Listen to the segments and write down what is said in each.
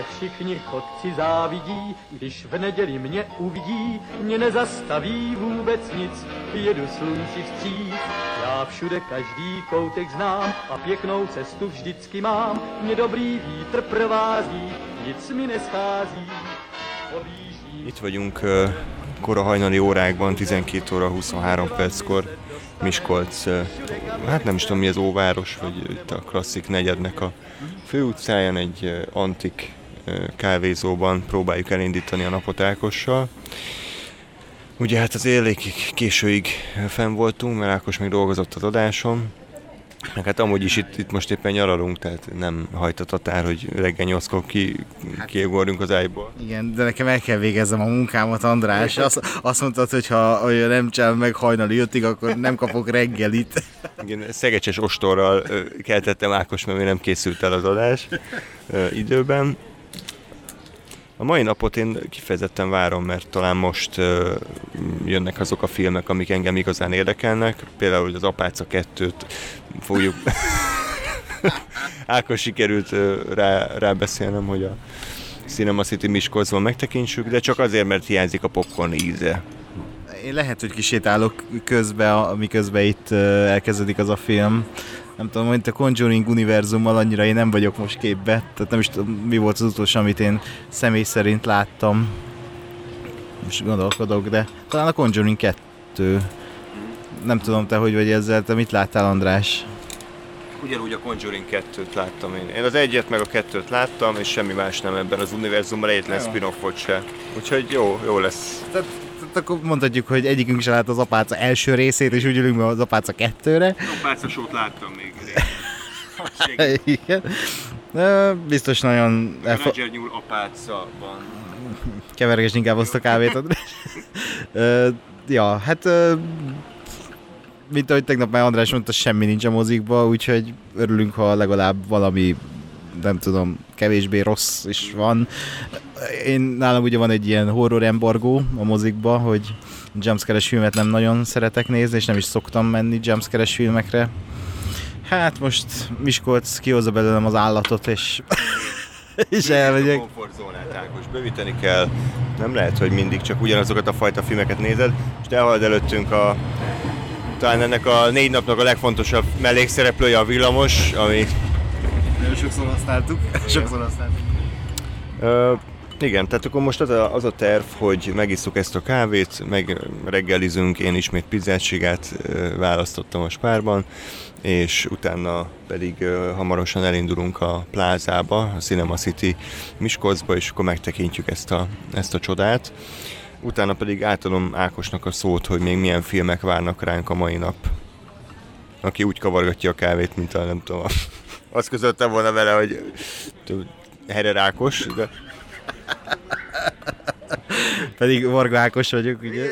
všichni chodci závidí, když v neděli mě uvidí, mě nezastaví vůbec nic, jedu slunci vstříc. Já všude každý koutek znám a pěknou cestu vždycky mám, mě dobrý vítr provází, nic mi neschází. Itt vagyunk kora hajnali órákban, 12 óra 23 perckor, Miskolc, hát nem is tudom mi az óváros, vagy itt a klasszik negyednek a főutcáján, egy antik kávézóban próbáljuk elindítani a napot Ákossal. Ugye hát az elég későig fenn voltunk, mert Ákos még dolgozott az adáson. Hát amúgy is itt most éppen nyaralunk, tehát nem hajt a tatár, hogy reggel 8-kor kiugorjunk az ágyból. Igen, de nekem el kell végeznem a munkámat, András. Azt mondtad, hogy ha nem csinálom meg hajnali 5-ig, akkor nem kapok reggelit. Igen, szegecses ostorral keltettem Ákos, mert még nem készült el az adás időben. A mai napot én kifejezetten várom, mert talán most jönnek azok a filmek, amik engem igazán érdekelnek. Például az Apáca 2-t fogjuk... Ákos sikerült rábeszélnem, hogy a Cinema City Miskolcban megtekintsük, de csak azért, mert hiányzik a popcorn íze. Én lehet, hogy kisétálok közben, miközben itt elkezdődik az a film. Nem tudom, hogy a Conjuring univerzummal annyira én nem vagyok most képbe, tehát nem is tudom, mi volt az utolsó, amit én személy szerint láttam. Most gondolkodok, de talán a Conjuring 2. Nem tudom, te hogy vagy ezzel, te mit láttál, András? Ugyanúgy a Conjuring 2-t láttam én. Én az 1-et meg a 2-t láttam, és semmi más nem ebben az univerzumban, egyetlen spin-offot se. Úgyhogy jó lesz. Tehát akkor mondhatjuk, hogy egyikünk sem lát az Apáca első részét, és úgy ülünk be az Apáca 2-re. Apáca sót láttam még. Igen. Biztos nagyon... Roger nyúl Apácaban. Kevergesd inkább azt a kávét. Ja, hát... mint ahogy tegnap már András mondta, semmi nincs a mozikba, úgyhogy örülünk, ha legalább valami, nem tudom, kevésbé rossz is van. Nálam ugye van egy ilyen horror embargó a mozikba, hogy jumpscare-es filmet nem nagyon szeretek nézni, és nem is szoktam menni jumpscare-es filmekre. Hát most Miskolc kihozza belőlem az állatot, és elmegyek. A komfortzónát, Ákos, bővíteni kell. Nem lehet, hogy mindig csak ugyanazokat a fajta filmeket nézed, és elhalad előttünk talán ennek a 4 napnak a legfontosabb mellékszereplője, a villamos, ami... Nagyon sokszor használtuk. Igen, tehát akkor most az a terv, hogy megisszuk ezt a kávét, meg reggelizünk, én ismét pizzátsigát választottam a Spárban, és utána pedig hamarosan elindulunk a plázába, a Cinema City Miskolcba, és akkor megtekintjük ezt a csodát. Utána pedig átadom Ákosnak a szót, hogy még milyen filmek várnak ránk a mai nap. Aki úgy kavargatja a kávét, mint nem tudom, azt közöltem volna vele, hogy Herer Ákos, de... Pedig Varga Ákos vagyok, ugye?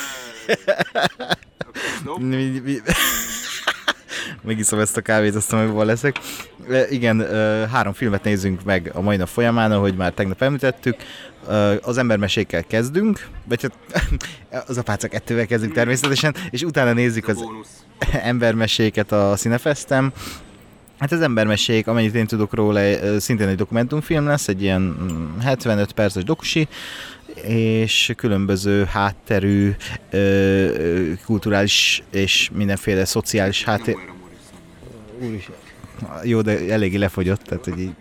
Megiszom ezt a kávét, aztán jobban leszek. Igen, 3 filmet nézzünk meg a mai nap folyamán, ahogy már tegnap említettük. Az Embermesékkel kezdünk, vagy hát az Apáca 2-vel kezdünk természetesen, és utána nézzük az Embermeséket a Cinefestem. Hát az Embermesék, amennyit én tudok róla, szintén egy dokumentumfilm lesz, egy ilyen 75 perces dokusi, és különböző hátterű, kulturális és mindenféle szociális háttér... Úristen. Jó, de eléggé lefogyott, tehát hogy így...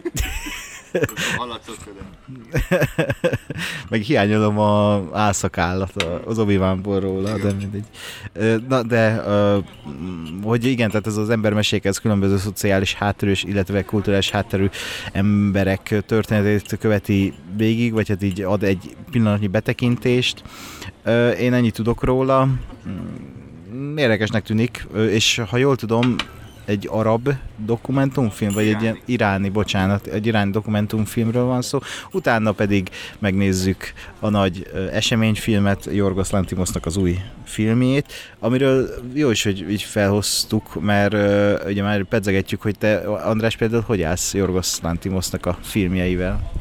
Meg hiányolom az álszakállat az Obi-Wanból róla, de mindegy. Na, de hogy igen, tehát ez az Embermesékhez különböző szociális hátterű, illetve kulturális hátterű emberek történetét követi végig, vagy hát így ad egy pillanatnyi betekintést. Én ennyit tudok róla. Érdekesnek tűnik, és ha jól tudom, egy arab dokumentumfilm, vagy egy ilyen egy iráni dokumentumfilmről van szó. Utána pedig megnézzük a nagy eseményfilmet, Yorgos Lanthimosnak az új filmjét, amiről jó is, hogy így felhoztuk, mert ugye már pedzegetjük, hogy te, András, például hogy állsz Yorgos Lanthimosnak a filmjeivel?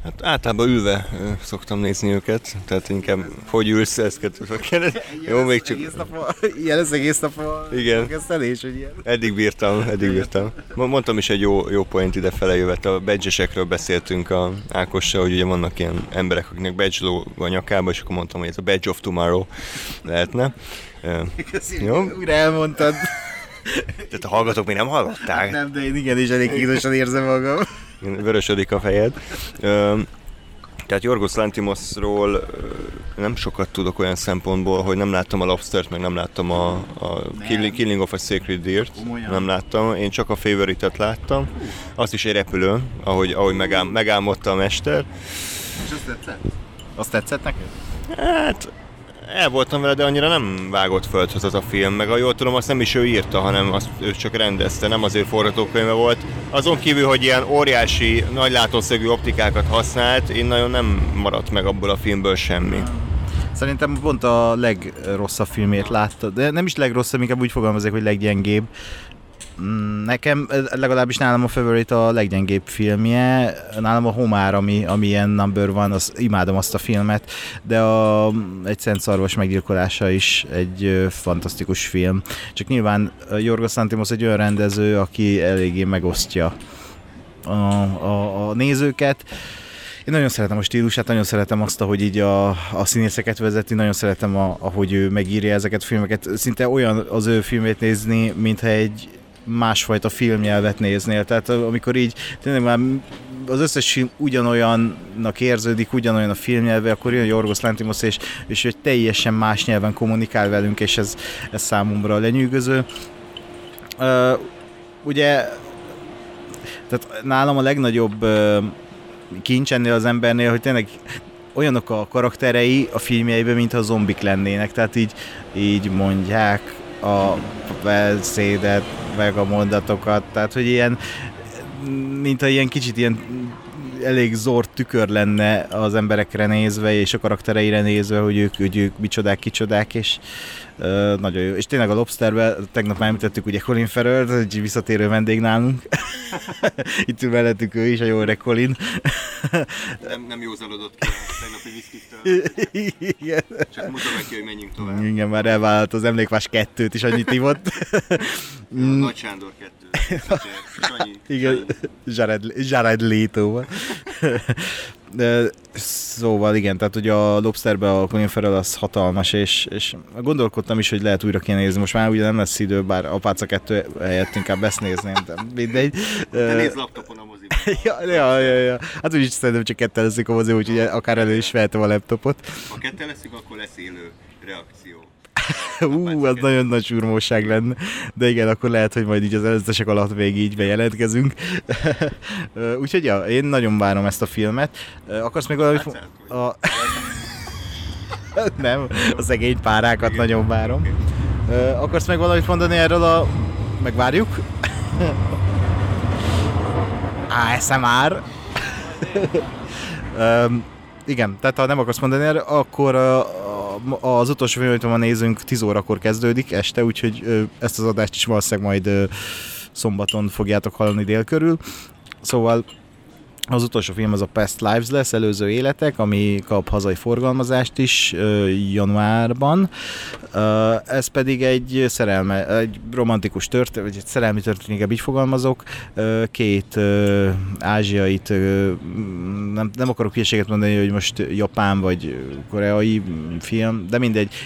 Hát általában ülve szoktam nézni őket, tehát inkább hogy ülsz, ezt kell kérdezni. Jó, még csak... Ilyen lesz egész nap a igen. kezdelés, hogy ilyen. Eddig bírtam. Mondtam is egy jó point idefele jövet, a badge-esekről beszéltünk a Ákossal, hogy ugye vannak ilyen emberek, akiknek badge lóg a nyakába, és akkor mondtam, hogy ez a badge of tomorrow lehetne. Jó? Újra elmondtad. Tehát a hallgatók még nem hallották. Nem, de én igenis elég kínosan érzem magam. Vörösödik a fejed. Tehát Yorgos Lanthimosról nem sokat tudok olyan szempontból, hogy nem láttam a Lobstert, meg nem láttam a Killing of a Sacred Deer-t. Nem láttam, én csak a Favorite-et láttam. Azt is egy repülő, ahogy megálmodta a mester. És azt tetszett? Azt tetszett neked? Hát... El voltam vele, de annyira nem vágott földhöz az a film, meg ha jól tudom, azt nem is ő írta, hanem azt ő csak rendezte, nem az ő forgatókönyve volt. Azon kívül, hogy ilyen óriási, nagy látószögű optikákat használt, én nagyon nem maradt meg abból a filmből semmi. Szerintem pont a legrosszabb filmét láttad, de nem is legrosszabb, inkább úgy fogalmazok, hogy leggyengébb. Nekem, legalábbis nálam a Favorite a leggyengébb filmje, nálam a Homár, ami ilyen number one, imádom azt a filmet, de egy Szent Szarvas meggyilkolása is egy fantasztikus film. Csak nyilván Yorgos Lanthimos egy olyan rendező, aki eléggé megosztja a nézőket. Én nagyon szeretem a stílusát, nagyon szeretem azt, ahogy így a színészeket vezeti, nagyon szeretem, ahogy ő megírja ezeket a filmeket. Szinte olyan az ő filmét nézni, mintha egy másfajta filmnyelvet néznél. Tehát amikor így tényleg már az összes film ugyanolyannak érződik, ugyanolyan a filmnyelve, akkor jön Yorgos Lanthimos, és egy teljesen más nyelven kommunikál velünk, és ez számomra lenyűgöző. Ugye, tehát nálam a legnagyobb kincs ennél az embernél, hogy tényleg olyanok a karakterei a filmjeiben, mintha zombik lennének, tehát így mondják a beszédet, meg a mondatokat, tehát hogy ilyen, mintha ilyen kicsit ilyen elég zord tükör lenne az emberekre nézve, és a karaktereire nézve, hogy ők micsodák, kicsodák, és nagyon jó. És tényleg a Lobsterben tegnap már említettük ugye Colin Farrell, egy visszatérő vendég nálunk. Itt ül mellettük ő is, a jó öreg Colin. Nem józanodott ki a tegnapi viszkitől. Igen. Csak mutatom neki, hogy menjünk tovább. Igen, már elvállalt az Emlékvás 2-t is, annyit ivott. Nagy Sándor 2. Igen, Jared Leto-val. Szóval igen, tehát ugye a Lobsterben a Colin Farrell az hatalmas, és gondolkodtam is, hogy lehet újra kéne nézni. Most már ugye nem lesz idő, bár Apáca 2 helyett inkább ezt nézném, de mindegy. Te nézd laptopon a moziban. Ja. Hát úgyis szerintem csak ketten leszik a mozi, úgyhogy akár elő is vehetem a laptopot. Ha ketten leszünk, akkor lesz élő reakció. Az nagyon nagy surmóság lenne. De igen, akkor lehet, hogy majd így az előzetesek alatt még így bejelentkezünk. Úgyhogy ja, én nagyon várom ezt a filmet. Akarsz még valamit... Nem, a szegény párákat nagyon várom. Akarsz meg valamit mondani erről a... Megvárjuk? ASMR. Igen, tehát ha nem akarsz mondani erről, akkor az utolsó film, amit ma nézünk, 10 órakor kezdődik este, úgyhogy ezt az adást is valószínűleg majd szombaton fogjátok hallani dél körül. Szóval az utolsó film az a Past Lives lesz, Előző életek, ami kap hazai forgalmazást is januárban. Ez pedig egy romantikus történet, vagy egy szerelmi történet, inkább így fogalmazok. Két ázsiait, nem akarok hülyeséget mondani, hogy most japán vagy koreai film, de mindegy.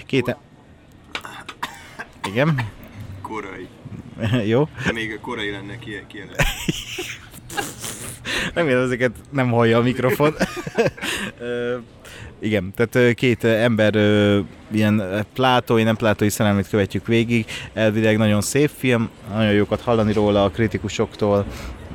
Igen? Koreai. Jó. De még korai lenne kijelent. Remélem, ezeket nem hallja a mikrofon. Igen, tehát két ember ilyen plátói, nem plátói szerelmét követjük végig. Elvileg nagyon szép film, nagyon jókat hallani róla a kritikusoktól.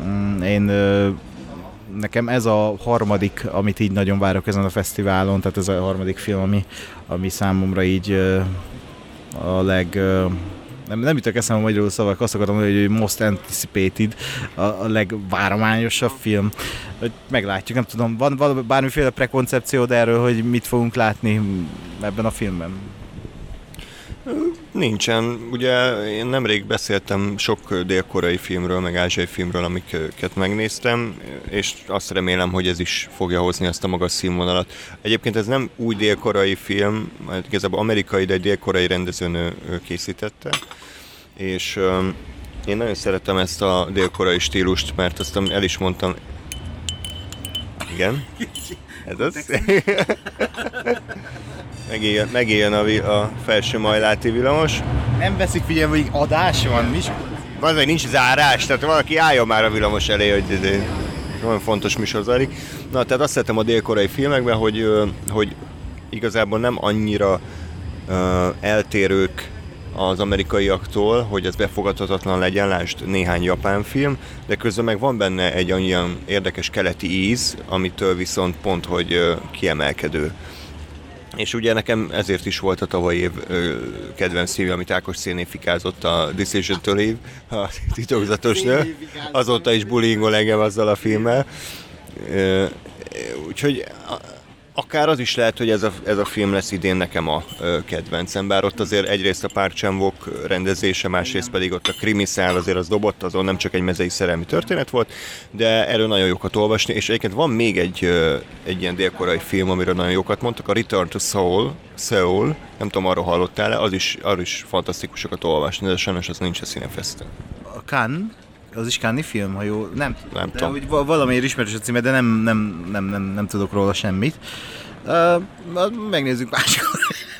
Nekem ez a harmadik, amit így nagyon várok ezen a fesztiválon, tehát ez a harmadik film, ami számomra így a nem jutok eszembe a magyarul szavak, azt akartam mondani, hogy most anticipated, a legvárományosabb film. Meglátjuk, nem tudom, van bármiféle prekoncepciód erről, hogy mit fogunk látni ebben a filmben? Nincsen. Ugye én nemrég beszéltem sok dél-koreai filmről, meg ázsiai filmről, amiket megnéztem, és azt remélem, hogy ez is fogja hozni azt a magas színvonalat. Egyébként ez nem új dél-koreai film, mert igazából amerikai, de egy dél-koreai rendezőnő készítette, és én nagyon szeretem ezt a dél-koreai stílust, mert azt el is mondtam. Igen, ez az. Megéljen a felső majláti villamos. Nem veszik figyelme, hogy adás van, Miskolc. Azért nincs zárás, tehát valaki álljon már a villamos elé, hogy nagyon fontos műsor zajlik. Na, tehát azt szeretem a dél-koreai filmekben, hogy igazából nem annyira eltérők az amerikaiaktól, hogy ez befogadhatatlan legyen, lásd néhány japán film, de közben meg van benne egy olyan érdekes keleti íz, amitől viszont pont, hogy kiemelkedő. És ugye nekem ezért is volt a tavalyi év kedvenc film, amit Ákos szénéfikázott, a Decision to Leave, a titokzatos nő. Azóta is bullyingol engem azzal a filmmel. Úgyhogy akár az is lehet, hogy ez a film lesz idén nekem a kedvencem, bár ott azért egyrészt a Park Chan-wook rendezése, másrészt pedig ott a krimi szál azért az dobott, azon nem csak egy mezei szerelmi történet volt, de erről nagyon jókat olvasni, és egyébként van még egy ilyen dél-koreai film, amiről nagyon jókat mondtak, a Return to Seoul, nem tudom, arról hallottál-e, arról is fantasztikusokat olvasni, de sajnos az nincs a Cinefesten. A Cannes? Az is Cannes-i film, ha jó? Nem tudom. Úgy valamiért ismerős a címe, de nem tudok róla semmit. Megnézzük máskor.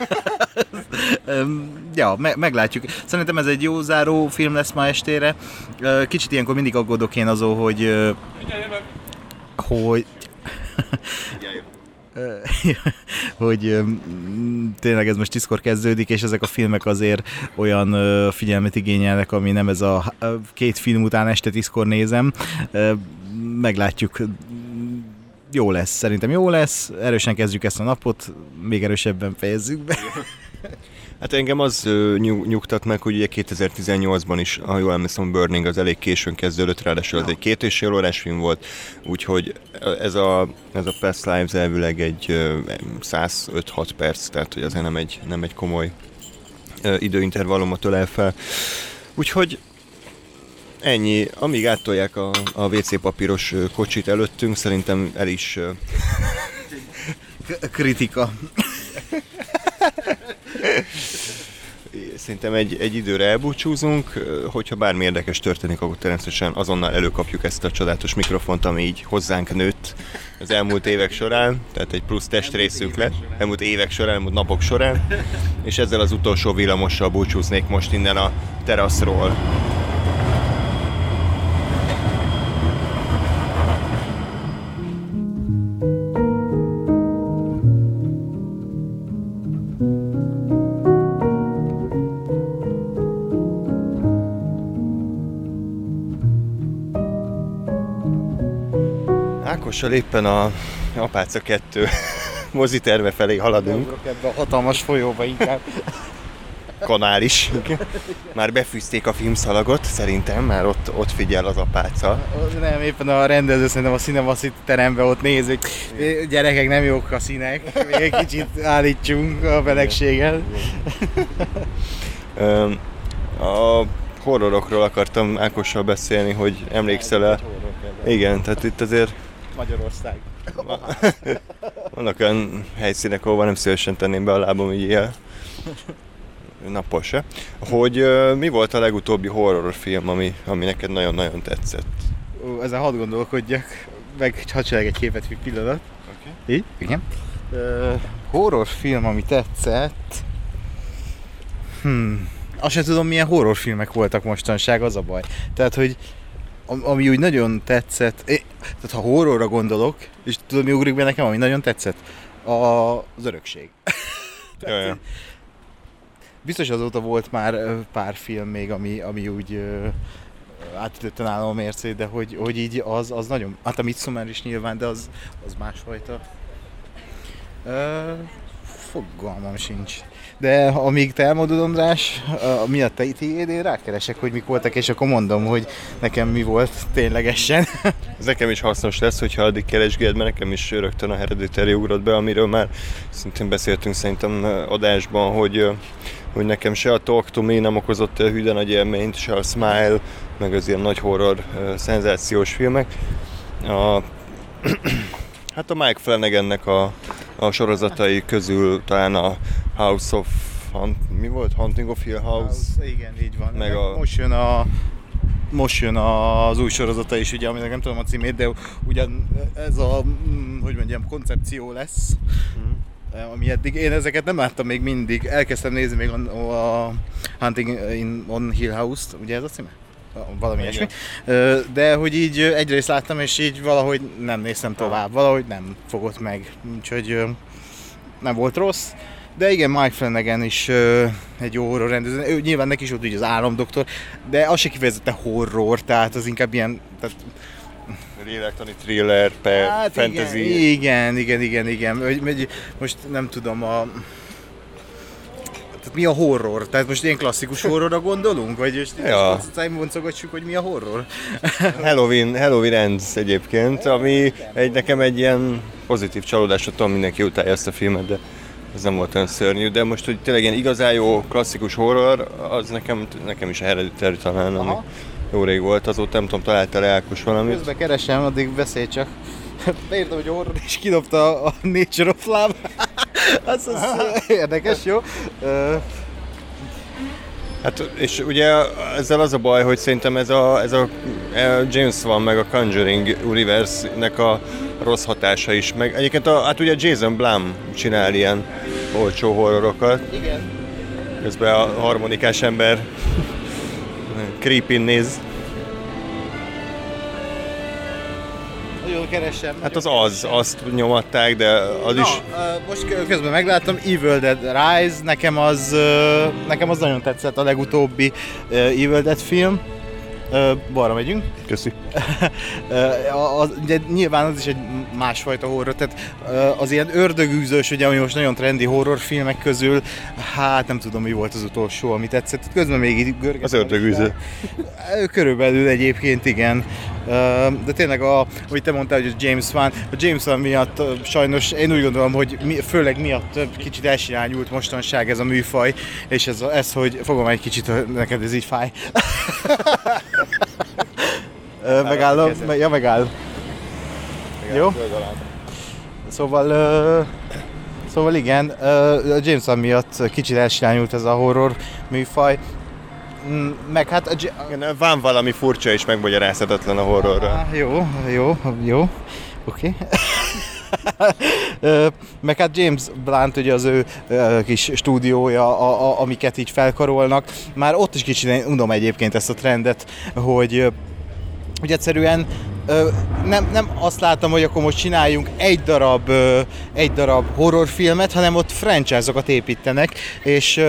Ja, meglátjuk. Szerintem ez egy jó záró film lesz ma estére. Kicsit ilyenkor mindig aggódok én azon, hogy tényleg ez most 10-kor kezdődik, és ezek a filmek azért olyan figyelmet igényelnek, ami nem ez a két film után este 10-kor nézem. Meglátjuk. Jó lesz, szerintem jó lesz. Erősen kezdjük ezt a napot, még erősebben fejezzük be. Hát engem az nyugtat meg, hogy ugye 2018-ban is, ha jól emlékszem, Burning az elég későn kezdődött, ráadásul ez egy 2,5 órás film volt, úgyhogy ez a Past Lives elvileg egy 105-6 perc, tehát hogy azért nem egy komoly időintervallumot ölel fel. Úgyhogy ennyi, amíg áttolják a WC papíros kocsit előttünk, szerintem el is... Kritika. Szerintem egy időre elbúcsúzunk, hogyha bármi érdekes történik, akkor természetesen azonnal előkapjuk ezt a csodálatos mikrofont, ami így hozzánk nőtt az elmúlt évek során, tehát egy plusz testrészünk lett, elmúlt évek során, elmúlt napok során, és ezzel az utolsó villamossal búcsúznék most innen a teraszról. Ákossal éppen a Apáca 2 moziterve felé haladunk. Ebbe a hatalmas folyóba inkább. Kanál is. Már befűzték a filmszalagot, szerintem már ott figyel az Apáca. Nem, éppen a rendező szerintem a Cinemaszit teremben ott nézik. Gyerekek, nem jók a színek, még egy kicsit állítsunk a belegséggel. A horrorokról akartam Ákossal beszélni, hogy emlékszel-e? Igen, tehát itt azért... Magyarország. Vannak olyan helyszínek, ahol nem szívesen tenném be a lábam így él. Nappal se. Hogy mi volt a legutóbbi horrorfilm, ami neked nagyon-nagyon tetszett? Ezen hadd gondolkodjak, meg hadd csinálj egy képet, egy pillanat. Okay. Így? Igen. Horrorfilm, ami tetszett... Azt sem tudom, milyen horrorfilmek voltak mostanság, az a baj. Tehát, hogy ami úgy nagyon tetszett, tehát ha horrorra gondolok, és tudod, mi ugrik be nekem, ami nagyon tetszett? Az Örökség. Jaj. Biztos azóta volt már pár film még, ami úgy átütötte nálam a mércét, de hogy így az nagyon... Hát a Midsommar is nyilván, de az másfajta. Fogalmam sincs. De amíg te elmondod, András, miatt te én rákeresek, hogy mik voltak, és akkor mondom, hogy nekem mi volt ténylegesen. Ez nekem is hasznos lesz, hogyha addig keresgéled, mert nekem is rögtön a Hereditary ugrott be, amiről már szintén beszéltünk szerintem adásban, hogy hogy nekem se a Talk to Me nem okozott hűde nagy élményt, se a Smile, meg az ilyen nagy horror szenzációs filmek. Hát a Mike Flanagannek a sorozatai közül talán a House of... mi volt? Hunting of Hill House? Igen, így van. Meg Most jön az új sorozata is, ugye, aminek nem tudom a címét, de ugyan ez a, hogy mondjam, koncepció lesz, ami eddig, én ezeket nem láttam még mindig, elkezdtem nézni még a Hunting on Hill House-t, ugye ez a címe? Valami ilyesmi. De hogy így egyrészt láttam, és így valahogy nem néztem tovább, valahogy nem fogott meg, úgyhogy nem volt rossz. De igen, Mike Flanagan is egy jó horror rendező, nyilván neki is volt ugye az Álomdoktor, de az se kifejezetten horror, tehát az inkább ilyen... Tehát... lélektani thriller, per fantasy. Igen. Most nem tudom tehát mi a horror? Tehát most ilyen klasszikus horrorra gondolunk? Vagy most boncogatjuk, hogy mi a horror? Halloween Ends egyébként, ami nekem egy ilyen pozitív csalódás, hogy tudom, mindenki utálja ezt a filmet, de ez nem volt olyan szörnyű, de most, hogy tényleg ilyen igazán jó klasszikus horror, az nekem is a Hereditary talán, ami jó rég volt, azóta nem tudom, találtál Ákos valamit? Közben keresem, addig beszélj csak. Beírtam, hogy horror, és kidobta a Nature of Love. az érdekes, jó? Hát, és ugye ezzel az a baj, hogy szerintem ez a James Wan meg a Conjuring Universe-nek a rossz hatása is, meg egyébként hát ugye Jason Blum csinál ilyen olcsó horrorokat. Igen. Közben a harmonikás ember creepy néz. Nagyon keresem. Hát azt nyomatták, de az is... Most közben megláttam, Evil Dead Rise, nekem az nagyon tetszett, a legutóbbi Evil Dead film. Balra megyünk. Köszi. De nyilván az is egy másfajta horror, tehát az ilyen ördögűzős, ugye, ami most nagyon trendi horrorfilmek közül, hát nem tudom, mi volt az utolsó, ami tetszett. Közben még így görgettem. Az ördögűző. Körülbelül egyébként igen. De tényleg, ahogy te mondtál, hogy a James Wan miatt sajnos én úgy gondolom, hogy főleg miatt kicsit elsirányult mostanság ez a műfaj, és ez hogy fogom egy kicsit, neked ez így fáj. Megállom? Ja, megáll. Jó? Szóval igen, James Wan miatt kicsit elsirányult ez a horror műfaj. Meg hát... Van valami furcsa és megmagyarázhatatlan a horrorra. Jó. Oké. Meg hát James Blunt, ugye az ő kis stúdiója, amiket így felkarolnak. Már ott is kicsit unom egyébként ezt a trendet, hogy egyszerűen nem azt láttam, hogy akkor most csináljunk egy darab horrorfilmet, hanem ott franchise-okat építenek, és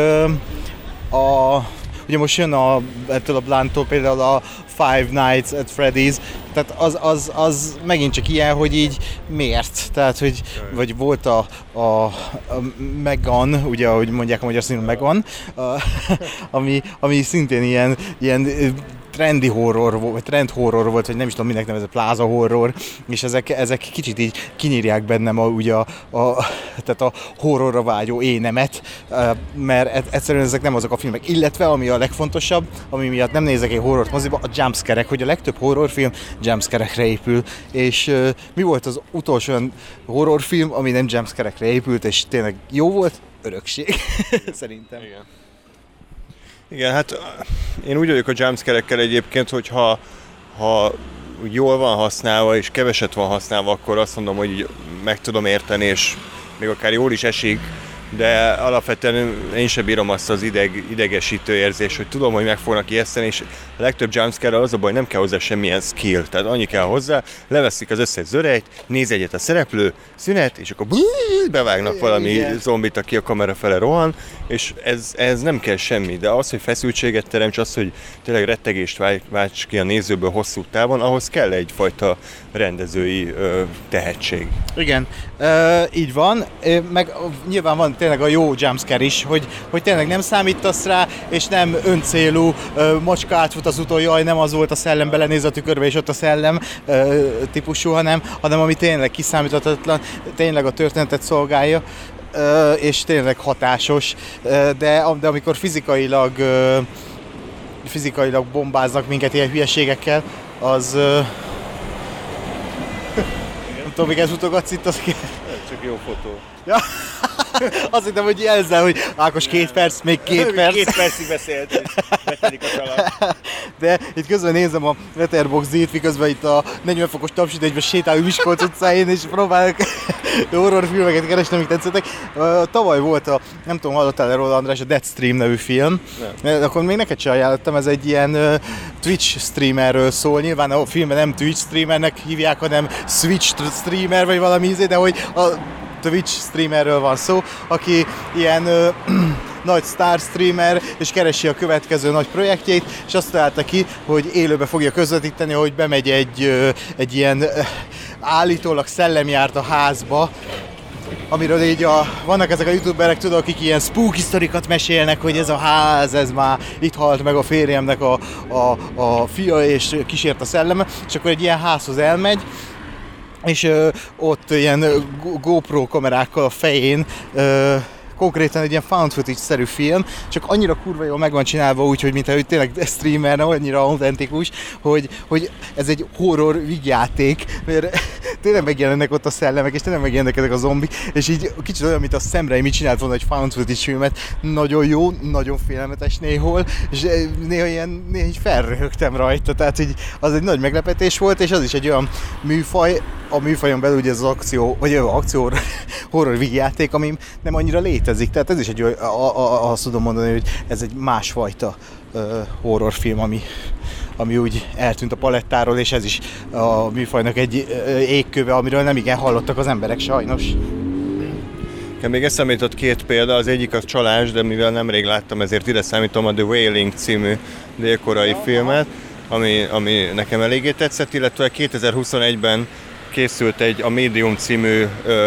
ugye most jön ettől a Blunt-tól például a Five Nights at Freddy's, tehát az megint csak ilyen, hogy így miért? Tehát, hogy vagy volt a Megan, ugye, ahogy mondják a magyar színű Megan, ami szintén ilyen trendi horror volt, trend horror volt, vagy nem is tudom, minek nevezett, pláza horror, és ezek kicsit így kinyírják bennem tehát a horrorra vágyó énemet, mert egyszerűen ezek nem azok a filmek. Illetve, ami a legfontosabb, ami miatt nem nézek egy horrort moziba, a jumpscare-ek, hogy a legtöbb horrorfilm jumpscare-ekre épül, és mi volt az utolsó horrorfilm, ami nem jumpscare-ekre épült, és tényleg jó volt? Örökség, szerintem. Igen, hát én úgy vagyok a jumpscare-ekkel egyébként, hogy ha jól van használva és keveset van használva, akkor azt mondom, hogy meg tudom érteni, és még akár jól is esik, de alapvetően én sem bírom azt az idegesítő érzést, hogy tudom, hogy meg fognak ijeszteni, és a legtöbb jumpscare az a baj, nem kell hozzá semmilyen skill, tehát annyi kell hozzá, leveszik az összes zörejt, néz egyet a szereplő, szünet, és akkor bevágnak valami zombit, aki a kamera fele rohan, és ez nem kell semmi, de az, hogy feszültséget teremts, az, hogy tényleg rettegést válts ki a nézőből hosszú távon, ahhoz kell egyfajta rendezői tehetség. Igen, így van, meg nyilván van tényleg a jó jumpscare is, hogy tényleg nem számítasz rá, és nem öncélú, macska átfut az úton, jaj, nem az volt a szellem, belenéz a tükörbe, és ott a szellem típusú, hanem ami tényleg kiszámíthatatlan, tényleg a történetet szolgálja. és tényleg hatásos, de amikor fizikailag bombáznak minket ilyen hülyeségekkel, az... nem tudom, miket mutogatsz itt, az... Csak jó fotó. Ja. Azt hittem, hogy jelzel, hogy Ákos 2 perc, még 2 perc. 2 percig beszélt, és betelik a salat. De itt közben nézem a Letterboxd-t, miközben itt a 40 fokos tapsütésben sétálunk Miskolc utcáin, és próbálok horrorfilmeket keresni, amik tetszettek. Tavaly volt nem tudom, hallottál róla, András, a Deadstream nevű film. Nem. Akkor még neked sem ajánlottam, ez egy ilyen Twitch streamerről szól. Nyilván a filmben nem Twitch streamernek hívják, hanem Switch streamer, vagy valami ízé, de hogy a Twitch streamerről van szó, aki ilyen nagy star streamer, és keresi a következő nagy projektjét, és azt találta ki, hogy élőbe fogja közvetíteni, hogy bemegy egy ilyen állítólag szellem járt a házba, amiről így vannak ezek a youtuberek, tudod, akik ilyen spooky sztorikat mesélnek, hogy ez a ház, ez már itt halt meg a férjemnek a fia, és kísért a szelleme, és akkor egy ilyen házhoz elmegy, és ott ilyen GoPro kamerákkal a fején, konkrétan egy ilyen found footage-szerű film, csak annyira kurva jól meg van csinálva úgy, hogy mintha ő tényleg streamer, nem annyira autentikus, hogy ez egy horror vígjáték, mert tényleg megjelennek ott a szellemek, és tényleg megjelennek ezek a zombik, és így kicsit olyan, mint a Sam Raimi csinált volna egy found footage filmet, nagyon jó, nagyon félelmetes néhol, és néha így felröhögtem rajta, tehát így az egy nagy meglepetés volt, és az is egy olyan műfaj, a műfajon belül ugye az akció, vagy akció horror vígjáték, ami nem annyira létezik, tehát ez is egy olyan, azt tudom mondani, hogy ez egy másfajta horrorfilm, ami úgy eltűnt a palettáról, és ez is a műfajnak egy égköve, amiről nem igen hallottak az emberek sajnos. Még eszembe jutott 2 példa, az egyik a Csalás, de mivel nemrég láttam, ezért ide számítom a The Wailing című délkorai filmet, ami nekem eléggé tetszett, illetve 2021-ben készült a Medium című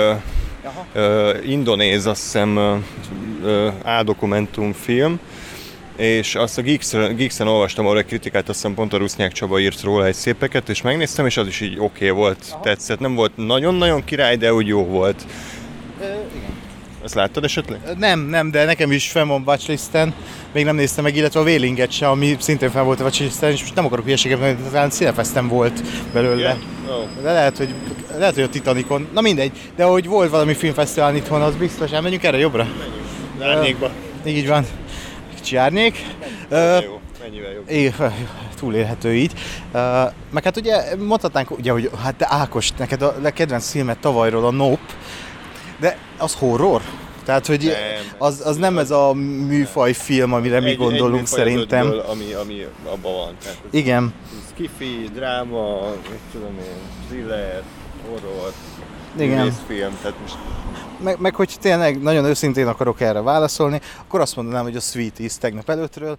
indonéz, azt hiszem, áldokumentumfilm, és azt a Geeks-en olvastam arra egy kritikát, azt hiszem pont a Rusznyák Csaba írt róla egy szépeket, és megnéztem, és az is így oké volt, tetszett. Nem volt nagyon-nagyon király, de úgy jó volt. Igen. Azt láttad esetleg? Nem, de nekem is fenn van watchlisten, még nem néztem meg, illetve a Wailinget se, ami szintén fenn volt a watchlisten, és most nem akarok hülyeséget mondani, talán Cinefesten volt belőle. Yeah. Oh. De lehet, hogy a Titanicon, na mindegy, de hogy volt valami filmfesztivál itthon, az biztos, elmenjünk erre jobbra? Menjünk. Árnyékba. Így van. Kicsi árnyék. Mennyivel jobb. Túlélhető így. Meg hát ugye mondhatnánk, ugye, hogy hát de Ákos, neked a kedvenc filmet tavalyról a Nope, de az horror? Tehát, hogy az nem ez a műfaj film, amire mi gondolunk szerintem. Ami abban van. Tehát igen. Skifi, dráma, mit tudom én, thriller, horror, film, tehát most... Meg hogy tényleg nagyon őszintén akarok erre válaszolni, akkor azt mondanám, hogy a Sweeties tegnap előttről.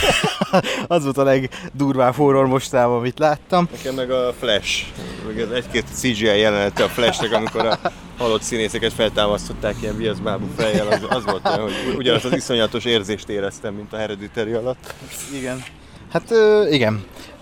Az volt a legdurvább horror mostában, amit láttam. Nekem meg a Flash, meg egy-két CGI jelenete a Flashnek, amikor a halott színészeket feltámasztották ilyen viaszbábú fejjel, az volt olyan, hogy ugyanazt az iszonyatos érzést éreztem, mint a Hereditary alatt. Igen. Hát igen.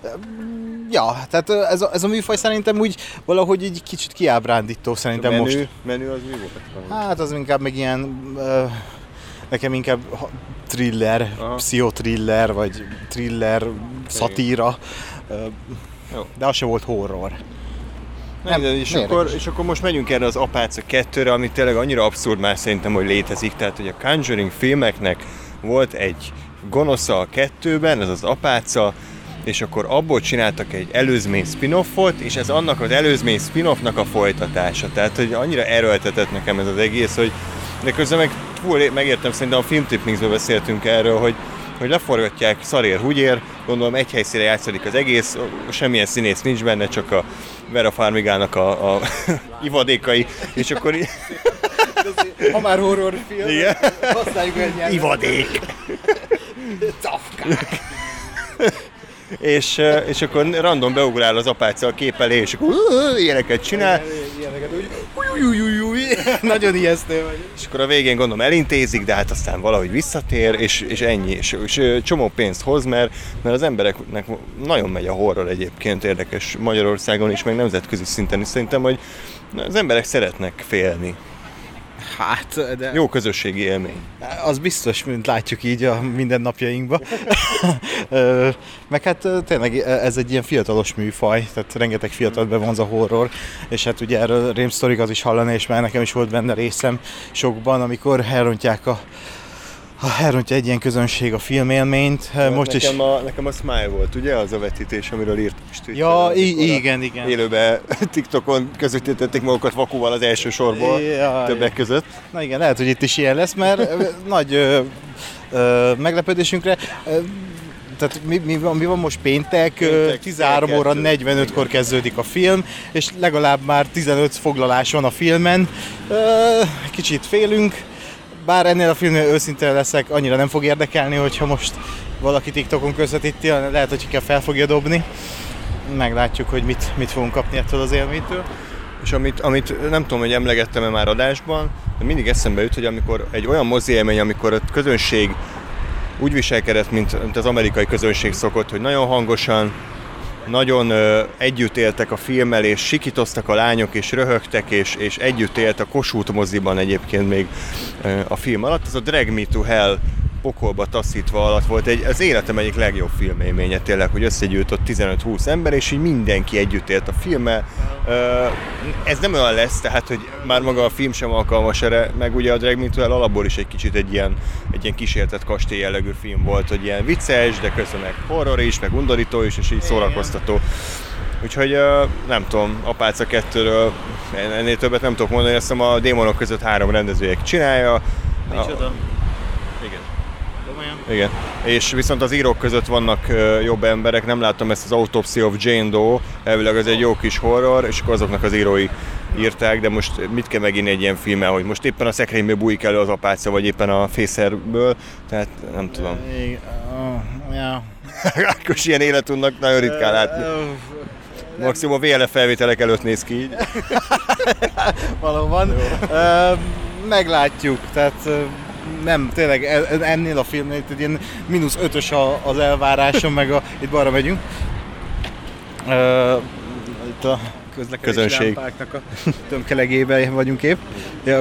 Ja, tehát ez a műfaj szerintem úgy valahogy így kicsit kiábrándító szerintem most. Menü az mi volt? Hát az inkább meg ilyen, nekem inkább thriller, pszichotriller, vagy thriller, szatíra, de az se volt horror. Nem, és akkor most megyünk erre az Apáca 2-re, ami tényleg annyira abszurd már szerintem, hogy létezik. Tehát, hogy a Conjuring filmeknek volt egy gonosza a 2-ben, ez az Apáca, és akkor abból csináltak egy előzmény spin-offot, és ez annak az előzmény spin-offnak a folytatása. Tehát, hogy annyira erőltetett nekem ez az egész, hogy de közben megértem, szerintem a Filmtip Mixben beszéltünk erről, hogy leforgatják szarér húgyér, gondolom egy helyszínre játszik az egész, semmilyen színész nincs benne, csak a Vera Farmigának a ivadékai, és akkor... Ha már horrorfilm, használjuk egy nyelvet. Ivadék! Cafkák! És akkor random beugrál az apáca a kép elé, és akkor ilyeneket csinál. Ilyeneket úgy, nagyon ijesztő vagy. És akkor a végén gondolom elintézik, de hát aztán valahogy visszatér, és ennyi. És csomó pénzt hoz, mert az embereknek nagyon megy a horror egyébként, érdekes Magyarországon is, meg nemzetközi szinten is. Szerintem, hogy az emberek szeretnek félni. Hát, de... Jó közösségi élmény. Az biztos, mint látjuk így a mindennapjainkban. Meg hát tényleg ez egy ilyen fiatalos műfaj, tehát rengeteg fiatal bevonz a horror, és hát ugye erről rémsztorikat is hallani, és már nekem is volt benne részem sokban, amikor elrontja egy ilyen közönség a filmélményt. Most nekem a Smile volt, ugye? Az a vetítés, amiről írtam is Twitteren. Ja, igen. Élőben TikTokon közvetítették magukat vakuval az első sorból, többek között. Na igen, lehet, hogy itt is ilyen lesz, mert nagy meglepődésünkre, tehát mi van most péntek 13 óra 45-kor kezdődik a film, és legalább már 15 foglalás van a filmen. Kicsit félünk, bár ennél a filmnél őszintén leszek, annyira nem fog érdekelni, hogyha most valaki TikTokon közvetíti, lehet, hogy ki fel fogja dobni. Meglátjuk, hogy mit fogunk kapni ettől az élménytől. És amit nem tudom, hogy emlegettem-e már adásban, de mindig eszembe jut, hogy amikor egy olyan mozi élmény, amikor a közönség úgy viselkedett, mint az amerikai közönség szokott, hogy nagyon hangosan, nagyon együtt éltek a filmmel, és sikítoztak a lányok, és röhögtek, és együtt élt a Kossuth moziban egyébként még a film alatt. Ez a Drag Me to Hell pokolba taszítva alatt volt az életem egyik legjobb filmélménye tényleg, hogy összegyűjtött 15-20 ember, és így mindenki együtt élt a filmmel. Ez nem olyan lesz, tehát, hogy már maga a film sem alkalmas erre, meg ugye a Drag Me to Hell alapból is egy kicsit egy ilyen kísértett kastély jellegű film volt, hogy ilyen vicces, de közben meg horror is, meg undorító is, és így szórakoztató. Úgyhogy nem tudom, Apáca 2-ről ennél többet nem tudok mondani, azt hiszem a Démonok között 3 rendezőjék csinálja. Micsoda? Igen. És viszont az írók között vannak jobb emberek, nem láttam ezt az Autopsy of Jane Doe, elvileg ez egy jó kis horror, és akkor azoknak az írói írták, de most mit kell megírni egy ilyen filmmel, hogy most éppen a szekrényből bújik elő az apáca, vagy éppen a fészerből, tehát nem tudom. Ákos ilyen életunknak nagyon ritkán látni. Maximum a VLF felvételek előtt néz ki így. Valóban. Meglátjuk, tehát nem, tényleg ennél a filmnél itt ilyen -5-ös az elvárásom, meg itt balra megyünk. Itt a közlekedési lámpáknak a tömkelegében vagyunk épp. Ja,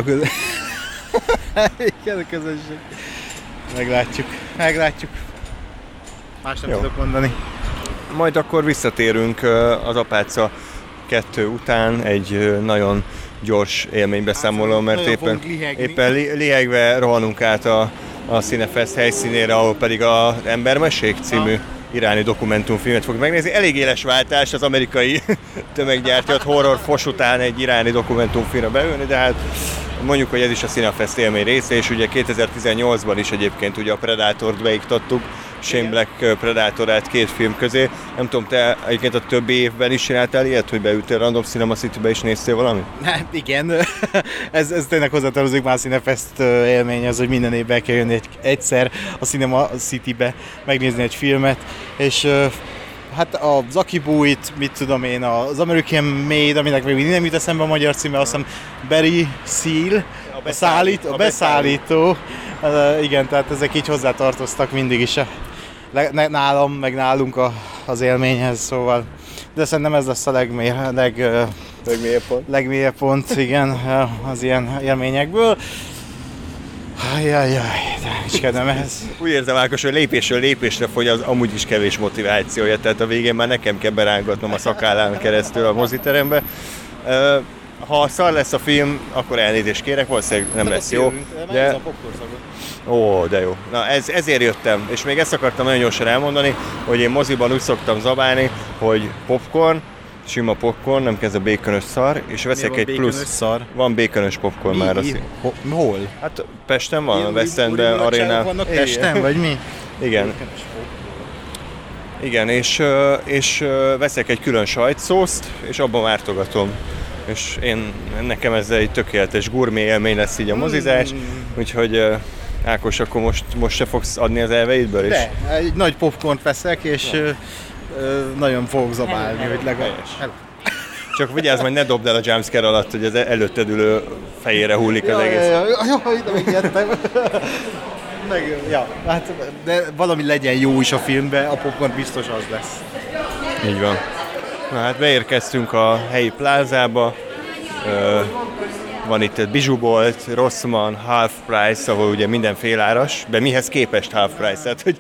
igen, a közönség. Meglátjuk. Más nem tudok mondani. Majd akkor visszatérünk az Apáca 2 után egy nagyon gyors élménybeszámoló, mert éppen lihegve rohanunk át a Cinefest helyszínére, ahol pedig az Embermesék című iráni dokumentumfilmet fogjuk megnézni. Elég éles váltás az amerikai tömeggyártott horror fos után egy iráni dokumentumfilmre beülni, de hát mondjuk, hogy ez is a Cinefest élmény része, és ugye 2018-ban is egyébként ugye a Predátort beiktattuk, Shane Black Predatorát 2 film közé. Nem tudom, te egyébként a többi évben is csináltál ilyet, hogy beültél Random Cinema City-be és néztél valamit? Hát igen, ez tényleg hozzátartozik már a Cinefest élményhez, hogy minden évben kell jönni egyszer a Cinema City-be megnézni egy filmet, és hát a Zaki Buit, mit tudom én, az American Made, aminek még nem jut eszembe a magyar címe, azt hiszem Barry Seal, a beszállító. Igen, tehát ezek így hozzátartoztak mindig is nálam, meg nálunk az élményhez, szóval. De szerintem ez lesz a legmélyebb pont, igen, az ilyen élményekből. Ajajaj, de is kedvem ehhez. Úgy érzem, Ákos, hogy lépésről lépésre fogy az amúgy is kevés motivációja, tehát a végén már nekem kell berángatnom a szakállán keresztül a moziterembe. Ha szar lesz a film, akkor elnézést kérek, valószínűleg nem lesz jó. De... Ó, de jó. Na ezért jöttem, és még ezt akartam nagyon gyorsan elmondani, hogy én moziban úgy szoktam zabálni, hogy popcorn, sima popcorn, nem kezd a békönös szar, és veszek egy plusz... Szar? Van békönös popcorn már. Hol? Hát Pesten van, a West Endben, Arénában. Vannak Pesten, vagy mi? Igen. Igen, és veszek egy külön sajtszószt, és abban mártogatom. És nekem ez egy tökéletes gurmé élmény lesz így a mozizás, úgyhogy Ákos, akkor most se fogsz adni az elveidből is? De, egy nagy popcornt veszek, és nagyon fogok zabálni, hogy legalább... Csak vigyázz, majd ne dobd el a jumpscare alatt, hogy az előtted ülő fejére hullik az egész. Jaj, de megijedtem. Hát, de valami legyen jó is a filmben, a popcorn biztos az lesz. Így van. Na hát beérkeztünk a helyi plázába. van itt egy bizsubolt, Rossmann, Half Price, ahol ugye minden féláras, de mihez képest Half Price, tehát hogy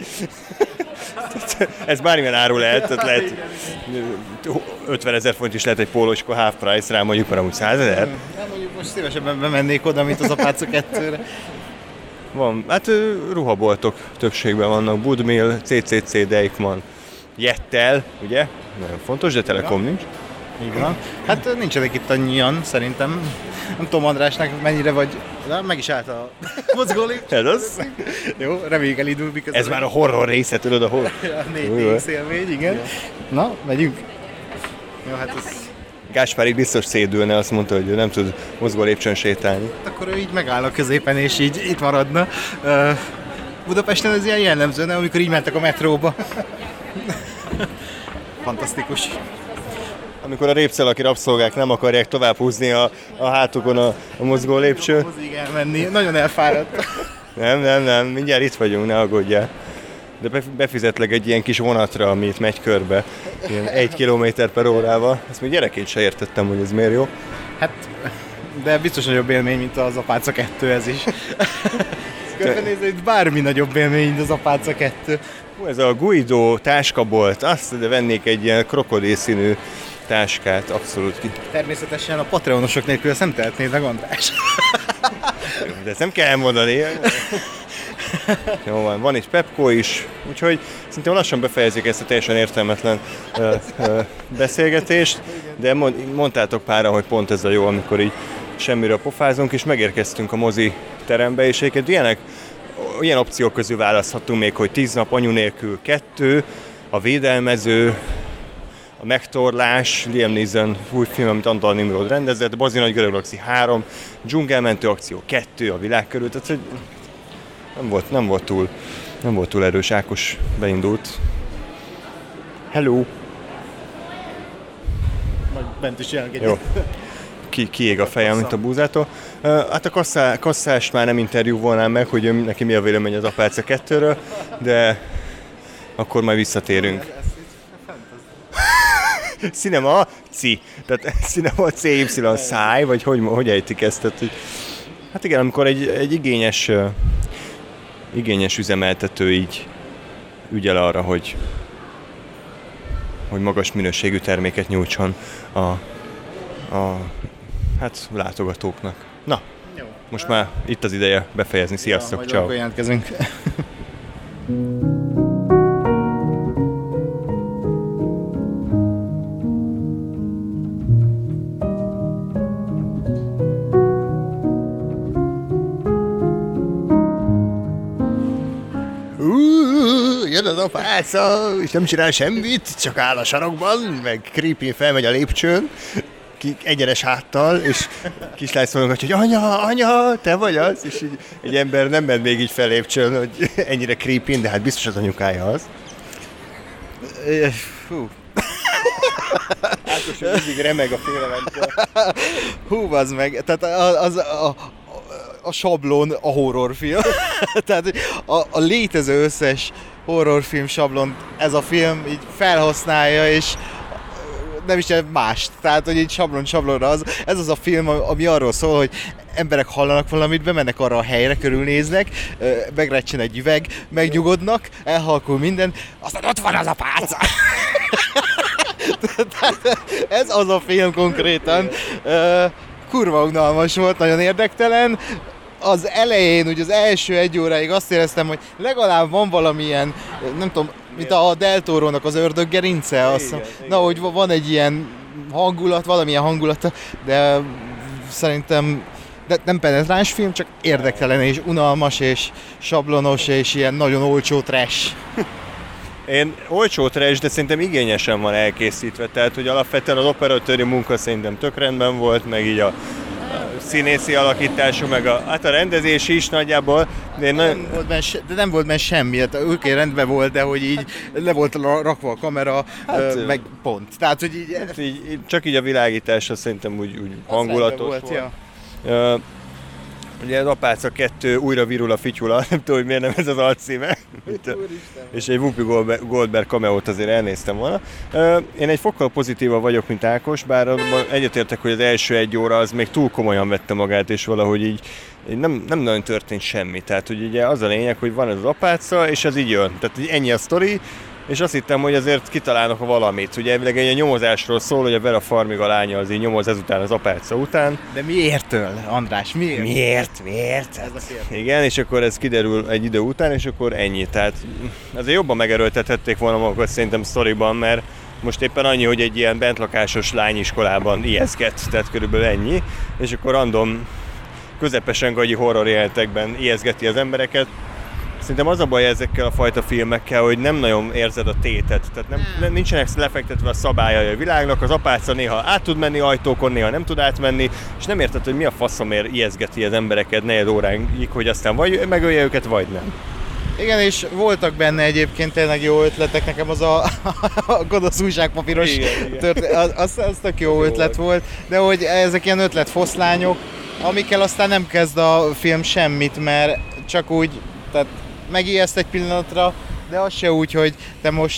ez bármilyen áru lehet, tehát lehet 50 000 font is lehet egy pólóskor Half Price rá, mondjuk van amúgy 100 000. Nem, mondjuk most szívesebben bemennék oda, mint az Apáca 2-re. Van, hát ruhaboltok többségben vannak, Budmill, CCC, Deichmann, Jettel, ugye? Nagyon fontos, de Telekom nincs. Így van. Hát nincsenek itt annyian, szerintem. Nem tudom, Andrásnak mennyire vagy... De meg is állt a mozgólépcső. Ez az? Jó, reméljük elindul, miközben... Ez már a horror része, tudod, a horror. A 4D élmény, igen. Na, megyünk. Jó, hát ez... Gáspárig biztos szédülne, azt mondta, hogy ő nem tud mozgólépcsőn sétálni. Akkor ő így megáll a középen, és így itt maradna. Budapesten ez ilyen jellemző, nem? Amikor így mentek a metróba. Fantasztikus. Amikor a répcelaki rabszolgák nem akarják tovább húzni a hátukon a mozgólépcsőt. Mozig elmenni, nagyon elfáradt. Nem, mindjárt itt vagyunk, ne aggódjál. De befizetlek egy ilyen kis vonatra, amit megy körbe, ilyen 1 km/h. Ezt még gyerekként se értettem, hogy ez miért jó. Hát, de biztos nagyobb élmény, mint az Apáca 2 ez is. Körbenézve, itt bármi nagyobb élmény, mint az Apáca 2. Ez a Guido táskabolt, azt de vennék egy ilyen krokodilszínű táskát, abszolút ki. Természetesen a Patreonosok nélkül ezt nem tehetnéd meg, András. De ezt nem kell elmondani. Jó van itt Pepco is, úgyhogy szerintem lassan befejezik ezt a teljesen értelmetlen beszélgetést, de mondtátok páran, hogy pont ez a jó, amikor így semmiről pofázunk, és megérkeztünk a mozi terembe, és egyébként ilyen opciók közül választhatunk még, hogy 10 nap anyu nélkül 2, a védelmező, a megtorlás, Liam Neeson új film, amit Antal Nimrod rendezett, Bazi Nagy Görög Laxi 3, dzsungelmentő akció 2, a világ körül, tehát hogy nem volt túl erős. Ákos beindult. Hello! Majd bent is jelentkezik. Jó. Kiég a fejem, mint a búzától. Hát a kasszást már nem interjúvolnám meg, hogy neki mi a vélemény az Apáca 2-ről, de akkor majd visszatérünk. Cinema Ci. Tehát Cinema CY száj, vagy hogy ejtik ezt? Tehát, hogy, hát igen, amikor egy igényes üzemeltető így ügyel arra, hogy magas minőségű terméket nyújtson a látogatóknak. Na, jó. Most már itt az ideje befejezni. Sziasztok, ja, ciao. Jelentkezünk. Jön az Apáca, és nem csinál semmit, csak áll a sarokban, meg creepy felmegy a lépcsőn, egyenes háttal, és kislány szólnak, hogy anya, te vagy az? És így, egy ember nem ment még így fel lépcsőn, hogy ennyire creepy, de hát biztos az anyukája az. Fú. Ákos, hogy mindig remeg a félelemtől. Hú, bazd meg, tehát a sablon a horrorfilm. Tehát a létező összes horrorfilm sablon ez a film így felhasználja, és nem is mást. Tehát, hogy így sablonra az. Ez az a film, ami arról szól, hogy emberek hallanak valamit, bemennek arra a helyre, körülnéznek, megrecsen egy üveg, megnyugodnak, elhalkul minden, aztán ott van az Apáca! Tehát ez az a film konkrétan. Kurva unalmas volt, nagyon érdektelen. Az elején, ugye az első 1 óráig azt éreztem, hogy legalább van valamilyen, nem tudom, mint a Del Torónak az Ördög gerince, azt hiszem. Na, hogy van egy ilyen hangulat, valamilyen hangulata, de szerintem nem penetráns film, csak érdektelen és unalmas és sablonos és ilyen nagyon olcsó trash. Én olcsó trash, de szerintem igényesen van elkészítve, tehát hogy alapvetően az operatőri munka szerintem tök rendben volt, meg így a színészi alakítású, meg a rendezés is nagyjából. De nem volt benne semmi, hát oké, rendben volt, de hogy így le volt rakva a kamera, meg pont. Tehát, hogy így... csak így a világítása szerintem úgy hangulatos volt. Ja. Ugye az Apáca 2 újra virul a fityula, nem tudom, hogy miért nem ez az alcíme. És egy Whoopi Goldberg cameót azért elnéztem volna. Én egy fokkal pozitívan vagyok, mint Ákos, bár egyetértek, hogy az első 1 óra az még túl komolyan vette magát, és valahogy így nem nagyon történt semmi. Tehát hogy ugye az a lényeg, hogy van ez az Apáca, és ez így jön. Tehát ennyi a sztori, és azt hittem, hogy azért kitalálnak valamit. Ugye elvileg egy nyomozásról szól, hogy a Vera Farmiga lánya az így nyomoz ezután az Apáca után. De miértől, András? Miért? Ez a kérdés. Igen, és akkor ez kiderül egy idő után, és akkor ennyi. Tehát azért jobban megerőltethették volna magukat szerintem sztoriban, mert most éppen annyi, hogy egy ilyen bentlakásos lányiskolában ijesztget, tehát körülbelül ennyi, és akkor random közepesen gagyi horror jelentekben ijesztgeti az embereket. Szerintem az a baj ezekkel a fajta filmekkel, hogy nem nagyon érzed a tétet, tehát nincsenek lefektetve a szabályai a világnak, az Apáca néha át tud menni ajtókon, néha nem tud átmenni, és nem érted, hogy mi a faszomért ijesztgeti az embereket 4 óráig, hogy aztán vagy megölje őket, vagy nem. Igen, és voltak benne egyébként tényleg jó ötletek, nekem az a gonosz újságpapíros történet, az tök jó ötlet volt, de hogy ezek ilyen ötletfoszlányok, amikkel aztán nem kezd a film semmit, mert csak úgy, tehát megijeszt egy pillanatra, de az se úgy, hogy te most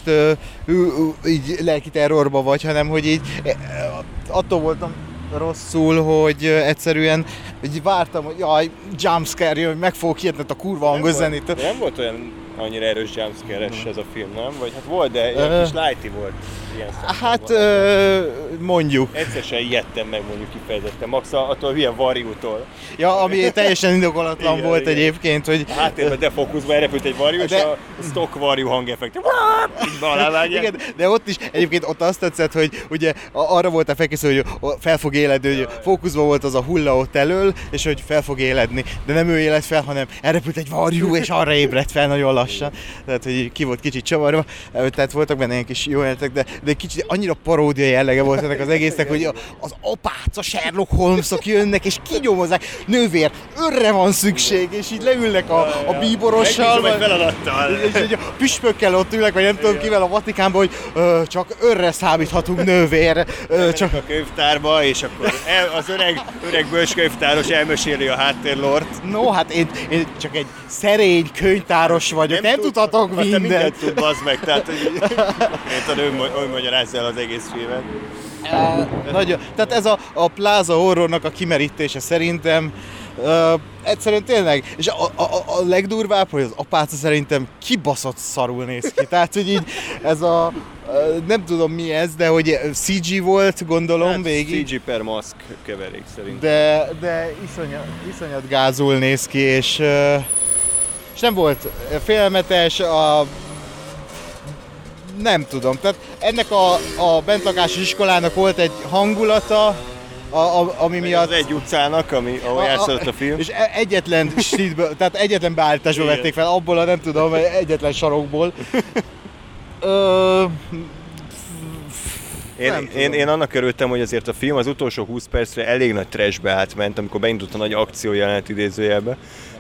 így lelki terrorba vagy, hanem hogy így attól voltam rosszul, hogy egyszerűen így vártam, hogy jaj, jumpscare jön, hogy meg fogok ijedni a kurva hangos zenét. Nem volt olyan annyira erős jumpscare-es ez a film, nem? Vagy hát volt, de ilyen kis lighty volt. Hát mondjuk. Egyszer sem ijedtem meg mondjuk kifejezetten, max attól hülyen varjútól. Ja, ami teljesen indokolatlan volt igen. Egyébként, hogy... A háttérben defókuszban elrepült egy varjú, és a stock varjú hangeffekt. Így alávágják. Igen, de ott is, egyébként ott azt tetszett, hogy ugye arra voltál felkészülve, hogy fel fog éledni, hogy fókuszban volt az a hulla ott elől, és hogy fel fog éledni. De nem ő éled fel, hanem elrepült egy varjú, és arra ébredt fel nagyon lassan. Tehát, hogy ki volt kicsit csavarva. Tehát voltak benne ilyen kis jó jelenetek, de kicsit annyira paródia jellege volt ennek az egésznek, hogy az Apáca Sherlock Holmesok jönnek, és kinyomozzák, nővér, őrre van szükség, és így leülnek a bíborossal, és így a püspökkel ott ülnek, vagy nem tudom kivel a Vatikánban, hogy csak őrre számíthatunk, nővér. Csak a könyvtárba, és akkor az öreg bölcskönyvtáros elmeséli a háttérlort. No, hát én csak egy szerény könyvtáros vagyok, nem tudhatok mindent. Mindent tud, bazd meg, tehát ő magyarázza el az egész filmet. Nagyon. Tehát ez a Plaza Horrornak a kimerítése szerintem egyszerűen tényleg, és a legdurvább, hogy az Apáca szerintem kibaszott szarul néz ki. Tehát, hogy így ez nem tudom mi ez, de hogy CG volt, gondolom hát, végig. CG per maszk keverék szerintem. De iszonyat gázul néz ki, és nem volt félelmetes, nem tudom, tehát ennek a bentlakásos iskolának volt egy hangulata, ami miatt... Az egy utcának, ahol játszott a film. És egyetlen streetből, tehát egyetlen beállításból vették fel, abból nem tudom, egyetlen sarokból. Én annak örültem, hogy azért a film az utolsó 20 percre elég nagy trashbe átment, amikor beindult a nagy akciójelenet idézőjelbe,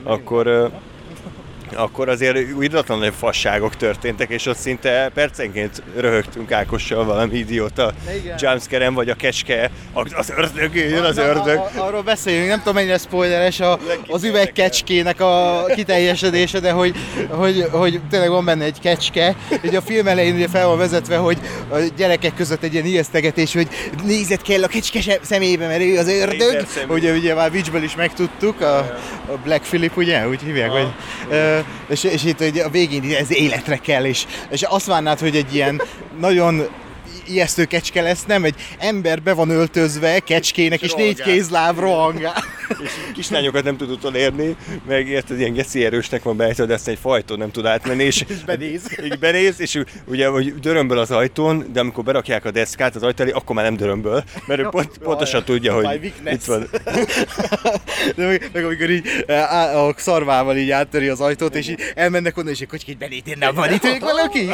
akkor azért idatlan nagy fasságok történtek, és ott szinte percenként röhögtünk Ákossal valami idióta jumpscare-en, vagy a kecske, az ördög, jön az ördög. Arról beszéljünk, nem tudom mennyire spoileres az üvegkecskének a kiteljesedése, de hogy tényleg van benne egy kecske, így a film elején ugye fel van vezetve, hogy a gyerekek között egy ilyen ijesztegetés, hogy nézet kell a kecske szemébe, mert ő az ördög. Ugye már Witchből is megtudtuk, a Black Phillip, ugye, úgy hívják, vagy... És itt hogy a végén ez életre kell, és azt várnád, hogy egy ilyen nagyon ijesztő kecske lesz, nem egy ember be van öltözve kecskének, és 4 kézláb rohangál. És kislányokat nem tud utolérni, meg érted, ilyen geci erősnek van beállítva, de aztán egy fajtón nem tud átmenni, és benéz, és ugye hogy dörömböl az ajtón, de amikor berakják a deszkát az ajtó elé, akkor már nem dörömböl, mert ő pontosan tudja, hogy itt van. De meg amikor így a szarvával így áttöri az ajtót, és így elmennek onnan, és egy kocsikét belét, nem van itt még valaki?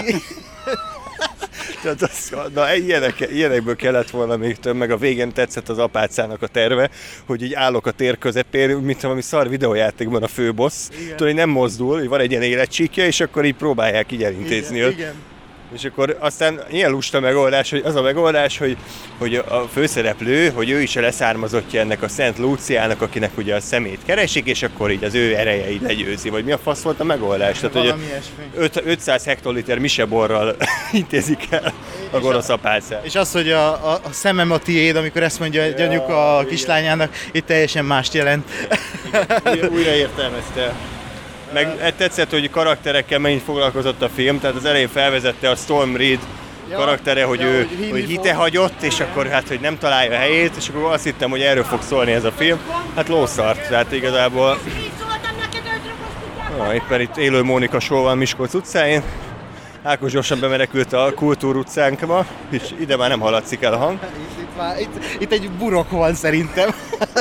Na, ilyenekből kellett volna még több, meg a végén tetszett az Apácának a terve, hogy így állok a tér közepén, mint valami szar videójátékban a főbossz, tudod, hogy nem mozdul, hogy van egy ilyen életcsíkja, és akkor így próbálják így elintézni. Igen. És akkor aztán ilyen lusta megoldás, hogy az a megoldás, hogy a főszereplő, hogy ő is a leszármazottja ennek a Szent Lúciának, akinek ugye a szemét keresik, és akkor így az ő ereje így legyőzi. Vagy mi a fasz volt a megoldás? Tehát, hogy 500 hektoliter miseborral intézik el a gonosz apácát. És az, hogy a szemem a tiéd, amikor ezt mondja egy anyuka a kislányának, itt teljesen mást jelent. Újra értelmezte. Meg tetszett, hogy karakterekkel mennyit foglalkozott a film, tehát az elején felvezette a Storm Reid karaktere, hogy ő hogy hitehagyott, és akkor hát, hogy nem találja a helyét, és akkor azt hittem, hogy erről fog szólni ez a film. Hát lószart, tehát igazából... éppen itt élő Mónika show van Miskolc utcáin. Ákos gyorsan bemenekült a Kultúr utcánkba, és ide már nem hallatszik el a hang. Itt egy burok van szerintem.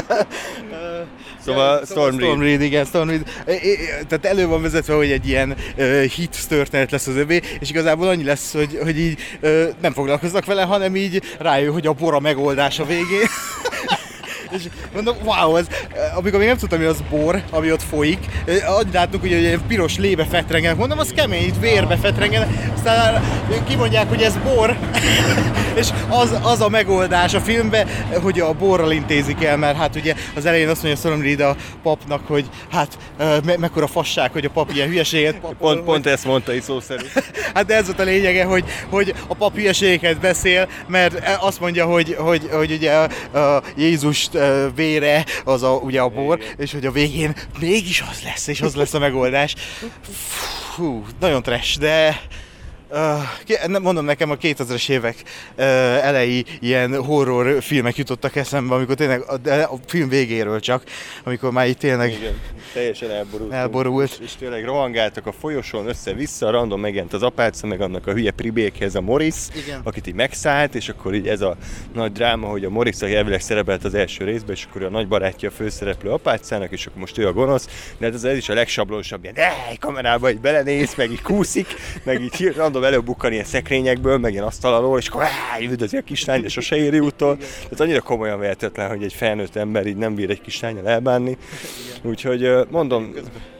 Szóval Storm Reid, igen, Storm Reid. Tehát elő van vezetve, hogy egy ilyen hit történet lesz az övé, és igazából annyi lesz, hogy így nem foglalkoznak vele, hanem így rájön, hogy a bor a megoldás a végén. És mondom, wow, amikor még nem tudtam, hogy az bor, ami ott folyik, annyit láttuk, hogy egy piros lébe fetrengenek, mondom, az kemény, itt vérbe fetrengenek, aztán kimondják, hogy ez bor, és az a megoldás a filmben, hogy a borral intézik el, mert hát ugye az elején azt mondja Storm Reid a papnak, hogy hát mekkora fasság, hogy a pap ilyen hülyeséget papol. Pont ezt mondta így szó szerint. Hát de ez volt a lényege, hogy a pap hülyeségeket beszél, mert azt mondja, hogy ugye a Jézus vére az ugye a bor, és hogy a végén mégis az lesz, és az lesz a megoldás. Fú, nagyon trash, de mondom, nekem a 2000-es évek elejé ilyen horror filmek jutottak eszembe, amikor tényleg a film végéről csak, amikor már itt tényleg igen, teljesen elborult. És tényleg rohangáltak a folyosón össze-vissza, random megjelent az apáca, meg annak a hülye pribékhez a Morris, igen, akit így megszállt, és akkor így ez a nagy dráma, hogy a Morris, aki elvileg szerepelt az első részben, és akkor a nagy barátja a főszereplő apácának, és akkor most ő a gonosz, de hát ez is a legsablonosabb, ilyen kamerába így belenéz, meg így kúszik, meg így random előbukkan ilyen szekrényekből, meg ilyen asztal alól, és akkor üldözi a kislány, de sose éri úttól. Tehát annyira komolyan vehetetlen, hogy egy felnőtt ember így nem bír egy kislánnyal elbánni. Úgyhogy mondom,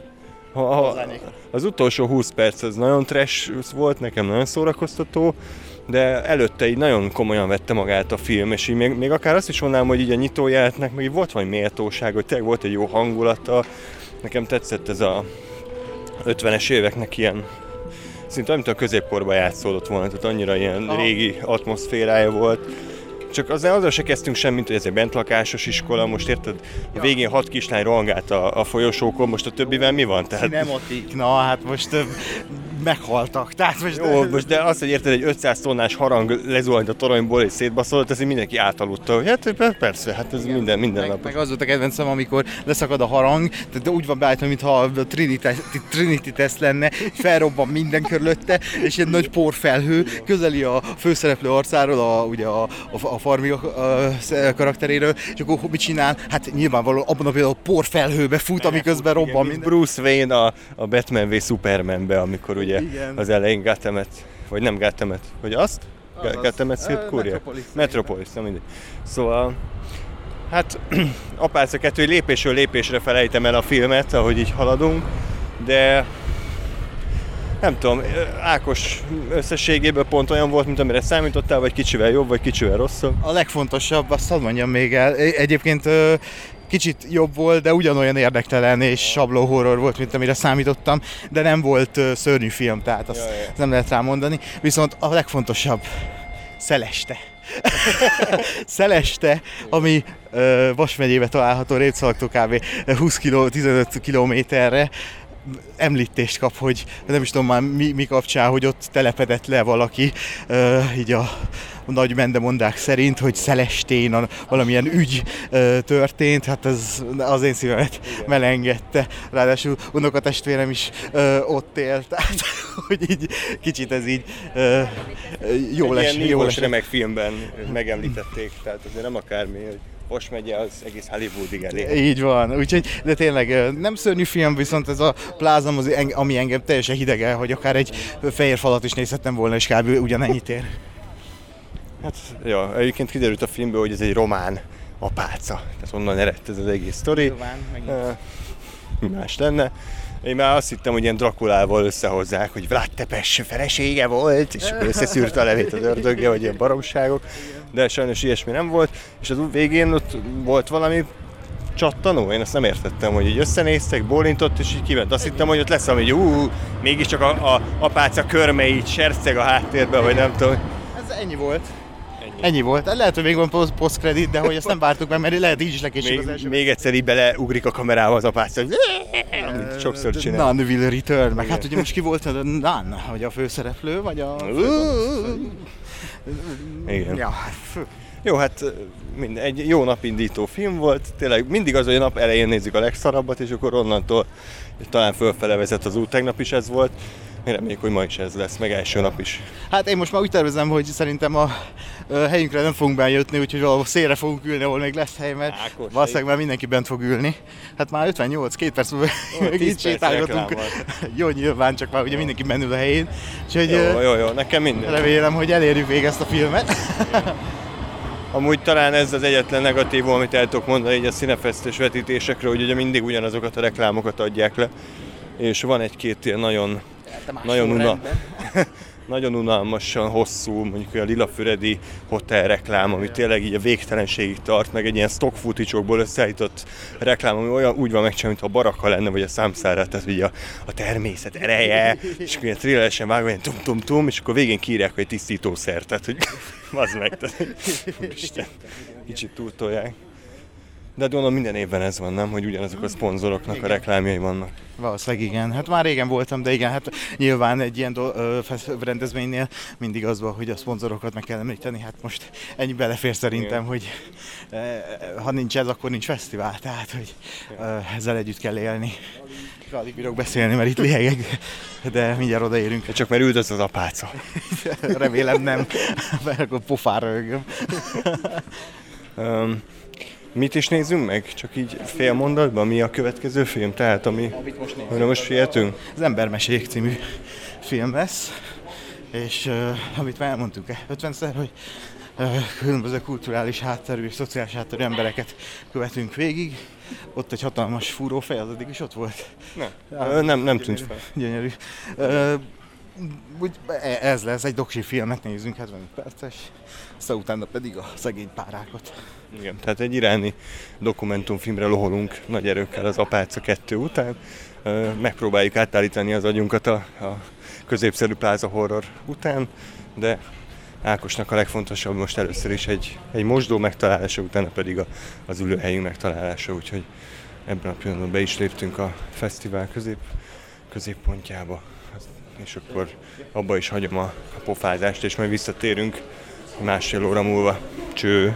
az utolsó 20 perc az nagyon trash volt, nekem nagyon szórakoztató, de előtte így nagyon komolyan vette magát a film, és így még akár azt is mondanám, hogy így a nyitójelenetnek meg így volt valami méltóság, hogy tényleg volt egy jó hangulata. Nekem tetszett ez a 50-es éveknek ilyen szinte amit a középkorban játszódott volna, tehát annyira ilyen régi atmoszférája volt. Csak azzal se kezdtünk semmit, hogy ez egy bentlakásos iskola, most érted, a végén 6 kislány rohangált a folyosókon, most a többivel mi van? Tehát... Cinematik, na hát most meghaltak. Tehát most de azt, hogy érted, egy 500 tonnás harang lezuhant a toronyból és szétbaszolott, ezért mindenki átaludta, hogy hát persze, hát ez minden nap. Meg az volt a kedvencem, amikor leszakad a harang, tehát úgy van beállítva, mintha a Trinity teszt lenne, felrobban minden körülötte, és egy nagy porfelhő közeli a főszereplő arcáról, ugye a Farmi karakteréről, és akkor mit csinál? Hát nyilvánvalóan abban a például a porfelhőbe fut, amiközben robban minden. Bruce Wayne a Batman v Supermanbe, amikor ugye igen, az elején Gothamet, vagy nem Gothamet, hogy azt? Gothamet szétkúrja? Metropolis, nem mindegy. Szóval, hát apáca 2, lépésről lépésre felejtem el a filmet, ahogy így haladunk, de nem tudom, Ákos összességében pont olyan volt, mint amire számítottál, vagy kicsivel jobb, vagy kicsivel rosszabb? A legfontosabb, azt hadd mondjam még el, egyébként kicsit jobb volt, de ugyanolyan érdektelen és sabló horror volt, mint amire számítottam, de nem volt szörnyű film, tehát azt nem lehet rá mondani. Viszont a legfontosabb, Szeleste. Szeleste, ami Vas megyébe található, Répszalaktól kb. 15 kilométerre, említést kap, hogy nem is tudom már mi kapcsán, hogy ott telepedett le valaki, így a nagy mendemondák szerint, hogy Szelestén valamilyen ügy történt, hát ez az én szívemet melengedte. Ráadásul unokatestvérem is ott élt, tehát hogy így kicsit ez így jól esik. Ilyen nívós remek filmben megemlítették, tehát azért nem akármi, hogy Vas megye az egész Hollywoodig elég. Így van, úgyhogy, de tényleg nem szörnyű film, viszont ez a plázam, ami engem teljesen hidegel, hogy akár egy fehér falat is nézhettem volna, és kb. Ugyanennyit ér. Hát, ja, egyébként kiderült a filmből, hogy ez egy román apáca, tehát onnan eredt ez az egész sztori. Mi más lenne. Én már azt hittem, hogy ilyen Drakulával összehozzák, hogy Vlad Tepes felesége volt, és összeszűrte a levét az ördögje, vagy ilyen baromságok, de sajnos ilyesmi nem volt, és az végén ott volt valami csattanó, én azt nem értettem, hogy így összenéztek, bólintott, és így kiment. Azt hittem, hogy ott lesz, hogy mégiscsak a apáca körme így serceg a háttérben, vagy nem tudom. Ez ennyi volt. Ennyi volt. Lehet, hogy még van post-credit, de hogy ezt nem vártuk meg, mert lehet így is lekésik az első. Még egyszer így beleugrik a kamerába az apáca, hogy amit sokszor csinál. None will return, meg hát ugye most ki volt a None, vagy a főszereplő, vagy a... Igen. Ja, jó, hát egy jó napindító film volt, tényleg mindig az, hogy a nap elején nézzük a legszarabbat, és akkor onnantól talán fölfele vezet az út, tegnap is ez volt. Én reméljük, hogy ma is ez lesz, meg első nap is. Hát én most már úgy tervezem, hogy szerintem a helyünkre nem fogunk bejutni, úgyhogy valahol szélre fogunk ülni, ahol még lesz hely, mert valószínűleg már mindenki bent fog ülni. Hát már 58, 2 perc múlva így sétálgatunk. Jó, nyilván, csak már ugye mindenki bent ül a helyén. Úgyhogy jó, nekem minden. Remélem, hogy elérjük végig ezt a filmet. Amúgy talán ez az egyetlen negatívum, amit el tudok mondani így a Cinefestes vetítésekről, hogy ugye mindig ugyanazokat a reklámokat adják le, és van egy-két ilyen nagyon unalmasan hosszú, mondjuk a Lilafüredi hotel reklám, ami tényleg így a végtelenségig tart, meg egy ilyen stock footage-okból összeállított reklám, ami olyan úgy van megcsinálva, mintha a baraka lenne, vagy a számszára, tehát ugye a természet ereje, és akkor ilyen thriller-esen vágva, ilyen tum-tum-tum, és akkor végén kiírják, hogy tisztítószer, tehát hogy az meg, tehát Isten, kicsit túltolják. De gondolom minden évben ez van, nem? Hogy ugyanazok a szponzoroknak a reklámjai vannak. Valószínűleg igen. Hát már régen voltam, de igen, hát nyilván egy ilyen rendezvénynél mindig az van, hogy a szponzorokat meg kell említeni. Hát most ennyi belefér szerintem, hogy ha nincs ez, akkor nincs fesztivál. Tehát, hogy ezzel együtt kell élni. Alig bírok beszélni, mert itt lihegek, de mindjárt odaérünk. Csak mert üldöz az apáca. Remélem nem, mert akkor pofára rögöm. Mit is nézzünk meg? Csak így fél mondatban, mi a következő film? Tehát, amire most figyeltünk? Az Embermesék című film lesz, és amit már elmondtunk 50-szer, hogy különböző kulturális hátterű és szociális hátterű embereket követünk végig. Ott egy hatalmas fúrófej, az addig is ott volt? Nem tűnt fel. Gyönyörű. Ez lesz, egy doksi filmet nézünk, 75 perces, aztán utána pedig a szegény párákat. Igen, tehát egy iráni dokumentumfilmre loholunk nagy erőkkel az Apáca 2 után. Megpróbáljuk átállítani az agyunkat a középszerű pláza horror után, de Ákosnak a legfontosabb most először is egy mosdó megtalálása, utána pedig az ülőhelyünk megtalálása, úgyhogy ebben a pillanatban be is léptünk a fesztivál középpontjába. És akkor abba is hagyom a pofázást, és majd visszatérünk másfél óra múlva. Cső!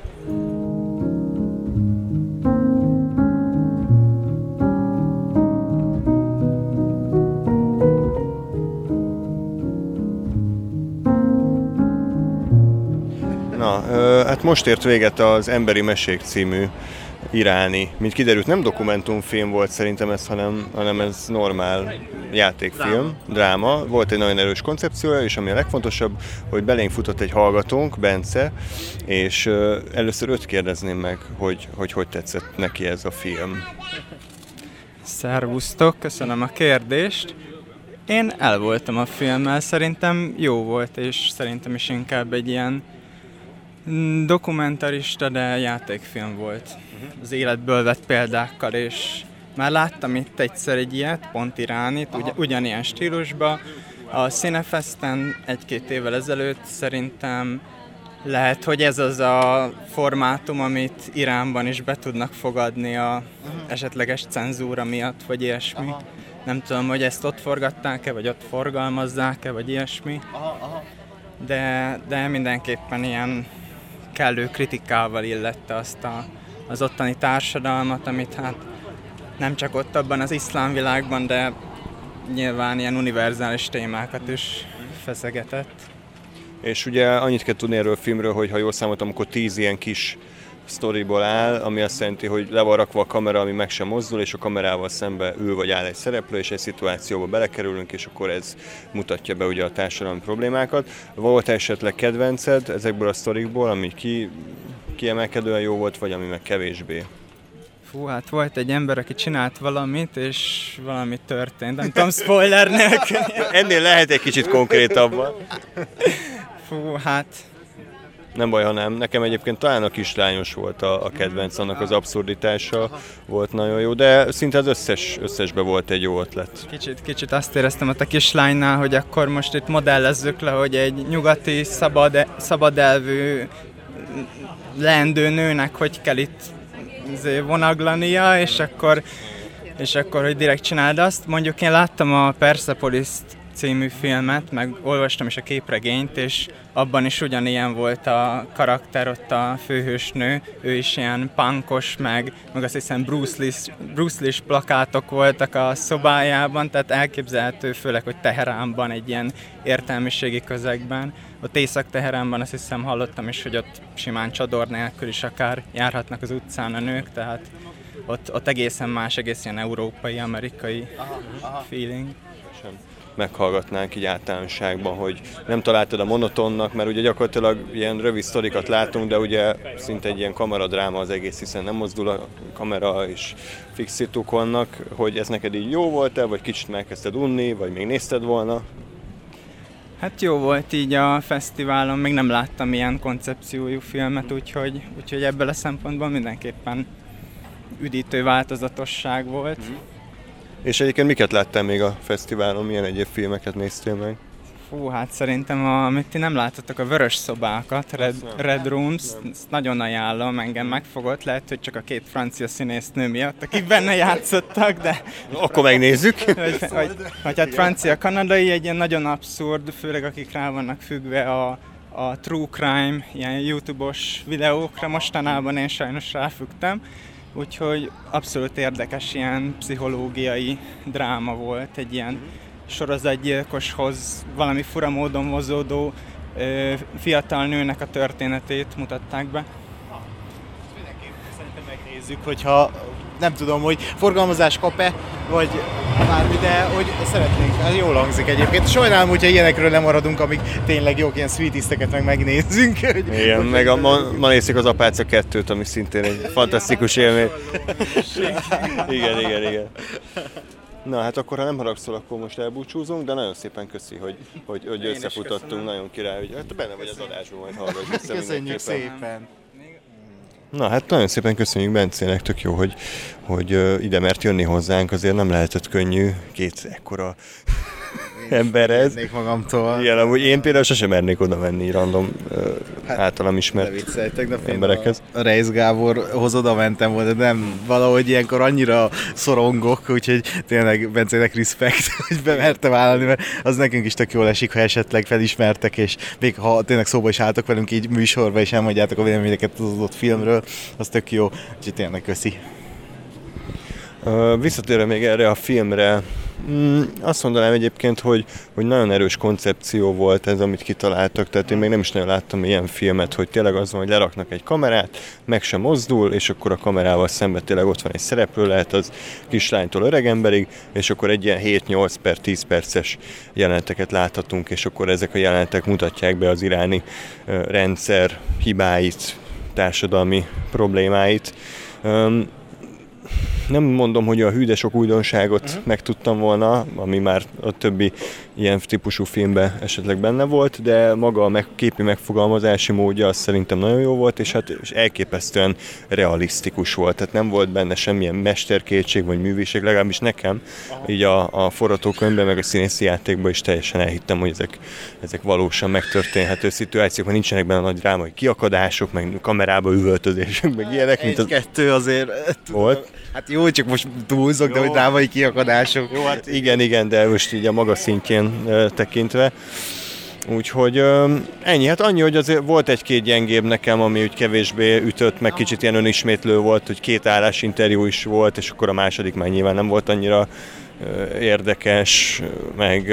Na, hát most ért véget az Emberi Mesék című iráni, mint kiderült, nem dokumentumfilm volt szerintem ez, hanem ez normál játékfilm, dráma. Volt egy nagyon erős koncepciója, és ami a legfontosabb, hogy belénk futott egy hallgatónk, Bence, és először őt kérdezném meg, hogy tetszett neki ez a film. Szervusztok, köszönöm a kérdést. Én el voltam a filmmel, szerintem jó volt, és szerintem is inkább egy ilyen dokumentarista, de játékfilm volt. Az életből vett példákkal, és már láttam itt egyszer egy ilyet, pont iránit, ugyanilyen stílusban. A Cinefesten 1-2 évvel ezelőtt szerintem lehet, hogy ez az a formátum, amit Iránban is be tudnak fogadni a esetleges cenzúra miatt, vagy ilyesmi. Nem tudom, hogy ezt ott forgatták-e, vagy ott forgalmazzák-e, vagy ilyesmi. De mindenképpen ilyen kellő kritikával illette azt az ottani társadalmat, amit hát nem csak ott abban az iszlám világban, de nyilván ilyen univerzális témákat is feszegetett. És ugye annyit kell tudni erről a filmről, hogy ha jól számoltam, akkor 10 ilyen kis sztoriból áll, ami azt jelenti, hogy le van rakva a kamera, ami meg sem mozdul, és a kamerával szembe ül vagy áll egy szereplő, és egy szituációba belekerülünk, és akkor ez mutatja be ugye a társadalmi problémákat. Volt esetleg kedvenced ezekből a sztorikból, ami kiemelkedően jó volt, vagy ami meg kevésbé? Fú, hát volt egy ember, aki csinált valamit, és valami történt. Nem tudom, spoiler nélkül. Ennél lehet egy kicsit konkrétabban. Fú, hát... Nem baj, ha nem. Nekem egyébként talán a Kislányos volt a kedvenc, annak az abszurditása volt nagyon jó, de szinte az összesbe volt egy jó ötlet. Kicsit azt éreztem ott a Kislánynál, hogy akkor most itt modellezzük le, hogy egy nyugati szabadelvű leendő nőnek hogy kell itt vonaglania, és akkor hogy direkt csináld azt. Mondjuk én láttam a Persepolis című filmet, meg olvastam is a képregényt, és abban is ugyanilyen volt a karakter, ott a főhősnő, ő is ilyen punkos, meg azt hiszem Bruce Lee-s plakátok voltak a szobájában, tehát elképzelhető, főleg, hogy Teheránban, egy ilyen értelmiségi közegben. Ott Észak-Teheránban azt hiszem hallottam is, hogy ott simán csador nélkül is akár járhatnak az utcán a nők, tehát ott egészen más, egész ilyen európai, amerikai feeling. Meghallgatnánk így általánosságban, hogy nem találtad a monotonnak, mert ugye gyakorlatilag ilyen rövid sztorikat látunk, de ugye szinte egy ilyen kameradráma az egész, hiszen nem mozdul a kamera, és fix szituk vannak, hogy ez neked így jó volt-e, vagy kicsit megkezdted unni, vagy még nézted volna? Hát jó volt így a fesztiválon, még nem láttam ilyen koncepciójú filmet, úgyhogy ebből a szempontból mindenképpen üdítő változatosság volt. És egyébként miket láttál még a fesztiválon, milyen egyéb filmeket néztél meg? Fú, hát szerintem, amit ti nem láttatok, a Vörös szobákat, Red Rooms, ezt nagyon ajánlom, engem megfogott, lehet, hogy csak a két francia színésznő miatt, akik benne játszottak, de... Akkor megnézzük! Vagy hát francia-kanadai, egy ilyen nagyon abszurd, főleg akik rá vannak függve a true crime, ilyen YouTube-os videókra, mostanában én sajnos ráfüggtem. Úgyhogy abszolút érdekes ilyen pszichológiai dráma volt, egy ilyen sorozatgyilkoshoz valami fura módon mozódó fiatal nőnek a történetét mutatták be. Szerintem megnézzük, hogyha nem tudom, hogy forgalmazás kap-e, vagy bármi, de hogy szeretnénk, ez jól hangzik egyébként. Sajnálom, hogyha ilyenekről nem maradunk, amíg tényleg jók ilyen sweetiszteket megnézzünk. Igen, meg ma nézzük az Apáca 2-t, ami szintén egy fantasztikus élmény. Igen. Na hát akkor, ha nem haragszol, akkor most elbúcsúzunk, de nagyon szépen köszi, hogy összefutottunk, nagyon király, hogy hát benne vagy az adásban, majd hallgass vissza. Köszönjük szépen! Na hát nagyon szépen köszönjük Bencének, tök jó, hogy ide mert jönni hozzánk, azért nem lehetett könnyű két ekkora emberhez. Én magamtól. Igen, amúgy én például sosem mernék oda menni random általam ismert emberekhez. A Reis Gáborhoz oda mentem volna, de nem valahogy ilyenkor annyira szorongok, úgyhogy tényleg Bencének respekt, hogy bemerte vállalni, mert az nekünk is tök jól esik, ha esetleg felismertek, és még ha tényleg szóba is álltok velünk így műsorba, és elmondjátok a véleményeket az adott filmről, az tök jó, úgyhogy tényleg köszi. Visszatérve még erre a filmre, azt mondanám egyébként, hogy nagyon erős koncepció volt ez, amit kitaláltak, tehát én még nem is nagyon láttam ilyen filmet, hogy tényleg az van, hogy leraknak egy kamerát, meg sem mozdul, és akkor a kamerával szemben tényleg ott van egy szereplő, lehet az kislánytól öregemberig, és akkor egy ilyen 7-8 per 10 perces jeleneteket láthatunk, és akkor ezek a jelenetek mutatják be az iráni rendszer hibáit, társadalmi problémáit. Nem mondom, hogy a hű, de sok újdonságot megtudtam volna, ami már a többi ilyen típusú filmben esetleg benne volt, de maga a képi megfogalmazási módja az szerintem nagyon jó volt, és hát elképesztően realisztikus volt. Tehát nem volt benne semmilyen mesterkétség vagy művészség, legalábbis nekem. Így a forgatókönyvben, meg a színészi játékban is teljesen elhittem, hogy ezek valósan megtörténhető szituációk, mert nincsenek benne nagy drámai kiakadások, meg kamerába üvöltözések, meg ilyenek. Egy-kettő azért volt. Hát jó, csak most túlzok, de hogy drámai kiakadások. Jó, hát igen, de most így a maga szintjén tekintve. Úgyhogy ennyi, hát annyi, hogy azért volt egy-két gyengébb nekem, ami úgy kevésbé ütött, meg kicsit ilyen önismétlő volt, hogy 2 állásinterjú is volt, és akkor a második már nyilván nem volt annyira érdekes, meg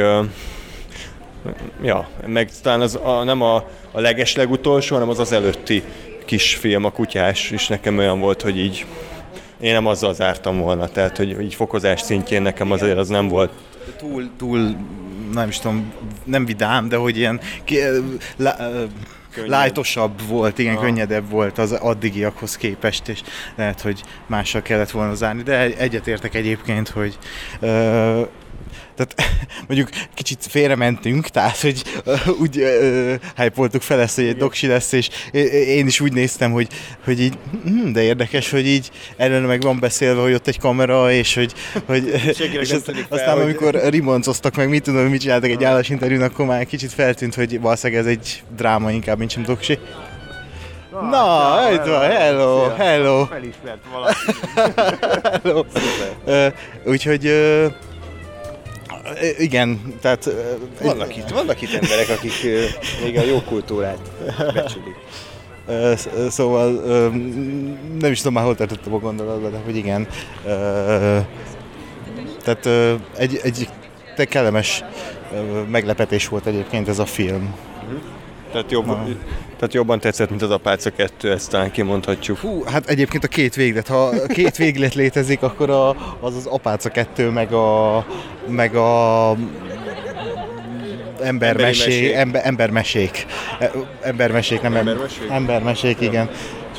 talán nem a legeslegutolsó, hanem az előtti kis film, a Kutyás is nekem olyan volt, hogy így én nem azzal zártam volna, tehát hogy így fokozás szintjén nekem azért az nem volt. Túl nem is tudom, nem vidám, de hogy ilyen lightosabb volt, igen, könnyedebb volt az addigiakhoz képest, és lehet, hogy mással kellett volna zárni, de egyetértek egyébként, hogy tehát mondjuk kicsit félrementünk, tehát hogy úgy hype-oltuk fel ezt, hogy egy doksi lesz, és én is úgy néztem, hogy így, de érdekes, hogy így előre meg van beszélve, hogy ott egy kamera, és és aztán amikor rimoncoztak meg, mit tudom, mit csináltak egy állásinterjún, akkor már kicsit feltűnt, hogy valószínűleg ez egy dráma inkább, mint sem doksi. Na, itt van, hello! Felismert valaki. Hello! Úgyhogy igen, tehát... Vannak itt emberek, akik még a jó kultúrát becsülik. Szóval nem is tudom már hol tartottam a gondolatban, de hogy igen. Tehát egy kellemes meglepetés volt egyébként ez a film. Tehát jobban tetszett, mint az Apáca 2, ezt talán kimondhatjuk. Hát egyébként a két véglet, ha két véglet létezik, akkor az Apáca 2 meg a embermesék, igen.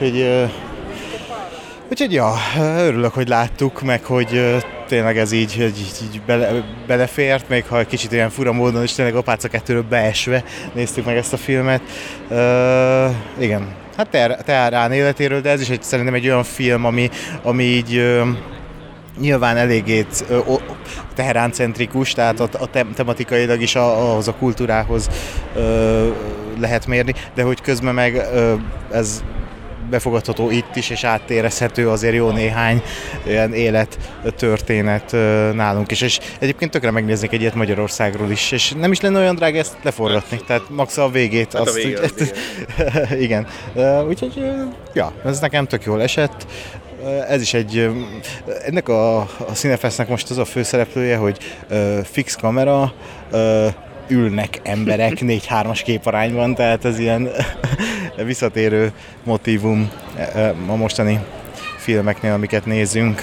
Úgyhogy ja, örülök, hogy láttuk, meg hogy tényleg ez így belefért, még ha egy kicsit ilyen fura módon is tényleg Apáca 2-ről beesve néztük meg ezt a filmet. Igen, hát Teherán életéről, de ez is szerintem egy olyan film, ami így nyilván eléggé Teherán-centrikus, tehát a tematikailag is ahhoz a kultúrához lehet mérni, de hogy közben meg ez befogadható itt is, és áttérezhető azért jó néhány ilyen élettörténet nálunk is. És egyébként tökre megnéznék egy ilyet Magyarországról is, és nem is lenne olyan drága ezt leforgatni, tehát max a végét. Hát azt, igen. Úgyhogy, ja, ez nekem tök jól esett. Ez is ennek a Cinefestnek most az a főszereplője, hogy fix kamera, ülnek emberek 4-3-as képarányban, tehát ez ilyen visszatérő motívum a mostani filmeknél, amiket nézzünk.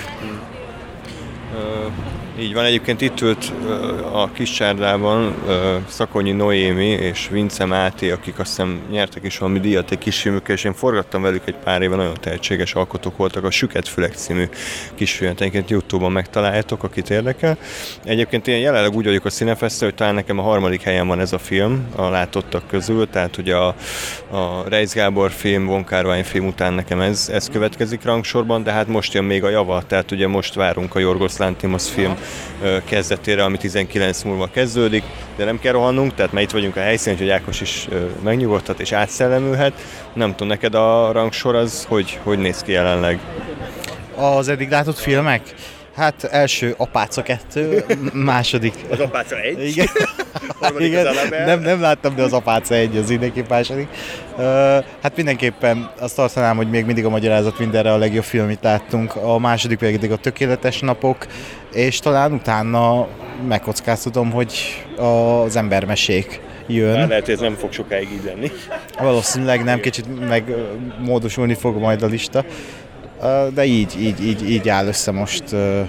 Így van, egyébként itt ült a Kis Csárdában Szakonyi Noémi és Vince Máté, akik azt hiszem nyertek is valami díjat egy kisfilmükkel, és én forgattam velük egy pár éve, nagyon tehetséges alkotók voltak, a Süket Fülek című kisfilmet, egyébként YouTube-on megtaláljátok, akit érdekel. Egyébként én jelenleg úgy vagyok a Cinefestre, hogy talán nekem a 3. helyen van ez a film a látottak közül, tehát ugye a Reisz Gábor film, Von Kár-Wai film után nekem ez következik rangsorban, de hát most jön még a java, tehát ugye most várunk a Jorgos Lanthimos film kezdetére, ami 19 múlva kezdődik, de nem kell rohannunk, tehát már itt vagyunk a helyszínen, hogy Ákos is megnyugodhat és átszellemülhet. Nem tudom, neked a rangsor az hogy néz ki jelenleg? Az eddig látott filmek? Hát első Apáca 2, második... Az Apáca 1? Igen. Igen. Nem láttam, de az Apáca 1 az mindenképp második. Hát mindenképpen azt tartanám, hogy még mindig a magyarázat mindenre a legjobb film, amit láttunk. A második pedig a Tökéletes napok, és talán utána megkockáztatom, hogy az Embermesék jön. Már lehet, hogy ez nem fog sokáig így lenni. Valószínűleg nem, kicsit megmódosulni fog majd a lista. De így áll össze most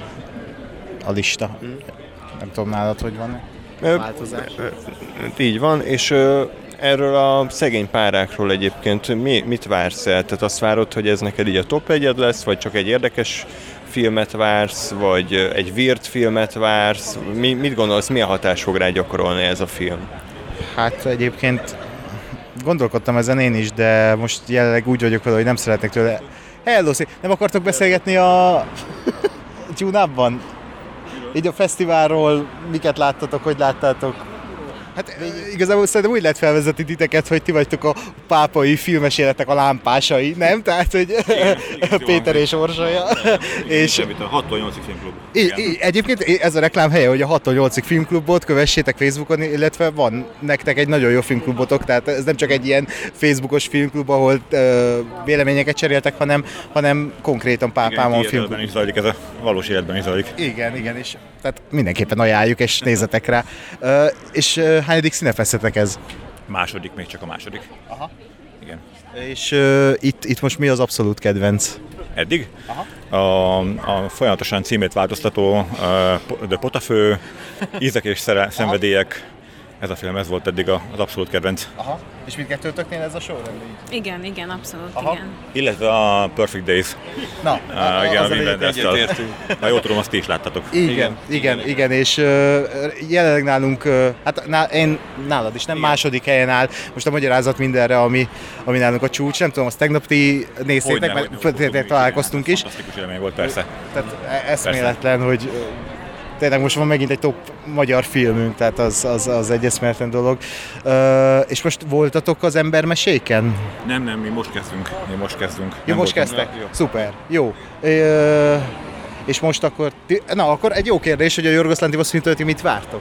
a lista. Nem tudom nálad, hogy van változás. Így van, és erről a szegény párákról egyébként mit vársz el? Tehát azt várod, hogy ez neked így a top 1-ed lesz, vagy csak egy érdekes filmet vársz, vagy egy weird filmet vársz? Mit gondolsz, milyen hatást fog rá gyakorolni ez a film? Hát egyébként gondolkodtam ezen én is, de most jelenleg úgy vagyok vele, hogy nem szeretnék tőle. Hello, nem akartok beszélgetni a Tune-Up-ban? Így a fesztiválról, miket láttatok, hogy láttátok? Hát igazából szerintem úgy lehet felvezetni titeket, hogy ti vagytok a pápai filmes életek a lámpásai, nem? Tehát, hogy Péter és Orsolya. És a 6-8-ig filmklub. Egyébként ez a reklám helye, hogy a 6-8-ig filmklubot kövessétek Facebookon, illetve van nektek egy nagyon jó filmklubotok, tehát ez nem csak egy ilyen Facebookos filmklub, ahol véleményeket cseréltek, hanem konkrétan pápámon filmklub. Igen, is zajlik, ez a valós életben is zajlik. Igen, és tehát mindenképpen ajánljuk, és nézzetek rá. És hányadik Cinefestetek ez? Második, még csak a második. Aha. Igen. És itt most mi az abszolút kedvenc? Eddig? Aha. A folyamatosan címét változtató The Potafő, Ízek és szenvedélyek ez a film, ez volt eddig az abszolút kedvenc. Aha. És mindkettőtöknél ez a sorrend? Igen, abszolút, Aha. igen. Illetve a Perfect Days. Na, Igen, az a a Wim lényeg. Wenders-tel. Ha jól tudom, azt ti is láttatok. Igen, és jelenleg nálunk, én nálad is, nem második helyen áll, most a magyarázat mindenre, ami nálunk a csúcs, nem tudom, azt tegnap ti néztétek, mert találkoztunk is. Fantasztikus élmény volt, persze. Tehát eszméletlen, hogy tényleg most van megint egy top magyar filmünk, tehát az egy eszméletlen dolog. És most voltatok az Embermeséken? Nem, mi most kezdünk. Jó, most kezdtek? Szuper, jó. És most akkor, akkor egy jó kérdés, hogy a Jorgos Lanthimos filmtől ti mit vártok?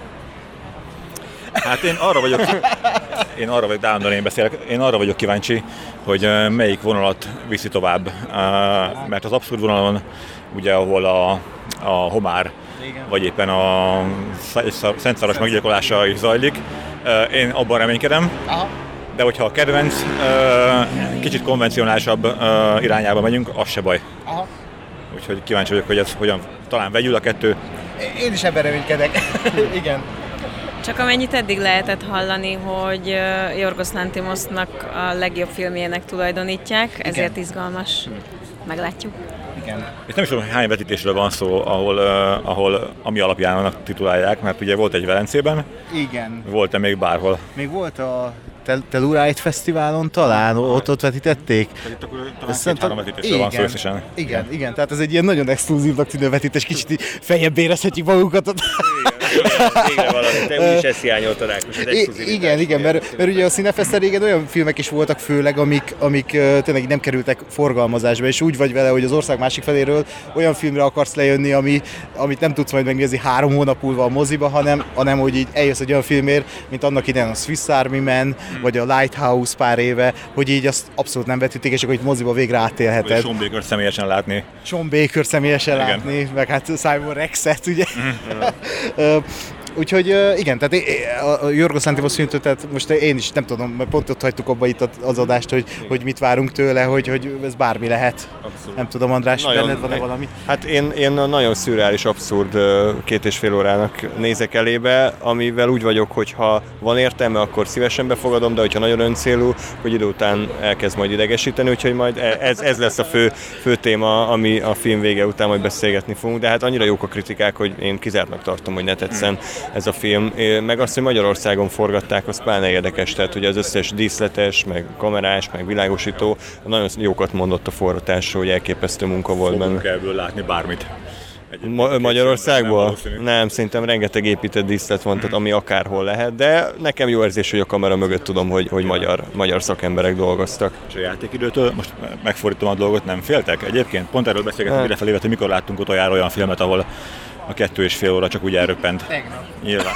Hát én arra vagyok, de állandóan én beszélek, én arra vagyok kíváncsi, hogy melyik vonalat viszi tovább, mert az abszurd vonalon, ugye ahol a homár, vagy éppen a Szent Szaros meggyilkolása is zajlik, én abban reménykedem. Aha. De hogyha a kedvenc kicsit konvencionálisabb irányába megyünk, az se baj. Aha. Úgyhogy kíváncsi vagyok, hogy ez hogyan talán vegyül a kettő. Én is ebben reménykedek. Igen. Csak amennyit eddig lehetett hallani, hogy Jorgos Lanthimosnak a legjobb filmjének tulajdonítják, ezért izgalmas. Meglátjuk. Igen. És nem is tudom, hány vetítésről van szó, ahol ami alapján annak titulálják, mert ugye volt egy Velencében. Igen. Volt-e még bárhol? Még volt a Telluride Fesztiválon talán, ott vetítették. Itt akkor talán 2-3 vetítésről van szó összesen. Igen, tehát ez egy ilyen nagyon exkluzívnak tűnő vetítés, kicsit így feljebb érezhetjük magunkat. Végre valami, te úgyis ezt hiányoltad, Ákos, az exkluzivitás. Igen, mert ugye a Cinefesten régen olyan filmek is voltak főleg, amik tényleg nem kerültek forgalmazásba, és úgy vagy vele, hogy az ország másik feléről olyan filmre akarsz lejönni, amit nem tudsz majd megnézni 3 hónap múlva a moziba, hanem hogy így eljössz egy olyan filmért, mint annak idején a Swiss Army Man, vagy a Lighthouse pár éve, hogy így azt abszolút nem vetítik, és akkor itt moziba végre átélheted. Vagy Sean Baker személyesen látni. Sean Baker személyesen látni, meg hát Simon Rexet, ugye. Úgyhogy igen, tehát a Jorgos Lanthimos filmtől, tehát most én is nem tudom, mert pont ott hagytuk abba itt az adást, hogy mit várunk tőle, hogy ez bármi lehet. Abszolút. Nem tudom, András, benned van-e valami? Hát én nagyon szürreális, abszurd 2,5 órának nézek elébe, amivel úgy vagyok, hogy ha van értelme, akkor szívesen befogadom, de hogyha nagyon öncélú, hogy idő után elkezd majd idegesíteni, úgyhogy majd ez lesz a fő téma, ami a film vége után majd beszélgetni fogunk, de hát annyira jók a kritikák, hogy én kizártnak tartom, hogy ne tetszen ez a film. Meg azt, hogy Magyarországon forgatták, az pláne érdekes, tehát ugye az összes díszletes, meg kamerás, meg világosító nagyon jókat mondott a forgatásról, hogy elképesztő munka volt benne. Fogunk ebből látni bármit. Magyarországból? Nem, szerintem rengeteg épített díszlet van, tehát ami akárhol lehet, de nekem jó érzés, hogy a kamera mögött tudom, hogy magyar szakemberek dolgoztak. És a játékidőtől, most megfordítom a dolgot, nem féltek? Egyébként pont erről beszélgetünk idefelé, hogy mikor láttunk utoljára olyan filmet, ahol a 2,5 óra csak úgy elröppent. Tegnap. Nyilván.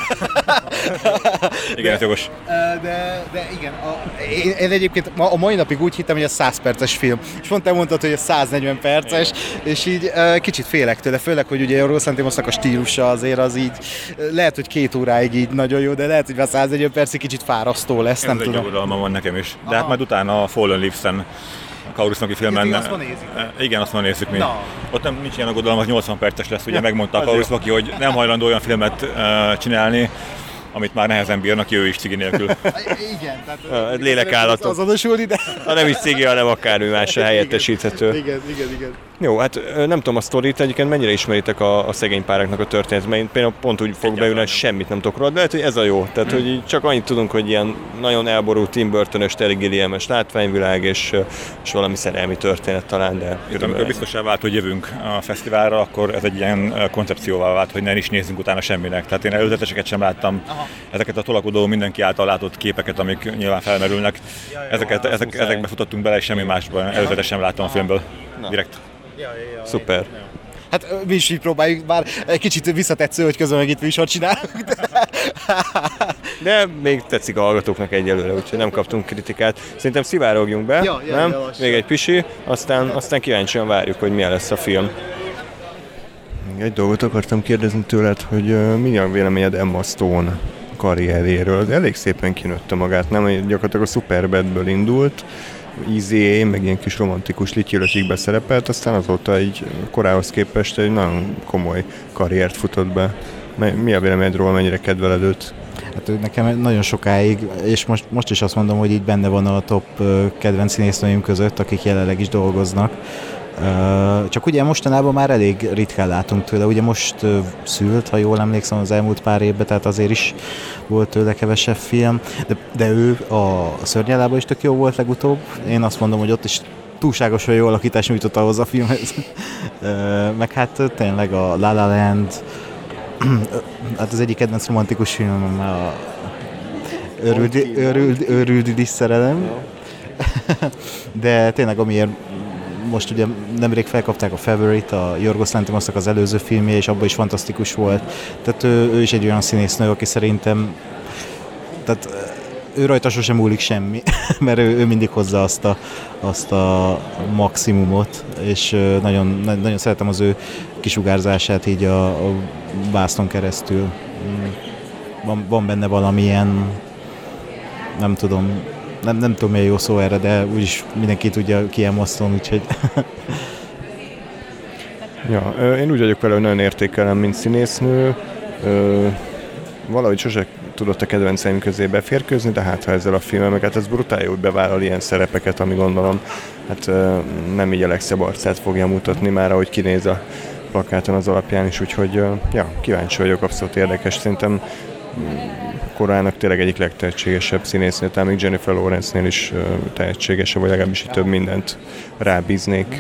Igen, ez jogos. De igen, én egyébként a mai napig úgy hittem, hogy ez 100 perces film. És pont te mondtad, hogy ez 140 perces, és így kicsit félek tőle, főleg, hogy ugye Jorgos Lanthimosnak a stílusa azért az így, lehet, hogy 2 óráig így nagyon jó, de lehet, hogy már 140 percig kicsit fárasztó lesz, nem tudom. Ez egy aggodalma van nekem is. De hát majd utána a Fallen Leaves-en, a Kaurisnoki filmen. Azt ma nézzük. Igen, azt ma nézzük mi. Ott nem nincs ilyen aggodalom, hogy 80 perces lesz, ugye megmondta a Kaurisnoki, hogy nem hajlandó olyan filmet csinálni, amit már nehezen bírnak, ő is cigi nélkül. Igen, tehát lélekállatok. Azonosulni, de... Ha nem is cigi, hanem akármi másra helyettesíthető. Igen. Jó, hát nem tudom a sztorit, egyébként mennyire ismeritek a szegény páraknak a történetet, mert én például pont úgy fog beülni, hogy semmit nem tudok róla, de lehet, hogy ez a jó. Tehát, hogy csak annyit tudunk, hogy ilyen nagyon elborult Tim Burton-ös, Terry Gilliam-es látványvilág, és valami szerelmi történet talán, de... Amikor biztosan vált, hogy jövünk a fesztiválra, akkor ez egy ilyen koncepcióval vált, hogy ne is nézzünk utána semminek. Tehát én előzeteseket sem láttam. Ezeket a tolakodó, mindenki által látott képeket, amik nyilván felmerülnek, ezekbe futottunk bele, és semmi másban előzetes sem láttam a filmből. Direkt. Szuper. Hát mi is így próbáljuk, bár egy kicsit visszatetsző, hogy közben meg itt műsort csinálunk. De még tetszik a hallgatóknak egyelőre, úgyhogy nem kaptunk kritikát. Szerintem szivárogjunk be, nem? Még egy pisi, aztán kíváncsian várjuk, hogy milyen lesz a film. Egy dolgot akartam kérdezni tőled, hogy mi a véleményed Emma Stone karrierjéről? Elég szépen kinőtte magát, nem? Gyakorlatilag a Superbadből indult, Easy A, meg ilyen kis romantikus lityőrösikbe szerepelt, aztán azóta így korához képest egy nagyon komoly karriert futott be. Mi a véleményed róla, mennyire kedveled őt? Hát ő nekem nagyon sokáig, és most is azt mondom, hogy így benne van a top kedvenc színésznőim között, akik jelenleg is dolgoznak. Csak ugye mostanában már elég ritkán látunk tőle, ugye most szült, ha jól emlékszem, az elmúlt pár évben, tehát azért is volt tőle kevesebb film, de ő a Szörnyelában is tök jó volt legutóbb. Én azt mondom, hogy ott is túlságosan jó alakítás nyújtott ahhoz a filmhez. Meg hát tényleg a La La Land, hát az egyik kedvenc romantikus filmem a Őrüldi szerelem. De tényleg amiért most ugye nemrég felkapták a Favorite, a Yorgos Lanthimosnak az előző filmje, és abban is fantasztikus volt. Tehát ő is egy olyan színésznő, aki szerintem, tehát ő rajta sosem múlik semmi, mert ő mindig hozza azt a maximumot, és nagyon, nagyon szeretem az ő kisugárzását így a vásznon keresztül. Van benne valamilyen, nem tudom milyen jó szó erre, de úgyis mindenki tudja ki Emma-Stone, úgyhogy... Ja, én úgy vagyok vele, hogy nagyon értékelem, mint színésznő. Valahogy sose tudott a kedvenceim közé beférkőzni, de hát ha ezzel a filmmel, meg hát ez brutál jó, hogy bevállal ilyen szerepeket, ami gondolom, hát nem így a legszebb arcát fogja mutatni már, ahogy kinéz a plakáton az alapján is, úgyhogy ja, kíváncsi vagyok, abszolút érdekes. Szerintem korának tényleg egyik legtehetségesebb színésznő, talán még Jennifer Lawrence-nél is tehetségesebb, vagy legalábbis így több mindent rábíznék.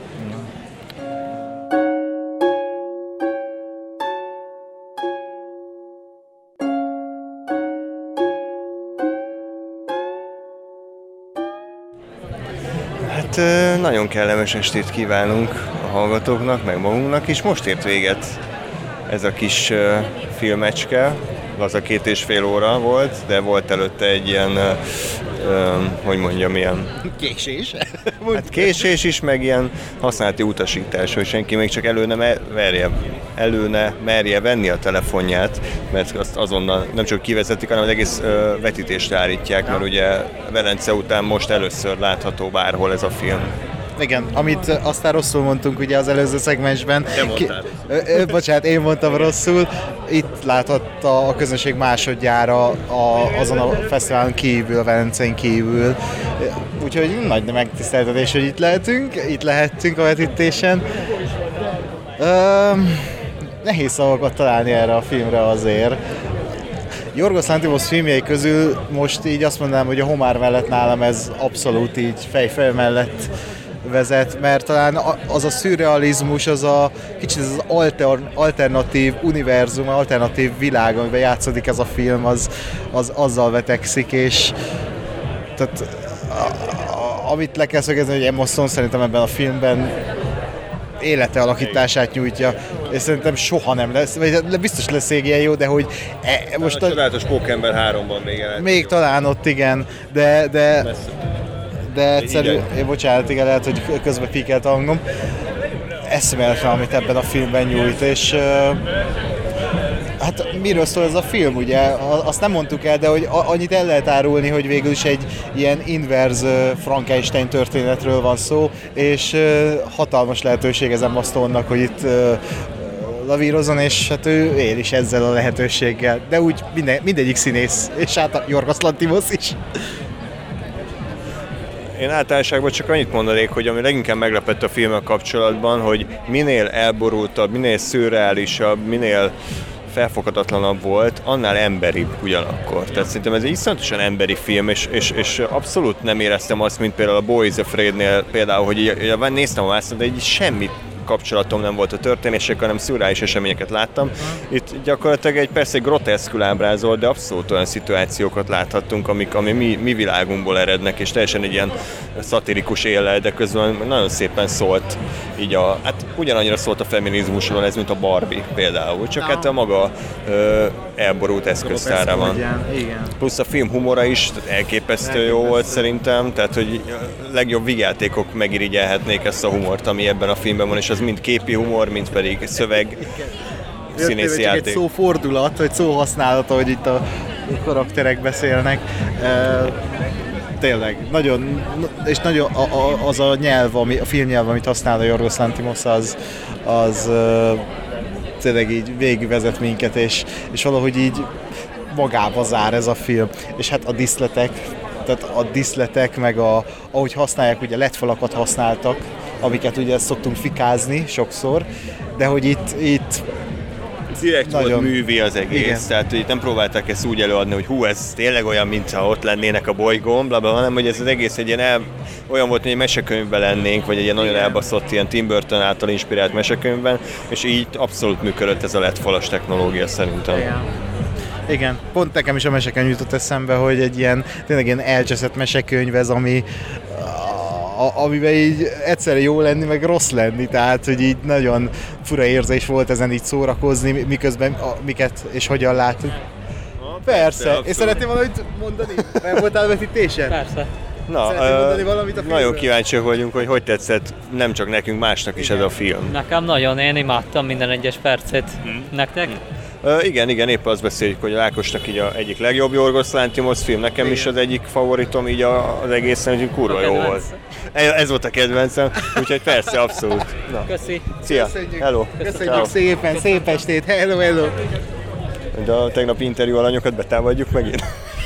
Hát nagyon kellemes estét kívánunk a hallgatóknak, meg magunknak, és most ért véget ez a kis filmecske. Az a 2,5 óra volt, de volt előtte egy ilyen, hogy mondjam, ilyen... Késés? Hát késés is, meg ilyen használati utasítás, hogy senki még csak előne merje venni a telefonját, mert azt azonnal nem csak kivezetik, hanem az egész vetítést állítják, mert ugye Velence után most először látható bárhol ez a film. Igen, amit aztán rosszul mondtunk ugye az előző szegmensben. Te mondtál bocsánat, én mondtam rosszul. Itt láthatta a közönség másodjára azon a fesztiválon kívül, a Velencén kívül. Úgyhogy nagy megtiszteltetés, hogy itt lehettünk a vetítésen. Nehéz szavakat találni erre a filmre azért. Yorgos Lanthimos filmjei közül most így azt mondanám, hogy a Homár mellett nálam ez abszolút így fejfej mellett vezet, mert talán az a szürrealizmus, az a kicsit az alternatív univerzum, alternatív világ, amiben játszódik ez a film, az azzal vetekszik, és tehát amit le kell szögezni, hogy Emma Stone szerintem ebben a filmben élete alakítását nyújtja, és szerintem soha nem lesz, vagy biztos lesz ilyen jó, de hogy most a csodálatos Pókember 3-ban még jelent. Még talán ott igen, de egyszerű, bocsánat, igen, lehet, hogy közben píkelt a hangom. Eszméletlen, amit ebben a filmben nyújt, és hát miről szól ez a film, ugye? Azt nem mondtuk el, de hogy annyit el lehet árulni, hogy végül is egy ilyen inverz Frankenstein történetről van szó, és hatalmas lehetőség ez Emma Stone-nak, hogy itt lavírozzon, és hát ő él is ezzel a lehetőséggel. De úgy mindegyik színész, és hát a Yorgos Lanthimos is. Én általánosságban csak annyit mondanék, hogy ami leginkább meglepett a filmmel kapcsolatban, hogy minél elborultabb, minél szürreálisabb, minél felfoghatatlanabb volt, annál emberibb ugyanakkor. Tehát szerintem ez egy iszonyatosan emberi film, és abszolút nem éreztem azt, mint például a Boys Afraid-nél például, hogy így néztem a vászon, de így semmit kapcsolatom nem volt a történésekkel, hanem szürreális eseményeket láttam. Itt gyakorlatilag persze egy groteszkül ábrázol, de abszolút olyan szituációkat láthattunk, ami mi világunkból erednek, és teljesen egy ilyen szatirikus éllel, de közben nagyon szépen szólt így hát ugyanannyira szólt a feminizmusról ez, mint a Barbie például, csak hát a maga elborult eszköztára van. Plusz a film humora is elképesztő jó volt szerintem, tehát hogy legjobb vígjátékok megirigyelhetnék ezt a humort, ami ebben a filmben van, és az mind képi humor, mind pedig szöveg, színészi játék. Egy szófordulat, vagy szóhasználata, hogy itt a karakterek beszélnek. Tényleg, nagyon, és nagyon az a nyelv, a filmnyelv, amit használ a Yorgos Lanthimos, az tényleg így végigvezet minket, és valahogy így magába zár ez a film. És hát a díszletek, meg ahogy használják, ugye LED-falakat használtak, amiket ugye szoktunk fikázni sokszor, de hogy itt direkt nagyon volt művi az egész, igen. Tehát hogy nem próbálták ezt úgy előadni, hogy hú, ez tényleg olyan, mintha ott lennének a bolygón, blablabla, hanem hogy ez az egész egy ilyen olyan volt, hogy egy mesekönyvben lennénk, vagy egy ilyen nagyon elbaszott ilyen Tim Burton által inspirált mesekönyvben, és így abszolút működött ez a LED-falas technológia szerintem. Igen, pont nekem is a mesekönyv jutott eszembe, hogy egy ilyen, tényleg ilyen elcseszett mesekönyv ez, amiben így egyszerre jó lenni, meg rossz lenni, tehát hogy így nagyon fura érzés volt ezen így szórakozni, miközben miket és hogyan látunk. Persze, és szeretném valamit mondani? Mert voltál vetítésen? Persze. Na, mondani valamit a filmről? nagyon kíváncsiak vagyunk, hogy tetszett nem csak nekünk, másnak is ez a film. Nekem nagyon, én imádtam minden egyes percét. Nektek? Igen, épp azt beszéljük, hogy Ákosnak így egyik legjobb Jorgos Lanthimos film, nekem is az egyik favoritom így az egészen, hogy kurva jó volt. Ez volt a kedvencem, úgyhogy persze, abszolút. Na. Köszi. Szia, Köszönjük. hello. Köszönjük szépen, szép estét, hello. De a tegnapi interjú alanyokat betámadjuk megint.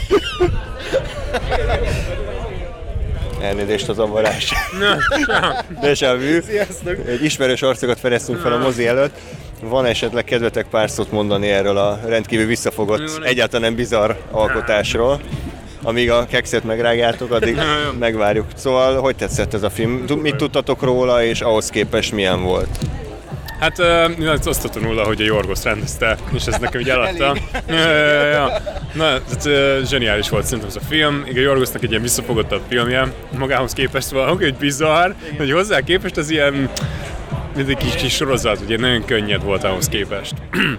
Elnézést az avarás. Déjà vu. Egy ismerős arcokat fedeztünk fel a mozi előtt. Van esetleg kedvetek pár szót mondani erről a rendkívül visszafogott, egyáltalán nem bizarr alkotásról? Amíg a kekszet megrágjátok, addig megvárjuk. Szóval, hogy tetszett ez a film? Mit tudtatok róla, és ahhoz képest milyen volt? Hát azt tudtam róla, hogy a Jorgos rendezte, és ez nekem így eladta. Na, zseniális volt szerintem ez a film. Igen, Jorgosnak egy ilyen visszafogottabb filmje, magához képest valahogy egy bizarr, hogy hozzá képest az ilyen, mint egy kis sorozat, ugye nagyon könnyed volt ahhoz képest.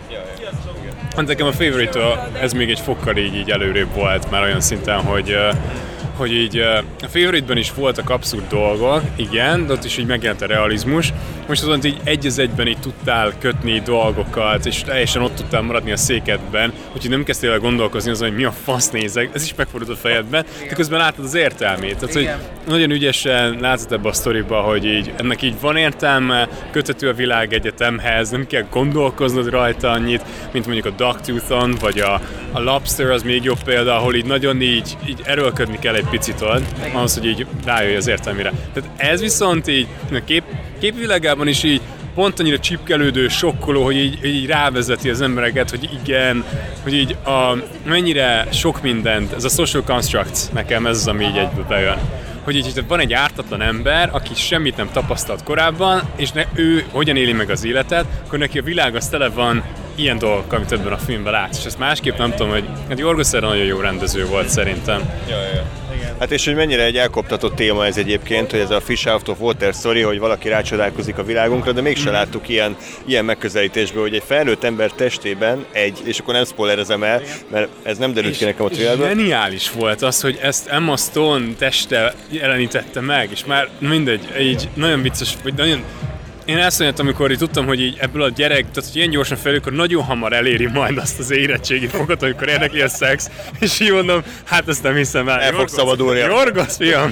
Hát nekem a Favorite ez még egy fokkal így előrébb volt már olyan szinten, hogy így a Favorite-ben is voltak abszurd dolgok, igen, de ott is így megjelent a realizmus. Most azon így egy az egyben így tudtál kötni dolgokat, és teljesen ott tudtál maradni a székedben, úgyhogy nem kezdtél el gondolkozni azon, hogy mi a fasz nézek, ez is megfordult a fejedben, de közben látod az értelmét. Tehát, hogy nagyon ügyesen látszott ebbe a sztoriba, hogy így ennek így van értelme, köthető a világ egyetemhez, nem kell gondolkoznod rajta annyit, mint mondjuk a Dogtooth-on, vagy a Lobster, az még jobb példa, ahol így nagyon így erőlködni kell egy picit ahhoz, hogy így rájöjj az értelmére. Tehát ez viszont így a képvilágában is így pont annyira csipkelődő, sokkoló, hogy így rávezeti az embereket, hogy igen, hogy így mennyire sok mindent, ez a social constructs, nekem ez az, ami így egyből bejön. Hogy így van egy ártatlan ember, aki semmit nem tapasztalt korábban, és ő hogyan éli meg az életet, akkor neki a világ az tele van ilyen dolgok, amit ebben a filmben látsz. És ezt másképp nem tudom, hogy hát Jorgos erre nagyon jó rendező volt szerintem. Ja. Hát és hogy mennyire egy elkoptatott téma ez egyébként, hogy ez a Fish Out of Water story, hogy valaki rácsodálkozik a világunkra, de mégsem láttuk ilyen megközelítésből, hogy egy felnőtt ember testében és akkor nem spoilerezem el, mert ez nem derült ki nekem a trailerből. Geniális volt az, hogy ezt Emma Stone teste jelenítette meg, és már mindegy, így nagyon vicces, vagy nagyon... Én elszonyoltam, amikor így tudtam, hogy így ebből a gyerek, tehát hogy ilyen gyorsan felül, akkor nagyon hamar eléri majd azt az érettségi fokat, amikor érdekli a szex, és így mondom, hát ezt nem hiszem el. El fog szabadulni. Jorgos, fiam!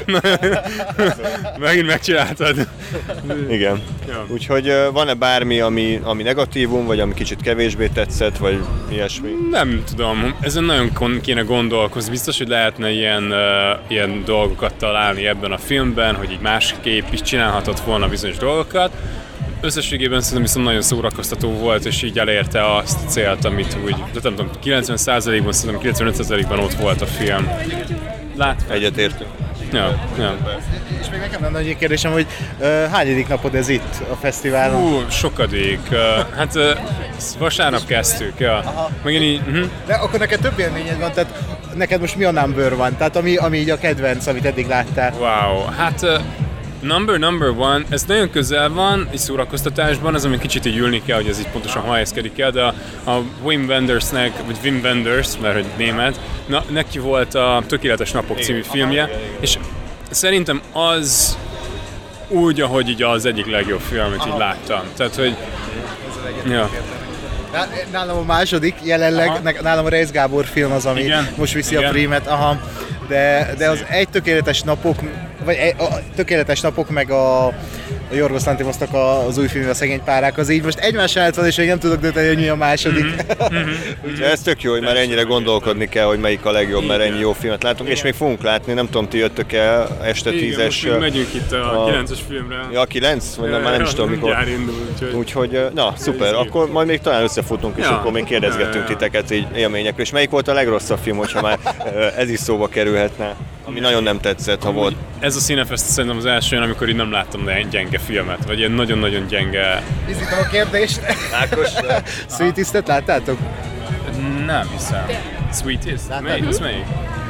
Megint megcsináltad. Igen. Ja. Úgyhogy van-e bármi, ami negatívum, vagy ami kicsit kevésbé tetszett, vagy ilyesmi? Nem tudom, ezen nagyon kéne gondolkozni. Biztos, hogy lehetne ilyen dolgokat találni ebben a filmben, hogy így másképp is csinálhatott volna bizonyos dolgokat. Összességében szerintem viszont nagyon szórakoztató volt, és így elérte azt a célt, amit úgy, de nem tudom, 90%-ban, szerintem 95%-ban ott volt a film. Egyetértünk. Ja. És még nekem nem nagy kérdésem, hogy hányadik napod ez itt a fesztiválon? Sokadik. Hát vasárnap kezdtük, ja. Megint így, De akkor neked több élményed van, tehát neked most mi a number one? Tehát ami így a kedvenc, amit eddig láttál? Wow, hát number one, ez nagyon közel van, egy szórakoztatásban, az, ami kicsit így ülni kell, hogy ez így pontosan helyezkedik el, de a Wim Wendersnek, vagy Wim Wenders, mert hogy német, neki volt a Tökéletes Napok című filmje, és szerintem az úgy, ahogy így az egyik legjobb film, amit így láttam. Tehát, hogy... Ja. Nálam a második, jelenleg, nálam a Reis Gábor film az, ami most viszi a prímet, de az egy Tökéletes Napok, vagy a Tökéletes Napok meg a Yorgos Lanthimosnak az új filmje, a Szegény párák, az így most egymás mellett van, és még nem tudok dönteni, hogy mi a második. Ez tök jó, hogy már ennyire gondolkodni kell, hogy melyik a legjobb, mert ennyi jó filmet látunk, és még fogunk látni, nem tudom, ti jöttök el este 10-es... Most megyünk itt a 9-es filmre. Ja, 9? Vagy már nem is tudom mikor. Úgyhogy, na, szuper, akkor majd még talán összefutunk, és akkor még kérdezgettünk titeket így élményekről. És melyik volt a legrosszabb film, hogyha már ez is szóba kerülhetne, ami nagyon nem tetszett, ha volt? Ez a Cinefest szerintem az első olyan, amikor így nem láttam egy gyenge filmet, vagy ilyen nagyon-nagyon gyenge... Hiszítom a kérdést. Ákos? Sweetest-et láttátok? Nem hiszem. Sweetest? Melyik? Az melyik?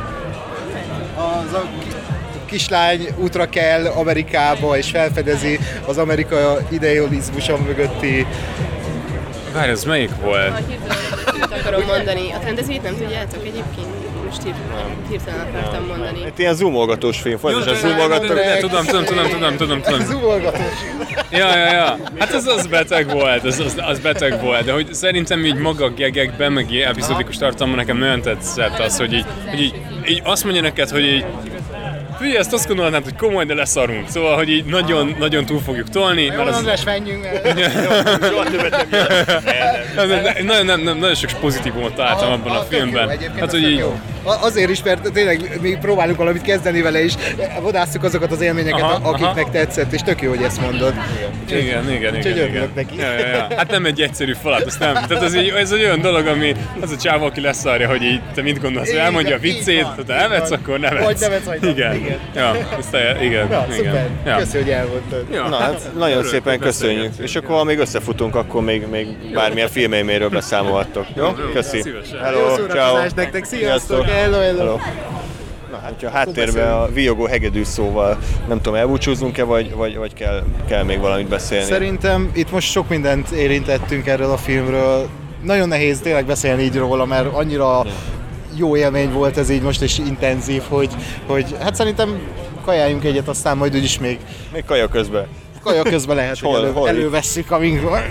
Az a kislány útra kell Amerikába, és felfedezi az Amerika idealizmusa mögötti... Várj, ez melyik volt? Akarom mondani. A trendezőjét nem tudjátok egyébként? Most hirtelen akartam mondani. Hát ilyen zoomolgatós film, folyamatosan zoomolgató. Tudom. Zoomolgatós. Ja. Hát az beteg volt, az beteg volt, de hogy szerintem így maga gegekben, meg ilyen epizódikus tartalomban nekem nagyon tetszett az, hogy így azt mondja neked, hogy így figyelj, ezt azt gondolnád, hogy komoly, de leszarunk. Szóval, hogy így nagyon túl fogjuk tolni. Jó, András, menjünk el. Nagyon sok pozitívumot találtam abban a filmben. Hát, hogy így... Azért is, mert tényleg mi próbálunk valamit kezdeni vele, és vadásszuk azokat az élményeket, akiknek tetszett, és tök jó, hogy ezt mondod. Igen. Úgyhogy örülök neki. Ja. Hát nem egy egyszerű falat, azt nem. Tehát ez egy olyan dolog, ami az a csávó, aki leszarja, hogy így te mit gondolsz, hogy elmondja a viccét, ha te elvetsz, akkor nevetsz. Vagy nevetsz, vagy nem. Igen. Ja, igen. Na, szuper. Köszi, hogy elmondtad. Na hát, nagyon szépen köszönjük. És akkor, ha még összefutunk, akkor még bármilyen filmeiméről beszámolhattok. Jó? Köszi. Hello, ciao. Nektek, sziasztok. Hello. Na hát, ha háttérben a víjogó hegedű szóval nem tudom, elbúcsúzzunk-e, vagy kell még valamit beszélni? Szerintem itt most sok mindent érintettünk erről a filmről. Nagyon nehéz tényleg beszélni így róla, mert annyira jó élmény volt ez így most, és intenzív, hogy hát szerintem kajáljunk egyet, aztán majd úgyis még kaja közben. Kaja közben lehet, hogy elővesszük, amikor...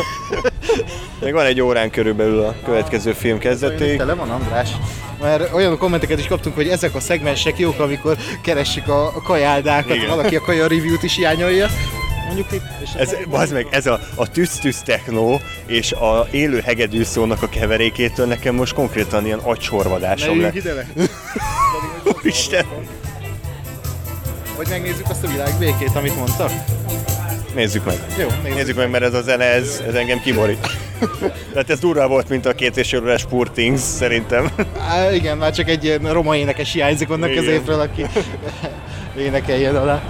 Még van egy órán körülbelül a következő film kezdetéig. Tele van, András? Mert olyan kommenteket is kaptunk, hogy ezek a szegmensek jók, amikor keressük a kajáldákat, igen. Valaki a kaja review-t is hiányolja. Mondjuk itt... Ez a tűz techno és a élő hegedű szónak a keverékétől nekem most konkrétan ilyen agysorvadásom lett. Isten! Vagy megnézzük azt a világbékét, amit mondtak? Nézzük meg. Jó, nézzük meg, mert ez a zene, ez engem kiborít. Tehát ez durva volt, mint a 2,5 órás Poor Things, szerintem. Igen, már csak egy ilyen roma énekes hiányzik onnan középről, aki énekeljen alá.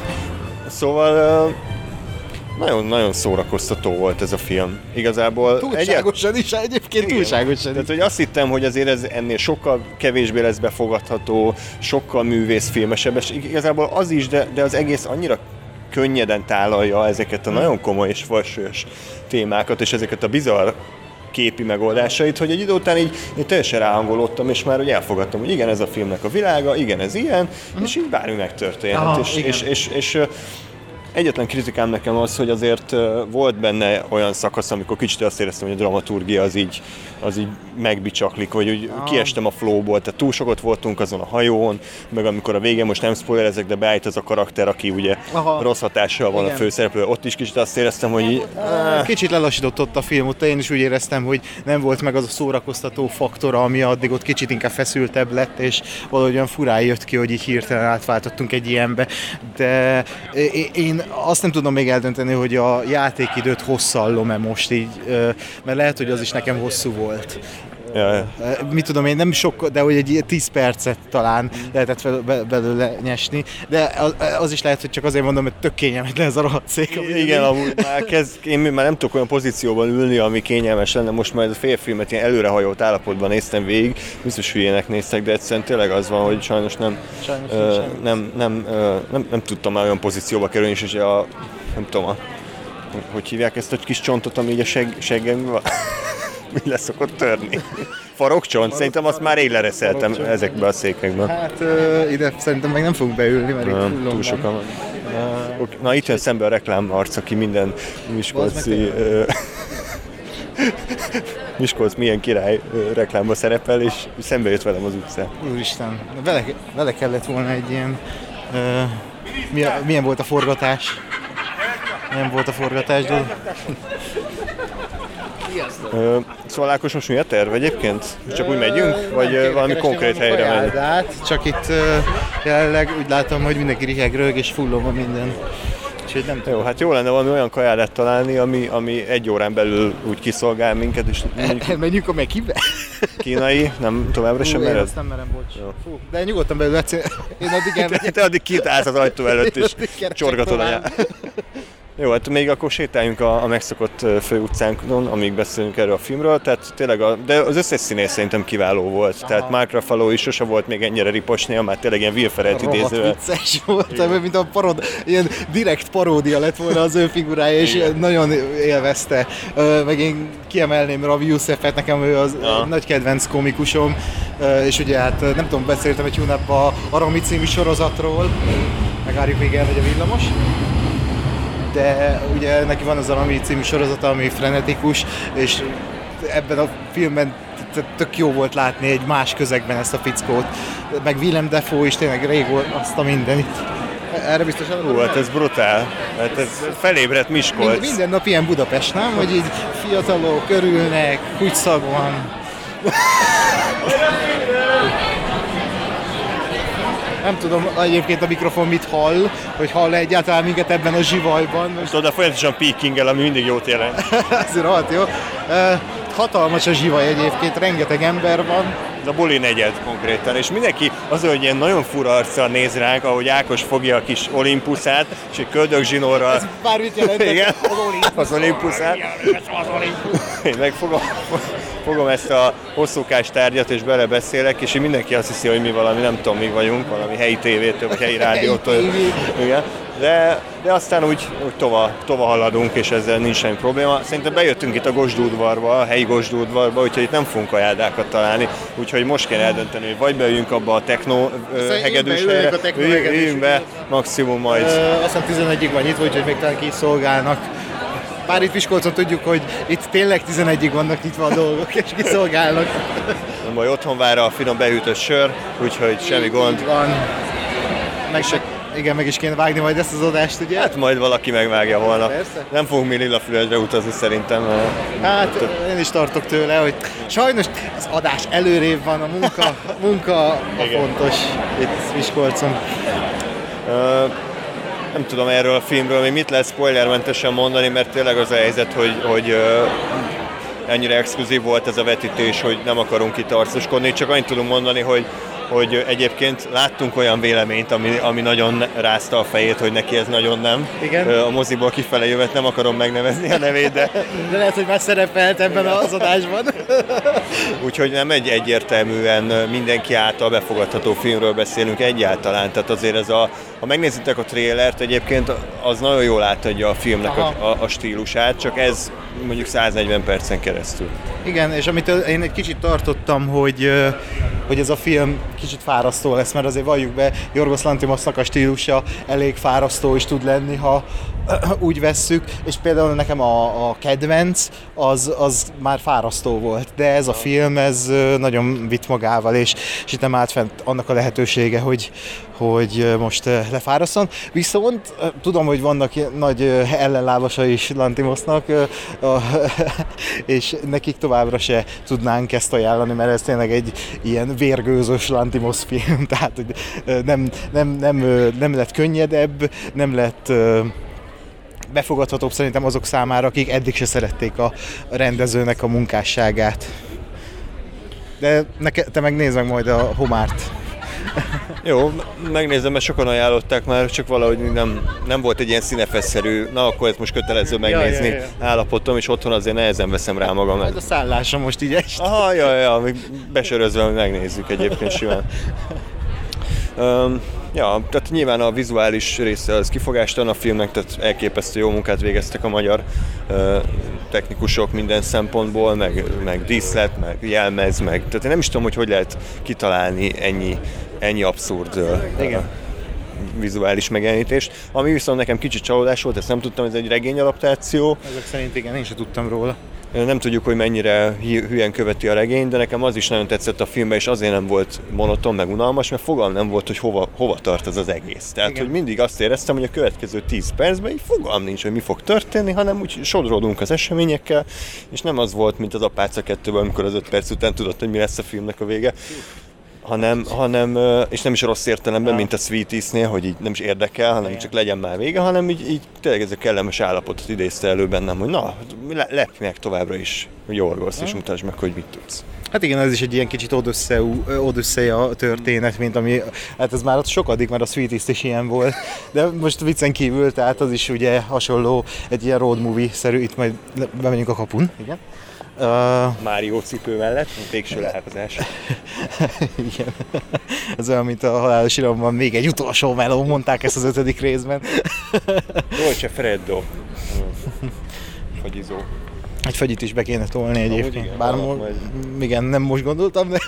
Szóval nagyon szórakoztató volt ez a film. Igazából... Túlságosan is, egyébként túlságosan. Tehát, hogy azt hittem, hogy azért ez ennél sokkal kevésbé lesz befogadható, sokkal művészfilmesebb, és igazából az is, de az egész annyira könnyeden tálalja ezeket a nagyon komoly és fajsúlyos témákat, és ezeket a bizarr képi megoldásait, hogy egy idő után így teljesen ráhangolódtam, és már hogy elfogadtam, hogy igen, ez a filmnek a világa, igen, ez ilyen, és így bármi megtörténhet. És egyetlen kritikám nekem az, hogy azért volt benne olyan szakasz, amikor kicsit azt éreztem, hogy a dramaturgia az így megbicsaklik, vagy úgy kiestem a flowból, tehát túl sokat voltunk azon a hajón, meg amikor a végén, most nem spoilerezek, de beállít az a karakter, aki ugye rossz hatással van a főszereplő, ott is kicsit azt éreztem, hogy így... Kicsit lelassított ott a film, ott én is úgy éreztem, hogy nem volt meg az a szórakoztató faktora, ami addig ott kicsit inkább feszültebb lett, és valahogy olyan furán jött ki, hogy így hirtelen átváltottunk egy ilyenbe, de én azt nem tudom még eldönteni, hogy a játékidőt hosszallom-e most így, mert lehet, hogy az is nekem hosszú volt. Ja. Mit tudom én, nem sok, de hogy egy 10 percet talán lehetett belőle nyesni, de az is lehet, hogy csak azért mondom, hogy tök kényelmetlen ez a rohadt szék. Igen, amúgy én már nem tudok olyan pozícióban ülni, ami kényelmes lenne, most már a félfilmet ilyen előrehajolt állapotban néztem végig, biztos hülyének néztek, de egyszerűen tényleg az van, hogy sajnos nem tudtam már olyan pozícióba kerülni, és nem tudom, hogy hívják ezt a kis csontot, ami így a seggemben van. Mi lesz szokott törni? Farokcsont? Szerintem azt már rég lereszeltem ezekbe a székekben. Hát ide szerintem meg nem fogunk beülni, mert itt túl sokan van. Na itt jön szembe a reklám arc, aki minden miskolci... Miskolc milyen király reklámba szerepel, és szembe jött velem az utcán. Úristen, vele kellett volna egy ilyen... Milyen volt a forgatás? Nem volt a forgatásból. Szóval Ákos, most mi a terv egyébként? Csak úgy megyünk? Vagy valami konkrét helyre megyünk? Csak itt jelenleg úgy látom, hogy mindenki riheg, rög és fullon van minden. Nem jó, hát jó lenne valami olyan kajádát találni, ami 1 órán belül úgy kiszolgál minket, és menjünk a Mekibe? Kínai, nem továbbra sem mered? Én azt nem merem, bocs. Fú, de nyugodtan belül én addig elmegyek. Te addig kint állsz az ajtó előtt, és csorgatod a Jó, hát még akkor sétáljunk a megszokott főutcánkon, amíg beszélünk erről a filmről, tehát tényleg de az összes színész szerintem kiváló volt. Aha. Tehát Mark Ruffalo is sose volt még ennyire riposnél, már tényleg ilyen Will Ferrell idézővel. Rohadt vicces volt, mint a ilyen direkt paródia lett volna az ő figurája, és nagyon élvezte. Meg én kiemelném Ravi Youssefet, nekem ő az nagy kedvenc komikusom, és ugye hát nem tudom, beszéltem egy hónapban a Rami című sorozatról, megvárjuk, még elmegy a villamos. De ugye neki van az a Rami című sorozata, ami frenetikus, és ebben a filmben tök jó volt látni egy más közegben ezt a fickót. Meg Willem Dafoe is tényleg rég volt azt a mindenit. Erre biztosan... hát ez brutál. Hát ez felébredt Miskolc. Minden nap ilyen Budapest, nem? Hogy így fiatalok, örülnek, húgyszag van. Nem tudom egyébként a mikrofon mit hall, hogy hall egyáltalán minket ebben a zsivajban. Tudod, de folyamatosan peakingel, ami mindig jót jelent. Ez rohadt jó. Hatalmas a zsivaj egyébként, rengeteg ember van. Ez a buli negyed konkrétan, és mindenki az, hogy ilyen nagyon fura arccal néz ránk, ahogy Ákos fogja a kis Olympuszát, és egy köldögzsinórral... Ez bármit jelentett? Igen, az Olympuszát. Én meg fogom ezt a hosszúkás tárgyat, és belebeszélek, és mindenki azt hiszi, hogy mi valami, nem tudom, mi vagyunk, valami helyi tévétől, vagy helyi rádiótól. Igen. De aztán úgy tova haladunk, és ezzel nincs semmi probléma. Szerintem bejöttünk itt a Gosdúdvarba, a helyi Gosdúdvarba, úgyhogy itt nem fogunk kajádákat találni, úgyhogy most kell eldönteni, hogy vagy beüljünk abba a techno hegedűs helyre, üljünk be, maximum majd. Aztán 11-ig van nyitva, úgyhogy még talán kiszolgálnak. Bár itt Miskolcon tudjuk, hogy itt tényleg 11-ig vannak nyitva a dolgok, és kiszolgálnak. Nem baj, otthon vár a finom behűtött sör, úgyhogy semmi gond. Van. Igen, meg is kéne vágni majd ezt az adást, ugye? Hát majd valaki megvágja holnap. Persze. Nem fogunk mi Lillafületre utazni szerintem. Hát én is tartok tőle, hogy sajnos az adás előrébb van, a munka a fontos itt Miskolcon. Nem tudom erről a filmről, még mit lehet spoilermentesen mondani, mert tényleg az a helyzet, hogy ennyire exkluzív volt ez a vetítés, hogy nem akarunk itt arcoskodni, csak annyit tudunk mondani, hogy egyébként láttunk olyan véleményt, ami nagyon rázta a fejét, hogy neki ez nagyon nem. Igen. A moziból kifele jövet, nem akarom megnevezni a nevét, de lehet, hogy már szerepelt ebben az adásban. Úgyhogy nem egy egyértelműen mindenki által befogadható filmről beszélünk egyáltalán. Tehát azért ha megnézitek a trélert, egyébként az nagyon jól átadja a filmnek a stílusát, csak ez mondjuk 140 percen keresztül. Igen, és amit én egy kicsit tartottam, hogy ez a film kicsit fárasztó lesz, mert azért valljuk be, Jorgos Lanthimosnak a stílusa elég fárasztó is tud lenni, ha úgy vesszük, és például nekem a kedvenc az már fárasztó volt, de ez a film, ez nagyon vitt magával, és itt nem állt fent annak a lehetősége, hogy most lefáraszton. Viszont tudom, hogy vannak nagy ellenlábasa is Lanthimosnak, és nekik továbbra se tudnánk ezt ajánlani, mert ez tényleg egy ilyen vérgőzös Lanthimos film, tehát nem lett könnyedebb, nem lett befogadhatóbb szerintem azok számára, akik eddig se szerették a rendezőnek a munkásságát. De te megnézd meg majd a Homárt. Jó, megnézem, mert sokan ajánlották már, csak valahogy nem volt egy ilyen színefesszerű, na akkor ezt most kötelező megnézni állapotom, és otthon azért nehezen veszem rá magam. Ez a szállásom most így est. Aha, még besörözve megnézzük egyébként simán. Tehát nyilván a vizuális része az kifogástalan a filmnek, tehát elképesztő jó munkát végeztek a magyar technikusok minden szempontból, meg díszlet, meg jelmez, tehát én nem is tudom, hogy lehet kitalálni ennyi abszurd vizuális megjelenítést. Ami viszont nekem kicsit csalódás volt, ezt nem tudtam, ez egy regényadaptáció. Ezek szerint igen, én sem tudtam róla. Nem tudjuk, hogy mennyire hülyen követi a regény, de nekem az is nagyon tetszett a filmben, és azért nem volt monoton, meg unalmas, mert fogalm nem volt, hogy hova tart ez az egész. Tehát, igen. Hogy mindig azt éreztem, hogy a következő 10 percben így fogalm nincs, hogy mi fog történni, hanem úgy sodródunk az eseményekkel, és nem az volt, mint az Apáca 2-ben, amikor az 5 perc után tudott, hogy mi lesz a filmnek a vége. Hanem, és nem is rossz értelemben, mint a Sweeties-nél, hogy így nem is érdekel, hanem csak legyen már vége, hanem így tényleg ez a kellemes állapotot idézte elő bennem, hogy na, lepj meg továbbra is, hogy Jorgoszt, és mutasd meg, hogy mit tudsz. Hát igen, ez is egy ilyen kicsit Odüsszeia történet, mint ami, hát ez már sokadik, mert a Sweeties is ilyen volt, de most viccen kívül, tehát az is ugye hasonló, egy ilyen road movie-szerű, itt majd bemegyünk a kapun, igen. Mário cipő mellett, végső leállkozás. Igen. Ez olyan, mint a Halálos Iramban, még egy utolsó meló, mondták ezt az 5. részben. Dolce Freddo. Fagyizó. Egy fagyit is be kéne tolni egyébként. Bár igen, nem most gondoltam, de...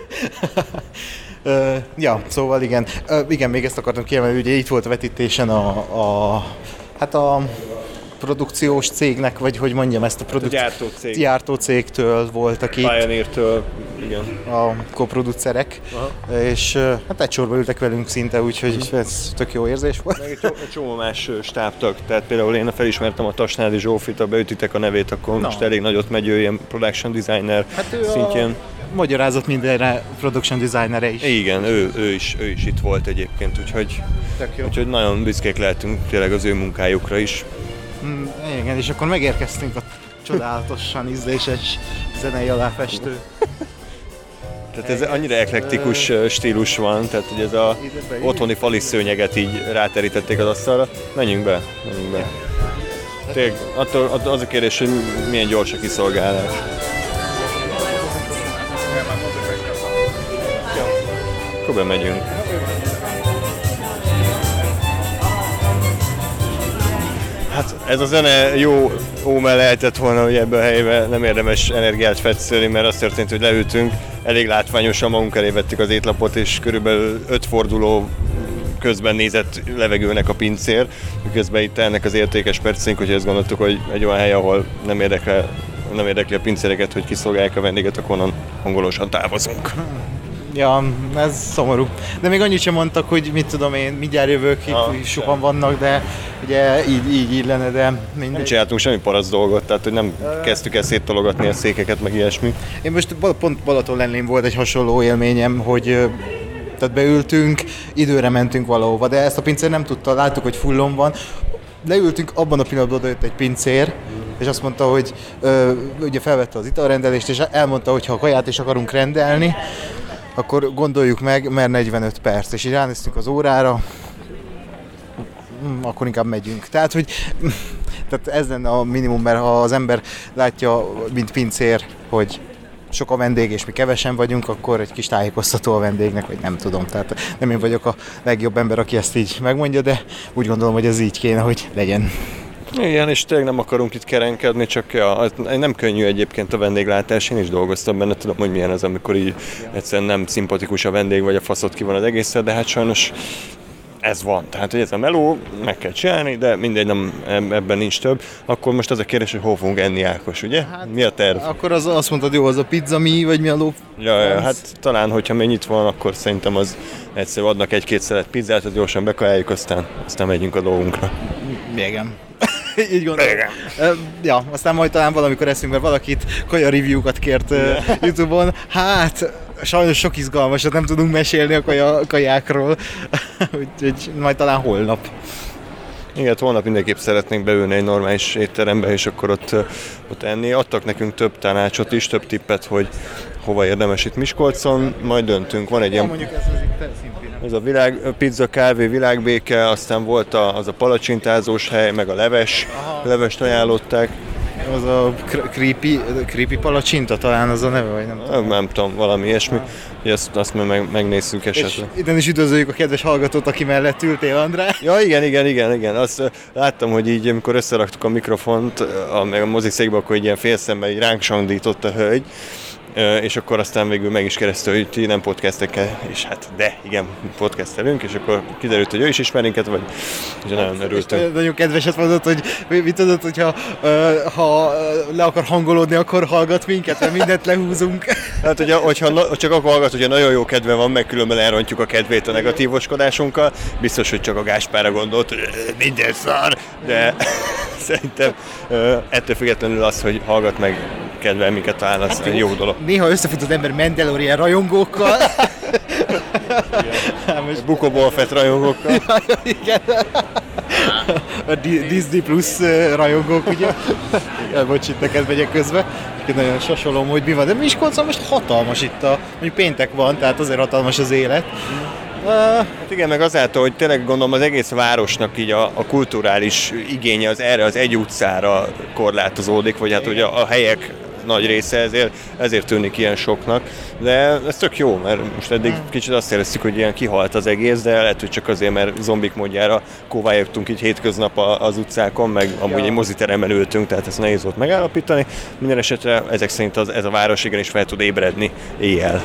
Ja, szóval igen. Igen, még ezt akartam kiemelni, ugye itt volt a vetítésen a produkciós cégnek, vagy hogy mondjam ezt a gyártócégtől voltak itt. Pioneer-től, igen. A koproducerek, és hát egy sorba ültek velünk szinte, úgyhogy ez tök jó érzés volt. Meg egy csomó más stábtag, tehát például én felismertem a Tasnádi Zsófit, ha beütitek a nevét, akkor most elég nagyot megy, ő ilyen production designer szintjén. Magyarázott mindenre production designere is. Igen, ő is itt volt egyébként, úgyhogy nagyon büszkék lehetünk tényleg az ő munkájukra is. Igen, és akkor megérkeztünk a csodálatosan ízléses zenei aláfestő. Tehát ez annyira eklektikus stílus van, tehát hogy ez az otthoni fali szőnyeget így ráterítették az asztalra. Menjünk be. Tényleg, az a kérdés, hogy milyen gyors a kiszolgálás. Akkor bemegyünk. Hát ez a zene jó ómel lehetett volna, hogy ebben a helyben nem érdemes energiát fetszölni, mert az történt, hogy leültünk, elég látványosan magunk elé vettük az étlapot, és körülbelül 5 forduló közben nézett levegőnek a pincér, miközben itt ennek az értékes percünk, hogy ezt gondoltuk, hogy egy olyan hely, ahol nem érdekli a pincéreket, hogy kiszolgálják a vendéget, akkor onnan hangolosan távozunk. Ja, ez szomorú. De még annyit sem mondtak, hogy mit tudom én, mindjárt jövök, itt sokan vannak, de ugye így illene, de mindegy. Nem csináltunk semmi parasz dolgot, tehát hogy nem kezdtük el széttologatni a székeket, meg ilyesmi. Én most pont Balatonlennén volt egy hasonló élményem, hogy tehát beültünk, időre mentünk valahova, de ezt a pincér nem tudta, láttuk, hogy fullon van. Leültünk, abban a pillanatban odajött egy pincér, és azt mondta, hogy ugye felvette az italrendelést, és elmondta, hogy ha kaját is akarunk rendelni, akkor gondoljuk meg, mert 45 perc, és így ránéztünk az órára, akkor inkább megyünk. Tehát ez lenne a minimum, mert ha az ember látja, mint pincér, hogy sok a vendég, és mi kevesen vagyunk, akkor egy kis tájékoztató a vendégnek, vagy nem tudom. Tehát nem én vagyok a legjobb ember, aki ezt így megmondja, de úgy gondolom, hogy ez így kéne, hogy legyen. Igen, és tényleg nem akarunk itt kerenkedni, csak nem könnyű egyébként a vendéglátás, én is dolgoztam benne, tudom, hogy milyen ez, amikor így egyszerűen nem szimpatikus a vendég, vagy a faszot ki van az egészre, de hát sajnos ez van. Tehát, hogy ez a meló, meg kell csinálni, de mindegy, ebben nincs több. Akkor most az a kérdés, hogy hol fogunk enni, Ákos, ugye? Hát, mi a terv? Akkor azt mondtad, jó, az a pizza mi, vagy mi a ló? Ja, hát talán, hogyha még nyitva van, akkor szerintem az egyszerűen adnak egy-két szelet pizzát, hogy gyorsan bekajáljuk, aztán megyünk a dolgunkra. Igen. Így gondolom. Ja, aztán majd talán valamikor eszünk, mert valakit kaja review-kat kért YouTube-on. Hát, sajnos sok izgalmasat nem tudunk mesélni a kajákról, úgyhogy majd talán holnap. Igen, holnap mindenképp szeretnénk beülni egy normális étterembe, és akkor ott enni. Adtak nekünk több tanácsot is, több tippet, hogy hova érdemes itt Miskolcon, majd döntünk. Van egy ilyen... Ez a pizza, kávé, világbéke, aztán volt az a palacsintázós hely, meg a levest ajánlották. Az a creepy palacsinta talán az a neve, vagy nem tudom? Nem tudom, valami ilyesmi. Azt megnézzük esetleg. És innen is üdvözöljük a kedves hallgatót, aki mellett ültél, András. Ja, igen. Azt láttam, hogy így, amikor összeraktuk a mikrofont, meg a moziszékbe, akkor így ilyen félszemmel így ránk sandított a hölgy. és akkor aztán végül meg is keresztül, hogy ti nem podcastekkel, és hát de, igen, podcastelünk, és akkor kiderült, hogy ő is ismer minket, vagy és nagyon örültünk. Nagyon kedveset mondott, hogy mit tudod, hogyha ha le akar hangolódni, akkor hallgat minket, mert mindent lehúzunk. Hát, hogyha csak akkor hallgat, hogyha nagyon jó kedve van, meg különben elrontjuk a kedvét a negatívoskodásunkkal, biztos, hogy csak a Gáspárra gondolt, hogy minden szar, de szerintem ettől függetlenül az, hogy hallgat meg kedvel minket, talán az egy jó dolog. Néha összefut az ember Mandalorian rajongókkal. Boba Fett rajongókkal. Igen. A Disney Plus rajongók, ugye? Bocs, itt neked megyek közbe. Nagyon sasolom, hogy mi van. De Miskolcon most hatalmas itt mondjuk péntek van, tehát azért hatalmas az élet. Hát igen, meg azáltal, hogy tényleg gondolom az egész városnak így a kulturális igénye az erre az egy utcára korlátozódik, vagy hát ugye a helyek nagy része, ezért tűnik ilyen soknak, de ez tök jó, mert most eddig kicsit azt éreztük, hogy ilyen kihalt az egész, de lehet, hogy csak azért, mert zombik módjára kóvályogtunk így hétköznap az utcákon, meg amúgy egy moziteremben ültünk, tehát ezt nehéz volt megállapítani. Minden esetre ezek szerint ez a város igenis fel tud ébredni éjjel.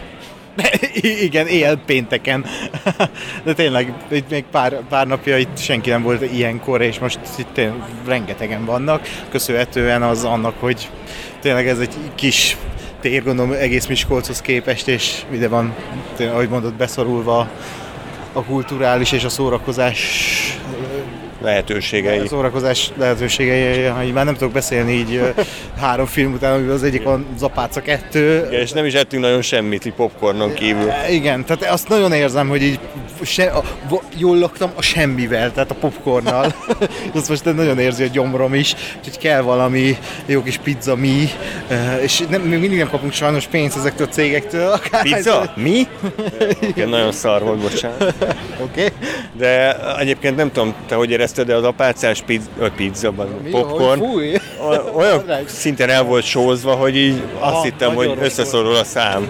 Igen, éjjel pénteken. De tényleg, itt még pár napja itt senki nem volt ilyenkor, és most itt rengetegen vannak, köszönhetően az annak, hogy tényleg ez egy kis tér, gondolom egész Miskolchoz képest, és ide van, tényleg, ahogy mondod, beszorulva a kulturális és a szórakozás lehetőségei. A szórakozás lehetőségei, hogy már nem tudok beszélni így 3 film után, amiben az egyik a Zapáca 2. Igen, és nem is ettünk nagyon semmit, így popcornon kívül. Igen, tehát azt nagyon érzem, hogy így jól laktam a semmivel, tehát a popcornnal. Azt most nagyon érzi a gyomrom is, úgyhogy kell valami jó kis pizza mi, és mindig nem kapunk sajnos pénzt ezektől a cégektől. Pizza? Mi? Igen, nagyon szar volt, bocsánat. Oké. De egyébként nem tudom, te hogy érezted, de az apácás pizza, popcorn olyan szinten el volt sózva, hogy így azt hittem, hogy összeszorul a szám.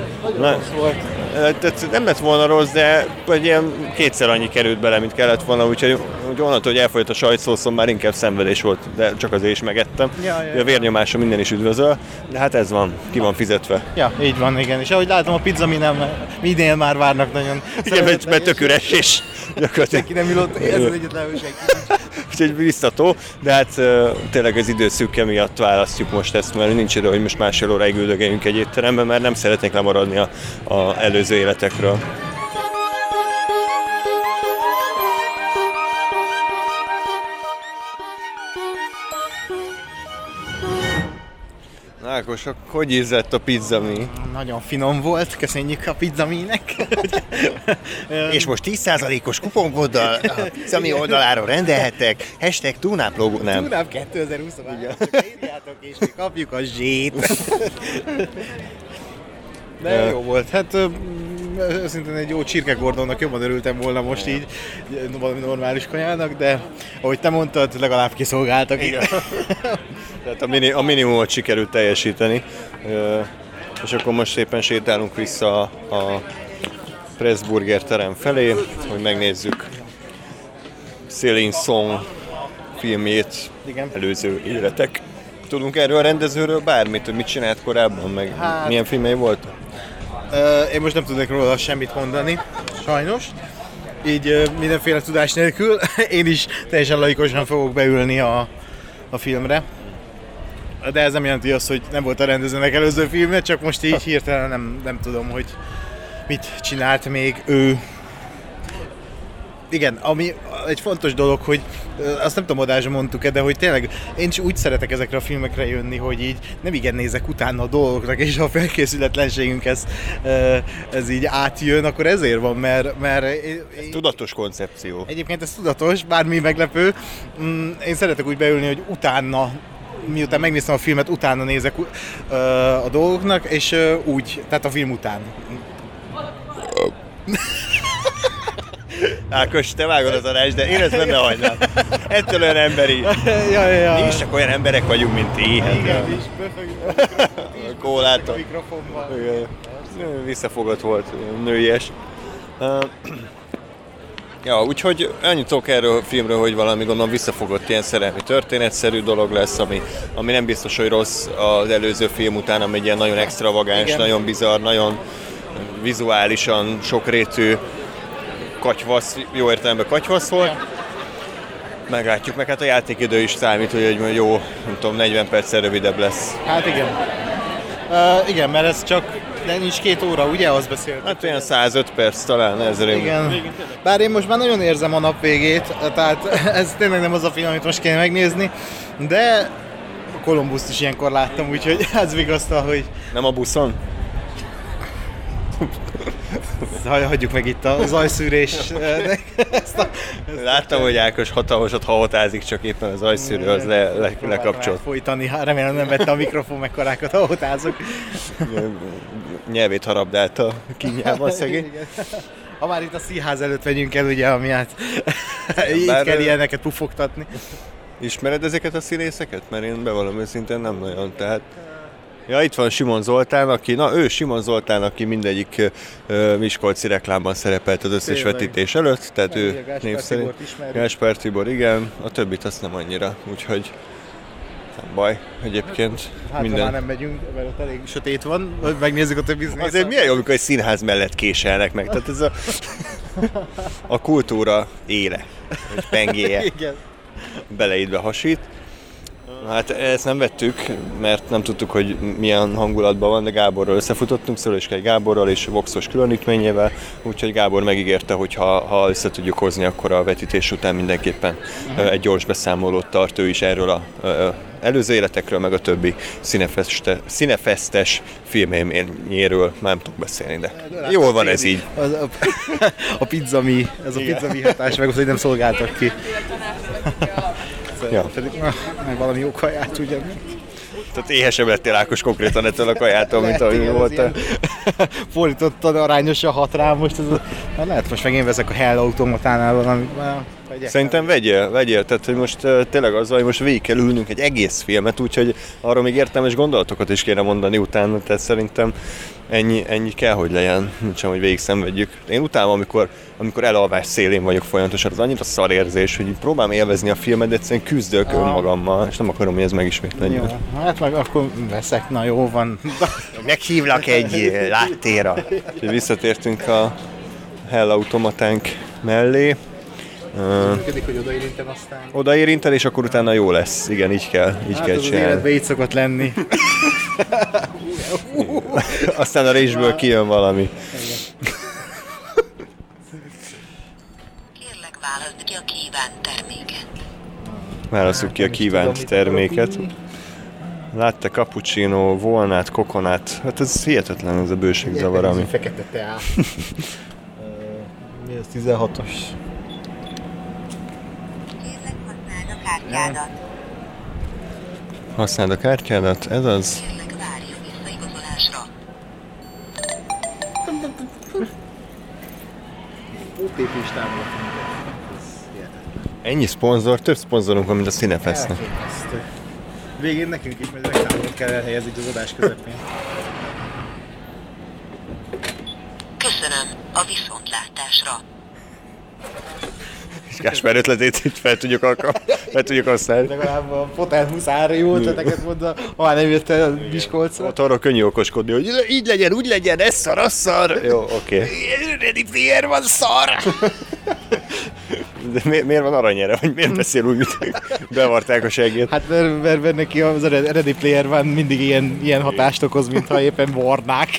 Nem lett volna rossz, de ilyen 2-szer annyi került bele, mint kellett volna, úgyhogy onnantól, hogy elfogyott a sajtszószon, már inkább szenvedés volt, de csak azért is megettem. A vérnyomása minden is üdvözöl, de hát ez van, ki van fizetve. Ja, így van, igen. És ahogy látom, a pizza minél már várnak nagyon. Igen, mert tök üres is. Senki nem ülött, ez az egyetlen senki. Úgyhogy biztató, de hát tényleg az időszűke miatt választjuk most ezt, mert nincs idő, hogy most másfél óráig üldögéljünk egy étteremben, mert nem szeretnék lemaradni az előző életekről. Ákos, hogy ízlett a pizza mi? Nagyon finom volt, köszönjük a pizza minek. És most 10%-os kuponkóddal a Pizza Mi oldaláról rendelhettek, #TUNAP nem. TUNAP 2023, csak írjátok és mi kapjuk a zsét. De jó volt, hát őszintén egy jó csirkegordonnak jobban örültem volna most így, valami normális kajának, de ahogy te mondtad, legalább kiszolgáltak. Tehát a minimumot sikerült teljesíteni, és akkor most éppen sétálunk vissza a Pressburger terem felé, hogy megnézzük Céline Song filmjét, igen. Előző életek. Tudunk erről a rendezőről bármit, hogy mit csinált korábban, meg milyen filmei voltak? Én most nem tudok róla semmit mondani, sajnos. Így mindenféle tudás nélkül. Én is teljesen laikosan fogok beülni a filmre. De ez nem jelenti azt, hogy nem volt a rendezőnek előző filmje, csak most így hirtelen nem tudom, hogy mit csinált még ő. Igen, ami egy fontos dolog, hogy azt nem tudom, adásra mondtuk-e, de hogy tényleg én is úgy szeretek ezekre a filmekre jönni, hogy így nem igen nézek utána a dolgoknak, és ha a felkészületlenségünk ez így átjön, akkor ezért van, mert tudatos koncepció. Egyébként ez tudatos, bármi meglepő. Én szeretek úgy beülni, hogy utána, miután megnéztem a filmet, utána nézek a dolgoknak, és úgy, tehát a film után. Ákos, te vágod az adást, de én ezt benne hagynám. Ettől olyan emberi. Ja. Mi is csak olyan emberek vagyunk, mint ti. Igen, is a kólától. Visszafogott volt, nőies. Ja, úgyhogy annyit tudok erről a filmről, hogy valami gondolom visszafogott ilyen szerelmi történetszerű dolog lesz, ami nem biztos, hogy rossz az előző film után, ami egy ilyen nagyon extravagáns, igen, nagyon bizarr, nagyon vizuálisan sokrétű katyvasz, jó értelemben katyvasz volt. Meglátjuk, meg hát a játékidő is számít, hogy egy jó, nem tudom, 40 perccel rövidebb lesz. Hát igen. Igen, mert ez csak, de nincs 2 óra, ugye, azt beszéltük? Hát olyan 105 perc talán, ezzel igen. Bár én most már nagyon érzem a nap végét, tehát ez tényleg nem az a film, amit most kéne megnézni, de a Columbust is ilyenkor láttam, úgyhogy ez vigasztal, hogy... Nem a buszon? Hagyjuk meg itt a zajszűrés. Láttam, hogy Ákos hatalmasat hahotázik, csak éppen az zajszűrő az lekapcsolt. Folytani, remélem nem vette a mikrofon mekkorákat, hahotázok. Nyelvét harabdált a kínjában szegény. Ha már itt a színház előtt vegyünk el, ugye, ami hát így kell ilyeneket pufogtatni. Ismered ezeket a színészeket? Mert én bevallom őszintén nem nagyon, tehát... Ja, itt van Simon Zoltán, Simon Zoltán, aki mindegyik miskolci reklámban szerepelt az összes vetítés előtt, tehát ő név szerint. Gáspár Tibor, igen, a többit azt nem annyira, úgyhogy nem baj egyébként. Hát minden... már nem megyünk, mert ott elég sötét van, hogy megnézzük a többi színészet. Azért milyen jó, amikor egy színház mellett késelnek meg, tehát ez a kultúra éle, vagy pengéje, beleidve hasít. Hát ezt nem vettük, mert nem tudtuk, hogy milyen hangulatban van, de Gáborral összefutottunk, Szöllőskei Gáborral és Voxos különítményével, úgyhogy Gábor megígérte, hogy ha össze tudjuk hozni, akkor a vetítés után mindenképpen egy gyors beszámolót tart ő is erről az előző életekről, meg a többi színefesztes filmélményéről már nem tudok beszélni, de jól van ez így. A pizzami, ez a pizzami hatás, meg az, hogy nem szolgáltak ki. Ja. Meg valami jó kaját, ugye? Tehát éhesebb lettél, Ákos, konkrétan ettől a kajától, mint ahogy voltál. Fordítottad arányosan 6 rá most. Lehet, most meg én veszek a Hell automatánál valamit. Szerintem vegyél, tehát hogy most tényleg azzal, hogy most végig kell ülnünk egy egész filmet, úgyhogy arról még értelmes gondolatokat is kéne mondani utána, tehát szerintem ennyi kell, hogy legyen, mint sem, hogy végig szenvedjük. Én utálom, amikor elalvás szélén vagyok folyamatosan, az annyira szarérzés, hogy próbálom élvezni a filmet, de egyszerűen küzdök önmagammal, és nem akarom, hogy ez megismétlődjön. Jó, hát meg akkor veszek, na jó van. Meghívlak egy láttéra. Úgyhogy visszatértünk a Hell automatánk mellé. Működik, hogy odaérintem aztán. Odaérintem, és akkor utána jó lesz. Igen, így kell csinálni. Az életben így szokott lenni. Aztán a résből kijön valami. Kérlek, válaszd ki a kívánt terméket. Válasszuk ki a kívánt terméket. Latte, cappuccino, volnát, kokonát. Hát ez hihetetlen, ez a bőségzavar, ami... Fekete teá. Mi az 16-os? Kérlek, használd a kártyádat. Használd a kártyádat, ez az? Kérlek, várjon visszaigazolásra. OTP is támogatunk. Ennyi szponzor, több szponzorunk van, mint a Cinefestnek. Végén nekünk is, mert reklámot kell elhelyezni az adás közepén. Köszönöm, a viszontlátásra. És Gáspár ötletét így fel tudjuk használni. Legalább a Fotel Huszár jó ötleteket mondta, ha már nem jött el a Miskolcra. Ott arra könnyű okoskodni, hogy így legyen, úgy legyen, ez szar, az szar. Jó, oké. Ready Player van szar! De miért van aranyere? Vagy miért beszél úgy, mint bevarták a seggét? Hát mert neki az Ready Player van mindig ilyen hatást okoz, mintha éppen varnák.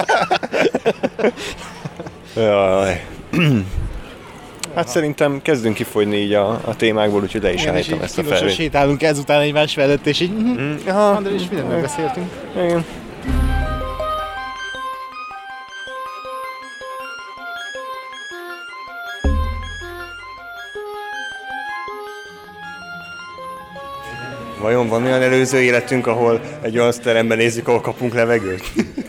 Jaj. Hát szerintem kezdünk kifogyni így a témákból, úgyhogy le is állítom ezt a felvételt. Sétálunk ezután egymás mellett, és így... André, és mindenben beszéltünk. Igen. Vajon van olyan előző életünk, ahol egy olyan teremben nézzük, ahol kapunk levegőt?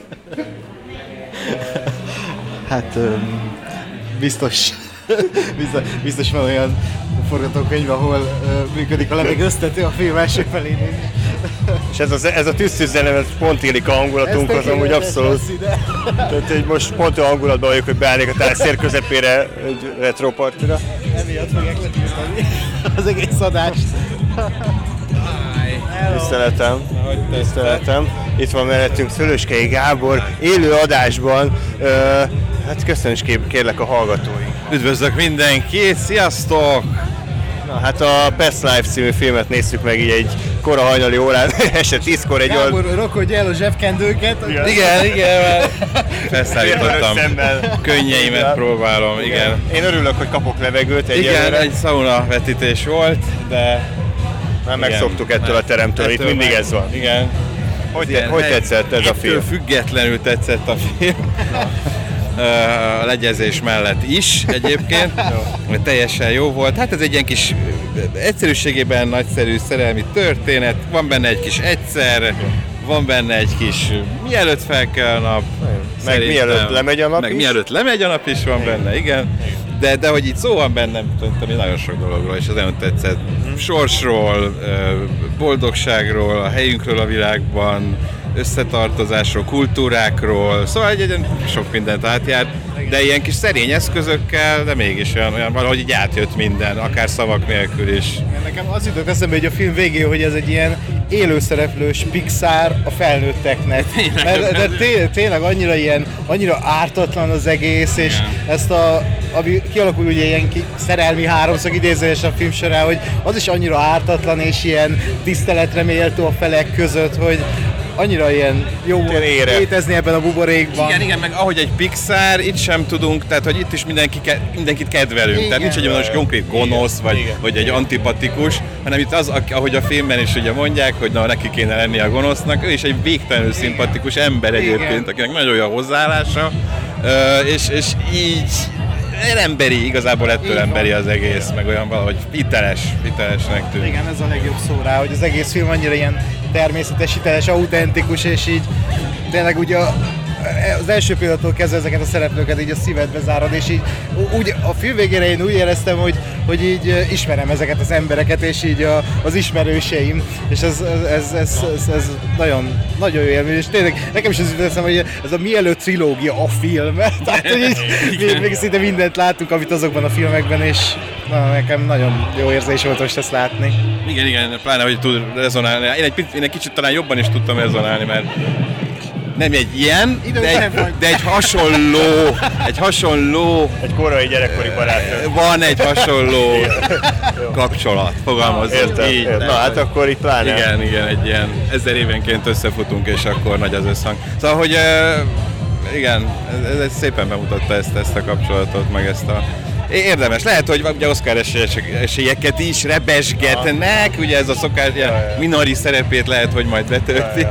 Hát biztos van olyan forgatókönyv, ahol működik a levegőztető a film első felén. És ez a tűz-tűz-zene pont illik a hangulatunkhoz, amúgy abszolút. Tehát így most pont a hangulatban vagyok, hogy beállnék a társzér közepére egy retropartira. Emiatt fogják letiltani az egész adást. Tiszteletem. Itt van mellettünk Szőlőskei Gábor, élő adásban. Hát köszönöm is kérlek a hallgatóink. Üdvözlök mindenkit, sziasztok! Na, hát a Past Life című filmet néztük meg így egy kora hajnali órán, este 10-kor egy olyan... Gábor, rokodj el a zsebkendőket. Igen, felszállítottam. Könnyeimet próbálom, igen. Én örülök, hogy kapok levegőt egyelőre. Igen, egy szauna vetítés volt, de... Már megszoktuk ettől a teremtől, itt mindig ez van. Igen. Hogy tetszett ez a film? Ettől függetlenül tetszett a film. A legyezés mellett is egyébként, teljesen jó volt. Hát ez egy ilyen kis egyszerűségében nagyszerű szerelmi történet, van benne egy kis egyszer, van benne egy kis mielőtt fel kell a nap, meg mielőtt lemegy a nap meg is. Mielőtt lemegy a nap is van benne, igen. De hogy így szó van benne, tudom, nagyon sok dologról, és az nagyon tetszett. Sorsról, boldogságról, a helyünkről a világban, összetartozásról, kultúrákról, szóval egy sok mindent átjár, de ilyen kis szerény eszközökkel, de mégis olyan valahogy így átjött minden, akár szavak nélkül is. Nekem az jutott eszembe, hogy a film végén, hogy ez egy ilyen élőszereplős Pixar a felnőtteknek. De tényleg annyira ártatlan az egész, és ezt ami kialakul ugye ilyen szerelmi háromszög idézőjes a film során, hogy az is annyira ártatlan és ilyen tiszteletre méltó a felek között, hogy annyira ilyen jó létezni ebben a buborékban. Igen, meg ahogy egy Pixar, itt sem tudunk, tehát hogy itt is mindenkit kedvelünk. Igen. Tehát nincs egy olyan konkrét gonosz, vagy egy antipatikus, hanem itt az, ahogy a filmben is ugye mondják, hogy neki kéne lenni a gonosznak, ő is egy végtelenül szimpatikus ember egyébként, akinek nagyon jó a hozzáállása, és így emberi, igazából ettől emberi az egész, meg olyan valahogy hitelesnek tűnik. Igen, ez a legjobb szó rá, hogy az egész film annyira ilyen természetes, hiteles, autentikus, és így tényleg ugye az első pillanattól kezdve ezeket a szereplőket így a szívedbe zárad, és így úgy a film végére én úgy éreztem, hogy így ismerem ezeket az embereket, és így az ismerőseim, és ez nagyon, nagyon jó élmény, és tényleg nekem is az jutott eszembe, hogy ez a mielőtt trilógia a film, tehát hogy így még szinte mindent láttunk, amit azokban a filmekben, és nekem nagyon jó érzés volt most ezt látni. Igen, pláne, hogy tud rezonálni. Én egy kicsit talán jobban is tudtam rezonálni, mert nem egy ilyen, de egy hasonló... Egy korai gyerekkori barátnő. Van egy hasonló kapcsolat, fogalmazunk így. Na hát akkor itt pláne. Igen, egy ilyen 1000 évenként összefutunk, és akkor nagy az összhang. Szóval, hogy igen, ez szépen bemutatta ezt a kapcsolatot, meg ezt a... Érdemes. Lehet, hogy ugye Oscar esélyeket is rebesgetnek, ugye ez a szokás, Minari szerepét lehet, hogy majd betölti.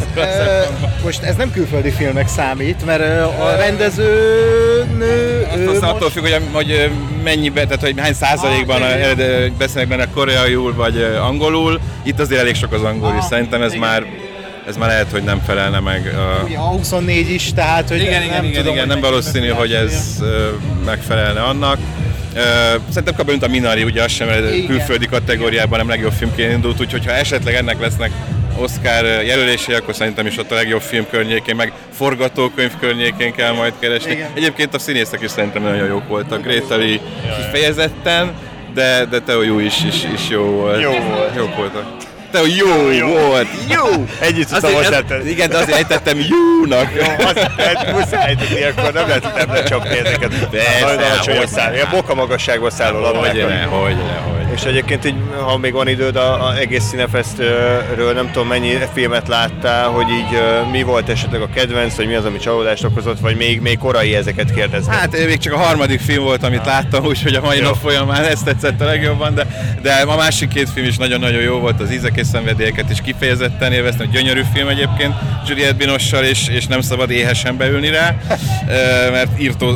Most ez nem külföldi filmnek számít, mert a rendezőnő... Attól függ, hogy mennyiben, tehát hogy hány százalékban beszélnek benne koreaiul vagy angolul. Itt azért elég sok az angol is, szerintem ez már lehet, hogy nem felelne meg. A 24 is, tehát hogy igen, nem valószínű, hogy ez megfelelne annak. Szerintem kb. Mint a Minari, ugye az sem külföldi kategóriában nem legjobb filmként indult, úgyhogy ha esetleg ennek lesznek Oscar jelölései, akkor szerintem is ott a legjobb film környékén, meg forgatókönyv környékén kell majd keresni. Igen. Egyébként a színészek is szerintem nagyon jók voltak. Greta Lee kifejezetten, de Teo Yu is jó volt. Jók voltak. Teo jó volt! Jó! Együtt tudtam hozzátenni. Igen, de azért ejtettem jónak. Jó, azt muszáj ejtetni, akkor nem lehet lecsapni ezeket. Nagyon alacsonyabb száll. Ilyen boka magasságból szálló labdákat. Hogyne. És egyébként így, ha még van időd, az egész Cinefestről nem tudom mennyi filmet láttál, hogy így mi volt esetleg a kedvenc, vagy mi az, ami csalódást okozott, vagy még korai ezeket kérdeznek? Hát még csak a harmadik film volt, amit láttam, úgyhogy a mai nap folyamán ezt tetszett a legjobban, de a másik két film is nagyon-nagyon jó volt, az Ízek és szenvedélyeket is kifejezetten élveztem, gyönyörű film egyébként, Juliette Binoche-sal, és nem szabad éhesen beülni rá, mert írtó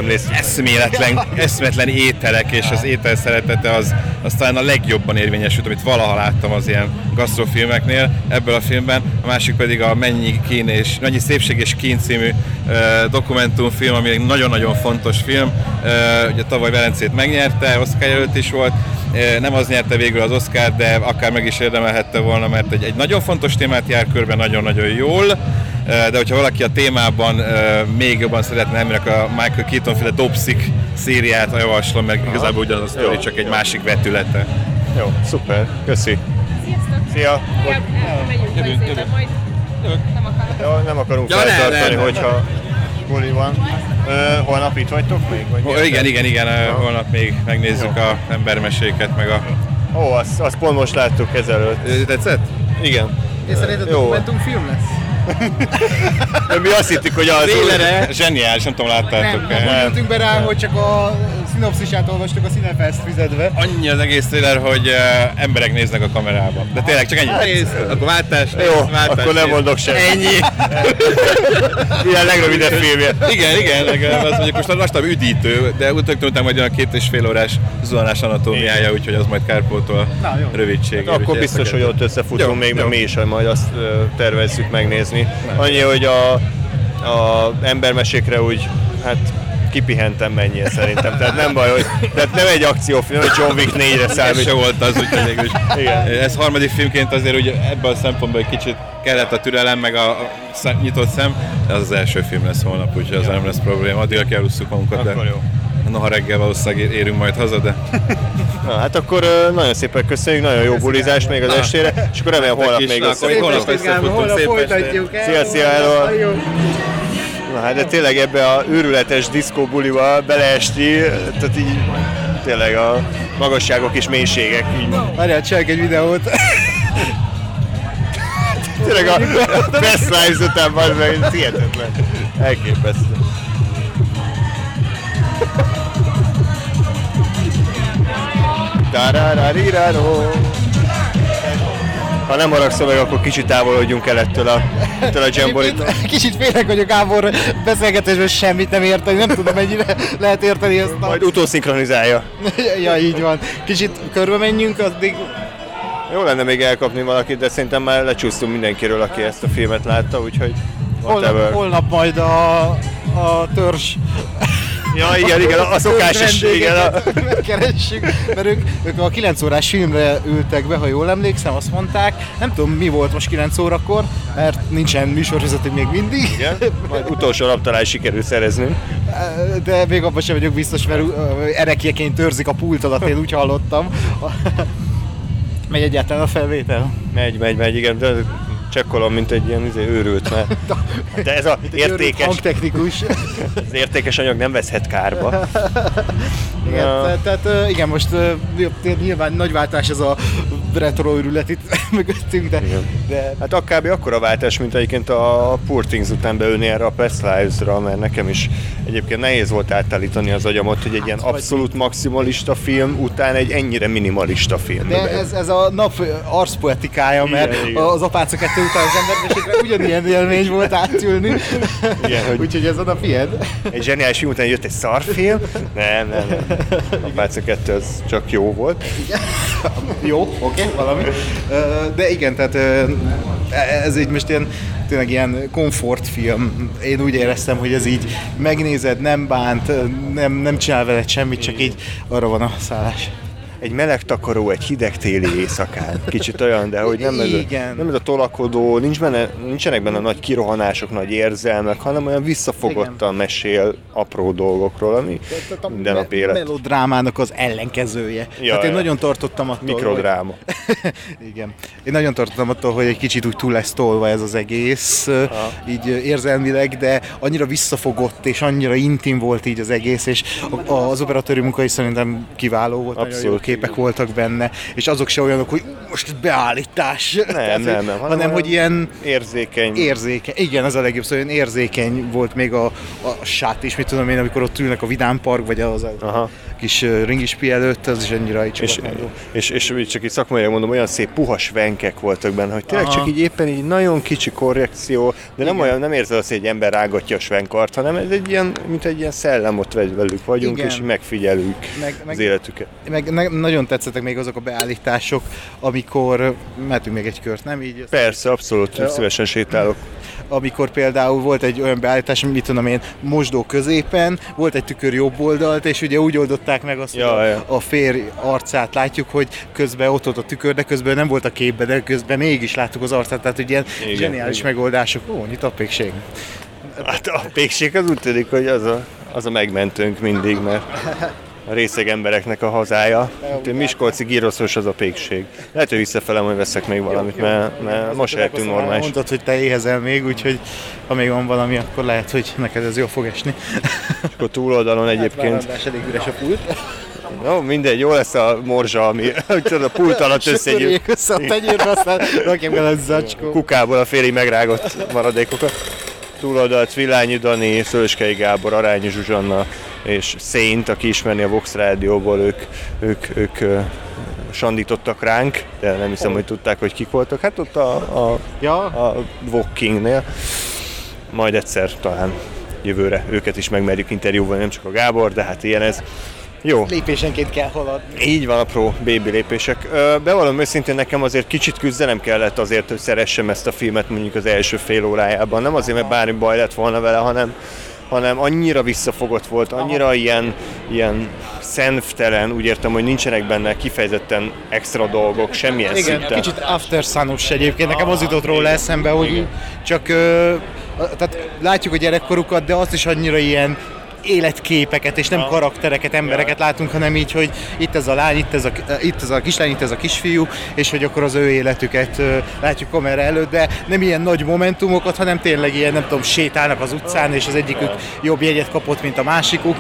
eszméletlen ételek, és az étel szeretete az talán a legjobban érvényesült, amit valaha láttam az ilyen gasztrofilmeknél ebből a filmben. A másik pedig a Mennyi szépség és kín című dokumentumfilm, ami egy nagyon-nagyon fontos film. Ugye tavaly Velencét megnyerte, Oscar jelölt is volt, Nem az nyerte végül az Oscar, de akár meg is érdemelhette volna, mert egy nagyon fontos témát jár körben, nagyon-nagyon jól. De hogyha valaki a témában még jobban szeretne, emberek a Michael Keaton-féle Dobszik szériát javaslom, meg igazából ugyanaz a sztori, csak egy másik vetülete. Jó, szuper, köszi. Szia! Megyünk majd. Nem akarunk feltartani, hogyha buli van. Holnap itt vagytok még? Vagy igen, holnap még megnézzük az embermeséket, meg a... Ó, azt pont most láttuk ezelőtt. Tetszett? Igen. És szerinted dokumentumfilm lesz? De mi azt hittük, hogy az... Trélere zseniális, nem tudom, láttátok. Nem jöttünk be rá, hogy csak a szinopszisát olvastuk a Cinefest fizetve. Annyi az egész trailer, hogy emberek néznek a kamerában. De tényleg csak ennyi. Nézd, akkor váltás. Jó, akkor nem mondok semmit. Ennyi. Ilyen legrövidebb filmje. Igen, az mondjuk most lassabb üdítő, de úgy tudtam, hogy olyan 2,5 órás zuhanás anatómiája, úgyhogy az majd kárpótol rövidség. Hát akkor biztos, hogy ott összefutunk még, mert mi is majd azt tervezzük megnézni. Annyi, hogy a embermesékre úgy, hát kipihentem mennyire szerintem, tehát nem baj, hogy tehát nem egy akciófilm, hogy John Wick 4-re számít. Ez se volt az, úgyhogy végül is. Ez harmadik filmként azért ugye ebből a szempontból egy kicsit kellett a türelem, meg a nyitott szem, de az első film lesz holnap, úgyhogy az nem lesz probléma. Addig kialusszuk magunkat, de noha reggel valószínűleg érünk majd haza, de... Na, hát akkor nagyon szépen köszönjük, nagyon jó bulizást még az estére, és akkor remélem holnap még összefutunk. Holnap folytatjuk. Szia, hello! Na hát de tényleg ebbe a őrületes diszkó buliba beleesti, tehát így tényleg a magasságok és mélységek. Várjál, csináljuk egy videót. Tényleg a Best Lives után van meg, ez hihetetlen. Elképesztő. Ha nem haragszol meg, akkor kicsit távolodjunk el ettől a Jamboree-tól. Kicsit félek vagyok, Gábor, beszélgetésben semmit nem érteni, nem tudom mennyire lehet érteni ezt a... Majd utószinkronizálja. Ja, így van. Kicsit körbe menjünk, addig... Jó lenne még elkapni valakit, de szerintem már lecsúsztunk mindenkiről, aki ezt a filmet látta, úgyhogy... Holnap majd a törzs... Ja, igen, a szokásos, igen. Megkeressük, mert ők a 9 órás filmre ültek be, ha jól emlékszem, azt mondták. Nem tudom, mi volt most 9 órakor, mert nincsen műsorvezető még mindig. Igen, majd utolsó naptalán sikerül szerezni. De még abban sem vagyok biztos, mert erekjeként törzik a pult alatt, én úgy hallottam. Megy egyáltalán a felvétel? Megy, igen. De csekkolom, mint egy ilyen őrült, mert de ez az értékes hangtechnikus. Az értékes anyag nem veszhet kárba. Igen, tehát igen, most nyilván nagy váltás ez a retro őrület itt mögöttünk, de... Hát kb. Akkora váltás, mint egyébként a Poor Things után beülni erre a Past Lives-ra, mert nekem is egyébként nehéz volt átállítani az agyamot, hogy egy ilyen abszolút maximalista film után egy ennyire minimalista film. De ez a nap arszpoetikája, mert igen. Az Apáca 2 után az embermesékre ugyanilyen élmény volt átülni. Úgyhogy ez a nap ilyen. Egy zseniális film után jött egy szarfilm. Nem. Apáca 2 az csak jó volt. Jó, oké, valami. De igen, tehát ez így most tényleg ilyen komfortfilm. Én úgy éreztem, hogy ez így megnézed, nem bánt, nem csinál veled semmit, csak így arra van a szállás. Egy meleg takaró, egy hideg téli éjszakán. Kicsit olyan, de hogy nem ez a tolakodó, nincsenek benne nagy kirohanások, nagy érzelmek, hanem olyan visszafogottan mesél apró dolgokról, ami minden nap élet. A melodrámának az ellenkezője. Hát én nagyon tartottam attól, mikrodráma. Igen. Én nagyon tartottam attól, hogy egy kicsit úgy túl lesz tolva ez az egész, így érzelmileg, de annyira visszafogott és annyira intim volt így az egész, és az operatőri munka is szerintem kiváló volt. Abszolút. Képek voltak benne, és azok se olyanok, hogy most beállítás. Nem. Hanem hogy ilyen... Érzékeny. Igen, ez a legjobb, szóval olyan érzékeny volt még a sát is, mit tudom én, amikor ott ülnek a Vidám Park, vagy az a kis ringispi előtt, az is annyira így és csak így szakmailag mondom, olyan szép puhas venkek voltak benne, hogy tényleg csak így éppen így nagyon kicsi korrekció, de nem olyan, nem érzed azt, hogy egy ember rágatja a svenkart, hanem ez egy ilyen, mint egy ilyen szellem, ott velük vagyunk, és megfigyelünk az életüket. Nagyon tetszettek még azok a beállítások, amikor mehetünk még egy kört, nem így? Persze, abszolút, szívesen sétálok. amikor például volt egy olyan beállítás, mit tudom én, mosdó középen, volt egy tükör jobb oldalt, és ugye úgy oldották meg azt, hogy a férj arcát látjuk, hogy közben ott volt a tükör, de közben nem volt a képbe, de közben mégis láttuk az arcát, tehát ugye ilyen zseniális megoldások. Ó, nyit a pékség. Hát a pékség az úgy tűnik, hogy az a megmentőnk mindig, mert a részeg embereknek a hazája. Miskolci gyroszos az a pékség. Lehet, hogy visszafele majd veszek még valamit, mert most lehetünk normális. Mondtad, hogy te éhezel még, úgyhogy ha még van valami, akkor lehet, hogy neked ez jól fog esni. És akkor túloldalon egyébként... Elég üres a pult. No, mindegy, jó lesz a morzsa, ami a pult alatt összegyűjt. Söpörjék össze a tenyérbe, aztán rakjam el a zacskó. Kukából a félig megrágott maradékokat. Túloldalt Villányi Dani, Szőlőskei Gábor, Arányi Zsuzsanna és Szént, aki ismerni a Vox Rádióból, ők sandítottak ránk, de nem hiszem, hogy tudták, hogy kik voltak. Hát ott a Walkingnél. Majd egyszer talán jövőre őket is megmerjük interjúvolni, nem csak a Gábor, de hát ilyen ez. Jó. Lépésenként kell haladni. Így van, apró baby lépések. Bevallom őszintén, nekem azért kicsit küzdenem kellett azért, hogy szeressem ezt a filmet mondjuk az első fél órájában. Nem azért, mert bármi baj lett volna vele, hanem annyira visszafogott volt, annyira ilyen szenvtelen, úgy értem, hogy nincsenek benne kifejezetten extra dolgok, semmilyen igen, szinten. Kicsit After Sun-os egyébként, nekem az jutott róla eszembe, hogy csak tehát látjuk a gyerekkorukat, de azt is annyira ilyen életképeket és nem karaktereket, embereket látunk, hanem így, hogy itt ez a lány, itt ez a kislány, itt ez a kisfiú, és hogy akkor az ő életüket látjuk kamera előtt, de nem ilyen nagy momentumokat, hanem tényleg ilyen, nem tudom, sétálnak az utcán, és az egyikük jobb jegyet kapott, mint a másikuk.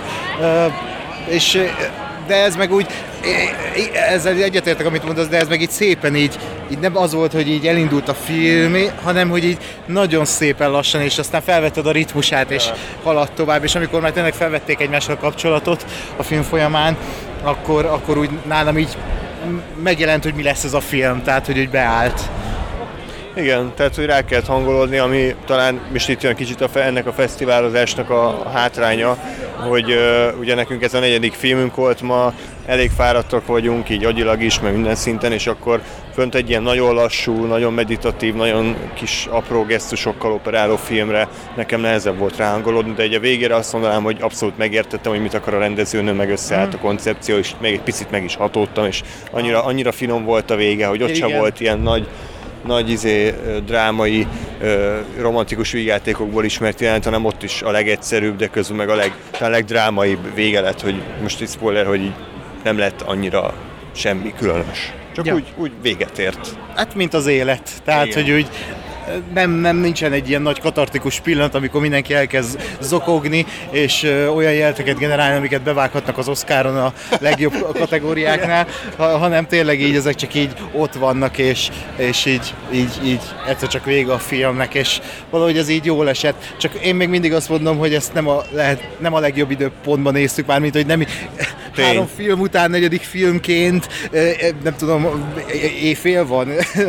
De ez meg úgy, ezzel egyetértek, amit mondasz, de ez meg így szépen így nem az volt, hogy így elindult a film, hanem hogy így nagyon szépen lassan, és aztán felvetted a ritmusát, és haladt tovább, és amikor már tényleg felvették egymással kapcsolatot a film folyamán, akkor úgy nálam így megjelent, hogy mi lesz ez a film, tehát hogy úgy beállt. Igen, tehát hogy rá kellett hangolódni, ami talán most itt jön kicsit ennek a fesztiválozásnak a hátránya, hogy ugye nekünk ez a 4. filmünk volt ma, elég fáradtak vagyunk, így agyilag is, meg minden szinten, és akkor fönt egy ilyen nagyon lassú, nagyon meditatív, nagyon kis apró gesztusokkal operáló filmre nekem nehezebb volt ráhangolódni, de egy a végére azt mondanám, hogy abszolút megértettem, hogy mit akar a rendezőnő, meg összeállt a koncepció, és még egy picit meg is hatódtam, és annyira finom volt a vége, hogy ott sem volt ilyen nagy drámai, romantikus vígjátékokból ismert jelent, hanem ott is a legegyszerűbb, de közül meg talán legdrámaibb vége lett, hogy most egy spoiler, hogy így nem lett annyira semmi különös. Csak úgy véget ért. Hát, mint az élet. Tehát, igen. Hogy úgy nincsen egy ilyen nagy katartikus pillanat, amikor mindenki elkezd zokogni, és olyan jelteket generálni, amiket bevághatnak az Oscaron a legjobb kategóriáknál, hanem tényleg így ezek csak így ott vannak, és így egyszer csak vége a filmnek, és valahogy ez így jól esett. Csak én még mindig azt mondom, hogy ezt nem a legjobb időpontban néztük már, mint hogy nem 3 film után 4. filmként, nem tudom, éjfél van.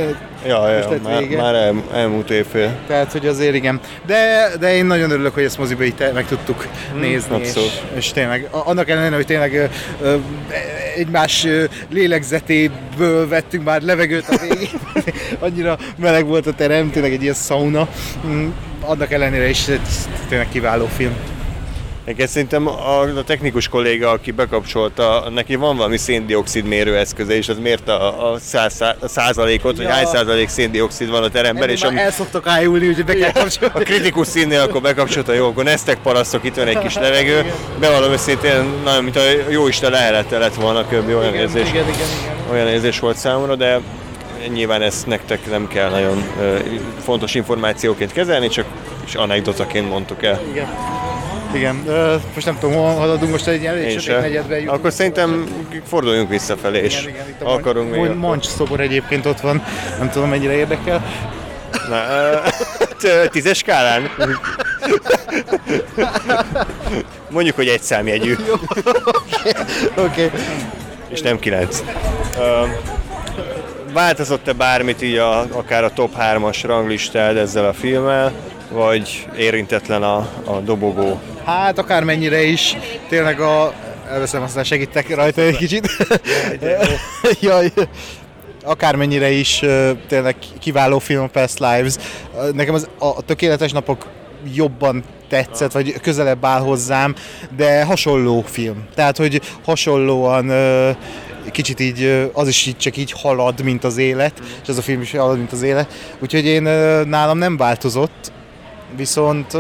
Már elmúlt évfél. Tehát, hogy azért igen. De én nagyon örülök, hogy ezt moziba így meg tudtuk nézni. És tényleg, annak ellenére, hogy tényleg egymás lélegzetéből vettünk már levegőt a végén. Annyira meleg volt a terem, tényleg egy ilyen szauna. Annak ellenére is tényleg kiváló film. Nekem szerintem a technikus kolléga, aki bekapcsolta, neki van valami széndioxid mérőeszköze, és az mérte a százalékot, hogy hány százalék széndioxid van a teremben. És el szoktak ájulni, úgyhogy be kell kapcsolni. A kritikus színnél akkor bekapcsolta, jó, akkor neztek parasztok, itt van egy kis levegő. Bevallom őszintén, nagyon, mint a jóisten lehelete lett volna kb. Olyan érzés volt számomra, de nyilván ezt nektek nem kell nagyon fontos információként kezelni, csak is anekdotaként mondtuk el. Igen, most nem tudom, hol haladunk, most egy elég sötét negyedbe jutunk. Akkor szerintem forduljunk visszafelé, és akarunk még... Mancs szobor egyébként ott van, nem tudom mennyire érdekel. Na, 10-es skálán? Mondjuk, hogy egy számjegyű. Oké. És nem 9. Változott-e bármit így akár a top 3-as ranglistád ezzel a filmmel, vagy érintetlen a dobogó? Hát akármennyire is, tényleg elveszem, aztán segítek rajta egy kicsit. Jaj. akármennyire is tényleg kiváló film a Past Lives. Nekem a Tökéletes napok jobban tetszett, vagy közelebb áll hozzám, de hasonló film. Tehát, hogy hasonlóan kicsit így, az is így csak így halad, mint az élet, és az a film is halad, mint az élet. Úgyhogy én nálam nem változott, viszont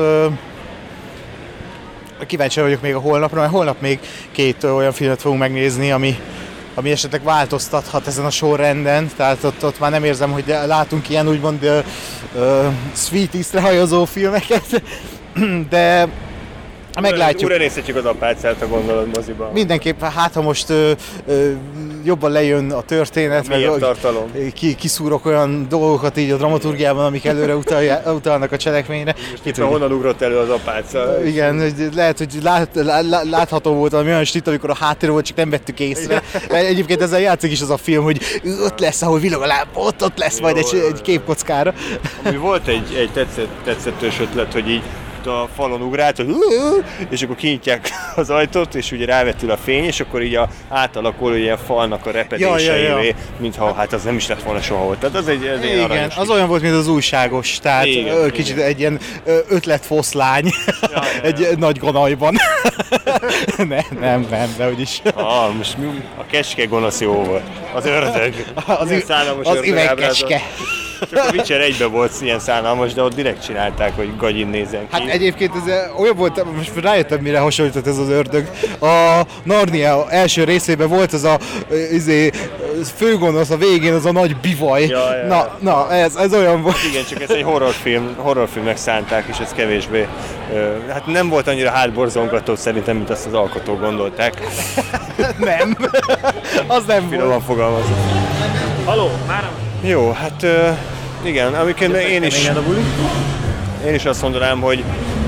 kíváncsi vagyok még a holnapra, mert holnap még 2 olyan filmet fogunk megnézni, ami esetleg változtathat ezen a sorrenden, tehát ott már nem érzem, hogy látunk ilyen úgymond sweeties-re hajazó filmeket, de meglátjuk. Újra nézhetjük az Apácát a gondolatmoziban. Mindenképp, hát ha most jobban lejön a történet, meg kiszúrok olyan dolgokat így a dramaturgiában, amik előre utalnak a cselekményre. Itt honnan ugrott elő az Apáca? Igen, hogy lehet, hogy látható volt valami olyan stit, amikor a háttér volt, csak nem vettük észre. Egyébként ezzel játszik is az a film, hogy ott lesz, ahol villog a láb, ott lesz majd egy képkockára. Ami volt egy tetszetős ötlet, hogy így a falon ugrált, és akkor kinyitják az ajtót, és ugye rávetül a fény, és akkor így átalakul ilyen falnak a repedéseivé, mintha hát az nem is lett volna soha ott. Tehát az egy igen, az olyan volt, mint az újságos, tehát igen, kicsit egy ilyen ötletfoszlány egy nagy ganajban. nem, de úgyis. Most a kecske gonosz jó volt. Az ördög. Az üvegkecske. Csak a Witcher 1-ben volt ilyen szánalmas, de ott direkt csinálták, hogy gagyin nézzen ki. Hát egyébként ez olyan volt, most rájöttem, mire hasonlított ez az ördög. A Narnia első részében volt az a főgonosz a végén, az a nagy bivaj. Na, ez olyan volt. Igen, csak ez egy horrorfilmnek szánták, és ez kevésbé. Hát nem volt annyira hátborzongató szerintem, mint azt az alkotók gondolták. Nem. Az nem finoman volt. Fogalmazott. Haló, már jó, hát igen, amiket én is azt mondanám, hogy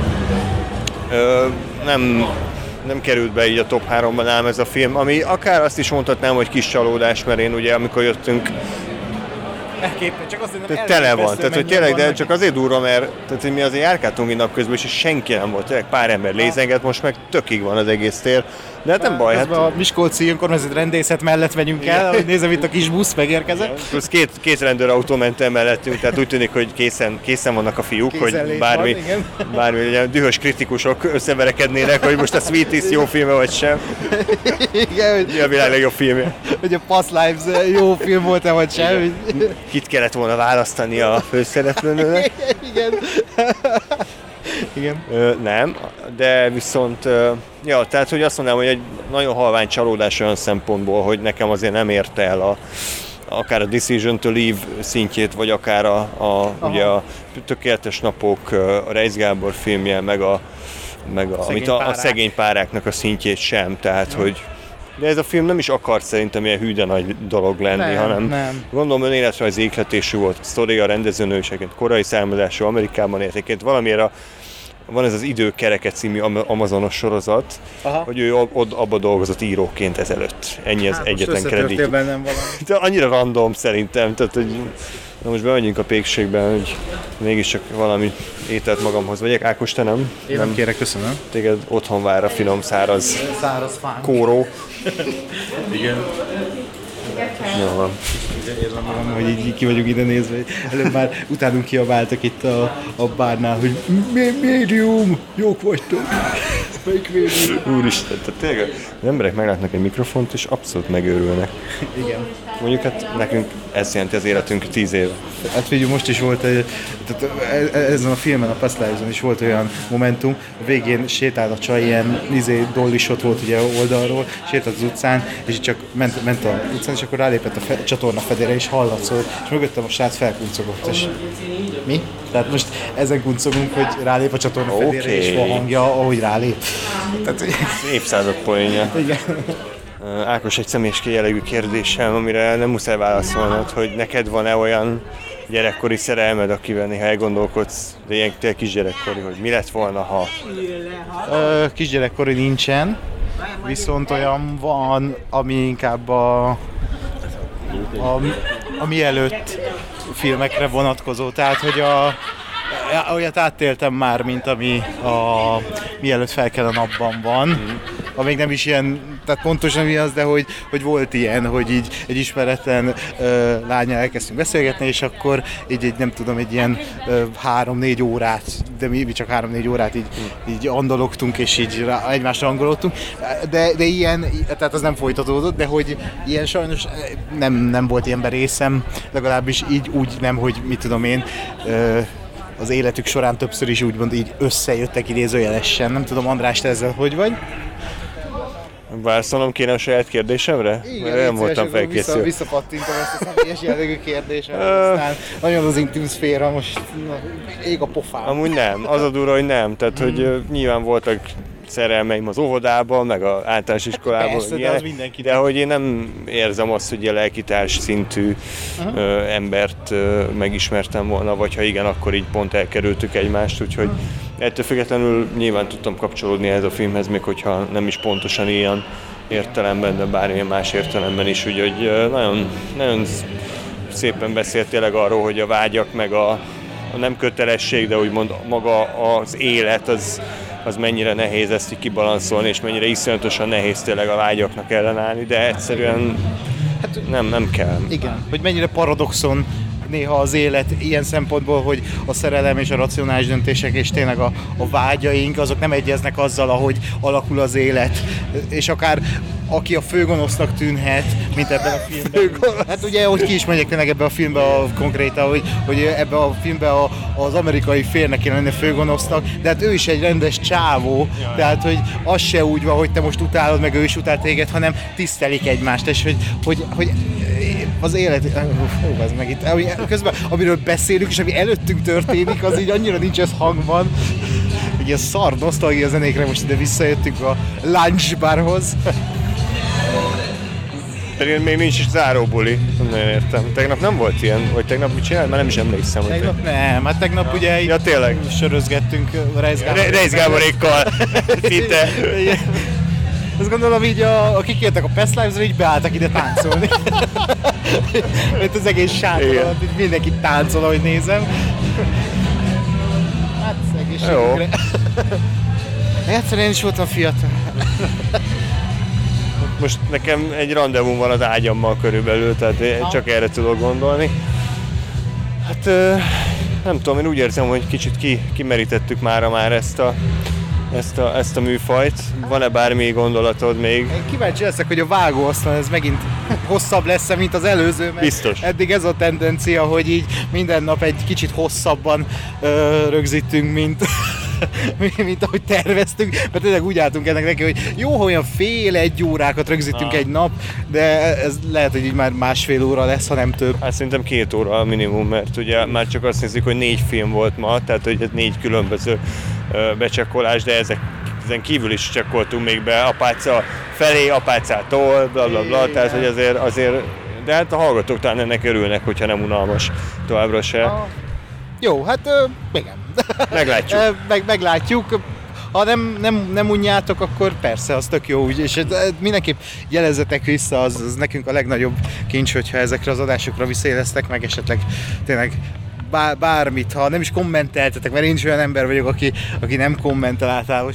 nem került be így a top 3-ban ám ez a film, ami akár azt is mondhatnám, hogy kis csalódás, mert én ugye amikor jöttünk, csak azt tele van, tehát hogy tényleg, de csak azért durva, mert tehát, hogy mi azért járkáltunk egy napközben, és senki nem volt, tényleg pár ember lézenget, most meg tökig van az egész tér, de hát nem baj. Hát a Miskolci önkormányzat rendészet mellett megyünk el, ahogy nézem itt a kis busz megérkezett. Plusz két rendőrautó ment el mellettünk, tehát úgy tűnik, hogy készen vannak a fiúk, hogy bármi ugye, dühös kritikusok összeverekednének, hogy most a Sweeties jó filme vagy sem. Igen, mi a világ legjobb filmje? Hogy a Past Lives jó film volt-e vagy sem. Kit kellett volna választani a főszereplőnőnek? Igen. Nem, de viszont, tehát hogy azt mondanám, hogy egy nagyon halvány csalódás olyan szempontból, hogy nekem azért nem érte el akár a Decision to Leave szintjét, vagy akár ugye a Tökéletes napok, a Reis Gábor filmje, meg a Szegény páráknak a szintjét sem, tehát hogy de ez a film nem is akart szerintem ilyen hű de nagy dolog lenni, hanem gondolom önéletrajzi ihletésű volt, sztori, a rendezőnő is korai származású, Amerikában értéként valamiért van ez az Időkereke című amazonos sorozat, hogy ő abba dolgozott íróként ezelőtt. Ennyi az egyetlen kredit. De annyira random szerintem, tehát hogy most bemegyünk a pékségben, hogy mégiscsak valami ételt magamhoz vegyek. Ákos, te nem? Én nem kérek, köszönöm. Téged otthon vár a finom, száraz kóró. Igen. Jó van. Érzem magam, hogy így ki vagyunk ide nézve. Előbb már utánunk kiabáltak itt a bárnál, hogy médium, jók vagytok. Melyik médium? Úristen, tehát tényleg az emberek meglátnak egy mikrofont és abszolút megőrülnek. Igen. Mondjuk hát nekünk ez jelenti az életünk 10 év. Hát figyelj, most is volt ezen a filmen, a Past Lives-on is volt olyan momentum, a végén sétál a csaj, ilyen dollisot volt ugye oldalról, sétált az utcán, és csak ment a utcán, és akkor rálépett a csatorna fedére, és hallatszott, és mögöttem a srác felkuncogott. És mi? Tehát most ezen kuncogunk, hogy rálép a csatorna fedére, és van hangja, ahogy rálép. Tehát, évszázad poénja. Igen. Ákos, egy személyes jellegű kérdésem, amire nem muszáj válaszolnod, hogy neked van-e olyan gyerekkori szerelmed, akivel néha elgondolkodsz, de ilyen kisgyerekkori, hogy mi lett volna, ha... Kisgyerekkori nincsen, viszont olyan van, ami inkább a mielőtt filmekre vonatkozó, tehát hogy olyat áttéltem már, mint ami a mielőtt fel kell a napban van. amíg nem is ilyen, tehát pontosan mi az, de hogy volt ilyen, hogy így egy ismeretlen lányjal elkezdtünk beszélgetni, és akkor így nem tudom, egy ilyen 3-4 órát, de mi csak 3-4 órát így andalogtunk, és így egymásra angolódtunk, de ilyen, tehát az nem folytatódott, de hogy ilyen sajnos nem volt ilyenben részem, legalábbis így úgy nem, hogy mit tudom én, az életük során többször is úgymond így összejöttek idézőjelesen. Nem tudom, András, te ezzel hogy vagy? Válaszolnom kéne a saját kérdésemre? Igen, nem voltam felkészülve. Visszapattintom ezt a személyes jellegű kérdésre, aztán nagyon az intim szféra, most ég a pofám. Amúgy nem, az a durva, hogy nem. Tehát, hogy nyilván voltak szerelmeim az óvodában, meg az általános iskolában, persze, de hogy én nem érzem azt, hogy a lelkitárs szintű embert megismertem volna, vagy ha igen, akkor így pont elkerültük egymást, úgyhogy ettől függetlenül nyilván tudtam kapcsolódni ehhez a filmhez, még hogyha nem is pontosan ilyen értelemben, de bármilyen más értelemben is, úgyhogy nagyon, nagyon szépen beszélt tényleg arról, hogy a vágyak, meg a nem kötelesség, de úgymond maga az élet, az mennyire nehéz ezt így kibalanszolni, és mennyire iszonyatosan nehéz tényleg a vágyaknak ellenállni, de egyszerűen nem kell. Igen, hogy mennyire paradoxon néha az élet ilyen szempontból, hogy a szerelem és a racionális döntések és tényleg a vágyaink, azok nem egyeznek azzal, ahogy alakul az élet. És akár aki a főgonosznak tűnhet, mint ebben a filmben. Hát ugye, hogy ki is mondják tényleg ebben a filmben konkrétan, hogy ebben a filmben az amerikai férnek kéne lenni a főgonosznak, de hát ő is egy rendes csávó, tehát hogy az se úgy van, hogy te most utálod, meg ő is utál téged, hanem tisztelik egymást, és hogy az élet, ez meg itt, közben amiről beszélünk, és ami előttünk történik, az így annyira nincs ez hangban. Egy ilyen szar nosztalgia zenékre most ide visszajöttünk a lunch barhoz. Pedig még nincs is záróbuli, nem értem. Tegnap nem volt ilyen, vagy tegnap mit csinál? Már nem is emlékszem. Tegnap nem, hát tegnap ugye így tényleg sörözgettünk Reis Gáborékkal. Szinte. Azt gondolom így, akik jöttek a Past Lives-ra, így beálltak ide táncolni. Mert az egész sátor alatt, így mindenki táncol, ahogy nézem. Hát egészségükre. Egyszerűen is voltam fiatal. Most nekem egy randevum van az ágyammal körülbelül, tehát csak erre tudok gondolni. Hát nem tudom, én úgy érzem, hogy kicsit kimerítettük már ezt a műfajt. Van-e bármi gondolatod még? Én kíváncsi leszek, hogy a vágóasztal ez megint hosszabb lesz, mint az előző. Biztos. Eddig ez a tendencia, hogy így minden nap egy kicsit hosszabban rögzítünk, mint ahogy terveztünk, mert tényleg úgy álltunk ennek neki, hogy jó, olyan fél-egy órákat rögzítünk egy nap, de ez lehet, hogy így már 1,5 óra lesz, ha nem több. Hát szerintem 2 óra a minimum, mert ugye már csak azt nézzük, hogy 4 film volt ma, tehát hogy ez 4 különböző becsekkolás, de ezen kívül is csekkoltunk még be apáca felé, apácától, blablabla, tehát hogy azért, de hát a hallgatók talán ennek örülnek, hogyha nem unalmas továbbra se. Jó, hát igen. Meglátjuk. Meglátjuk. Ha nem unjátok, akkor persze, az tök jó úgy, és mindenképp jelezzetek vissza, az nekünk a legnagyobb kincs, hogyha ezekre az adásokra visszaéleztek, meg esetleg tényleg bármit, ha nem is kommenteltetek, mert én is olyan ember vagyok, aki nem kommentel általában.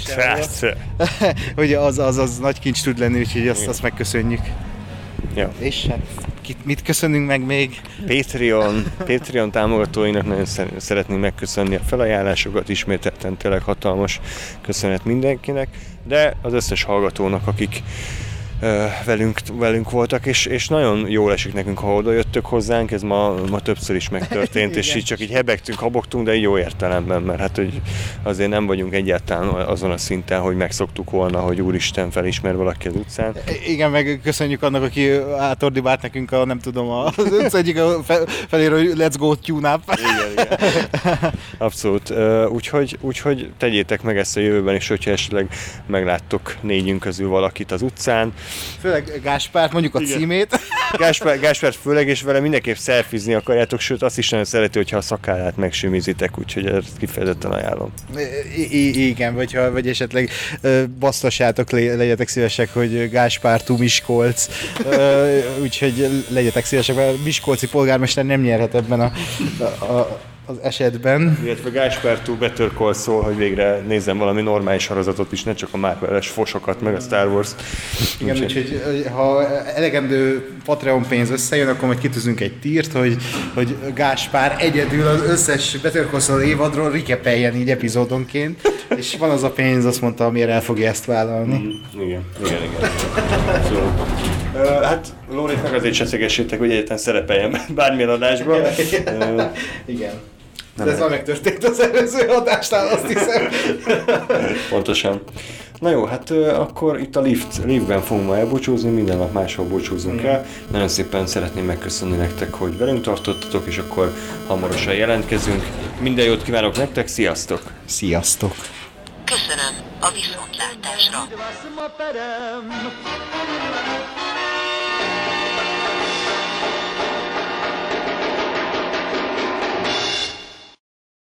Hogy az nagy kincs tud lenni, úgyhogy azt megköszönjük. Ja. És hát mit köszönünk meg még? Patreon támogatóinak nagyon szeretnénk megköszönni a felajánlásokat, ismételten tényleg hatalmas köszönet mindenkinek, de az összes hallgatónak, akik velünk voltak, és nagyon jól esik nekünk, ha oda jöttök hozzánk, ez ma többször is megtörtént, és így csak így hebegtünk, habogtunk, de jó értelemben, mert hát hogy azért nem vagyunk egyáltalán azon a szinten, hogy megszoktuk volna, hogy úristen felismer valaki az utcán. Igen, meg köszönjük annak, aki átordibált nekünk az utca egyik feléről, hogy let's go tune up. Igen. Abszolút. Úgyhogy tegyétek meg ezt a jövőben is, hogyha esetleg megláttok négyünk közül valakit az utcán. Főleg Gáspárt, mondjuk a címét. Gáspárt főleg, és vele mindenképp szelfizni akarjátok, sőt azt is nagyon szereti, hogyha a szakállát megsimizitek, úgyhogy ezt kifejezetten ajánlom. Igen, vagy esetleg basztassátok, legyetek szívesek, hogy Gáspártú Miskolc, úgyhogy legyetek szívesek, mert a miskolci polgármester nem nyerhet ebben a az esetben. Illetve Gáspártól Better Call Saul, hogy végre nézzem valami normális sorozatot is, ne csak a Marvel-es fosokat, meg a Star Wars. Igen, úgyhogy ha elegendő Patreon pénz összejön, akkor majd kitűzünk egy tírt, hogy Gáspár egyedül az összes Better Call Saul évadról recapeljen így epizódonként, és van az a pénz, azt mondta, amire el fogja ezt vállalni. Igen. Szóval, hát Lórit meg azért cseszegessétek, hogy egyetlen szerepeljen bármilyen adásban. Igen. De ez már megtörtént az előző adásnál, azt hiszem. Pontosan. Na jó, hát akkor itt a liftben fogunk ma elbúcsúzni, minden nap máshol búcsúzunk el. Nagyon szépen szeretném megköszönni nektek, hogy velünk tartottatok, és akkor hamarosan jelentkezünk. Minden jót kívánok nektek, sziasztok! Sziasztok! Köszönöm, a viszontlátásra.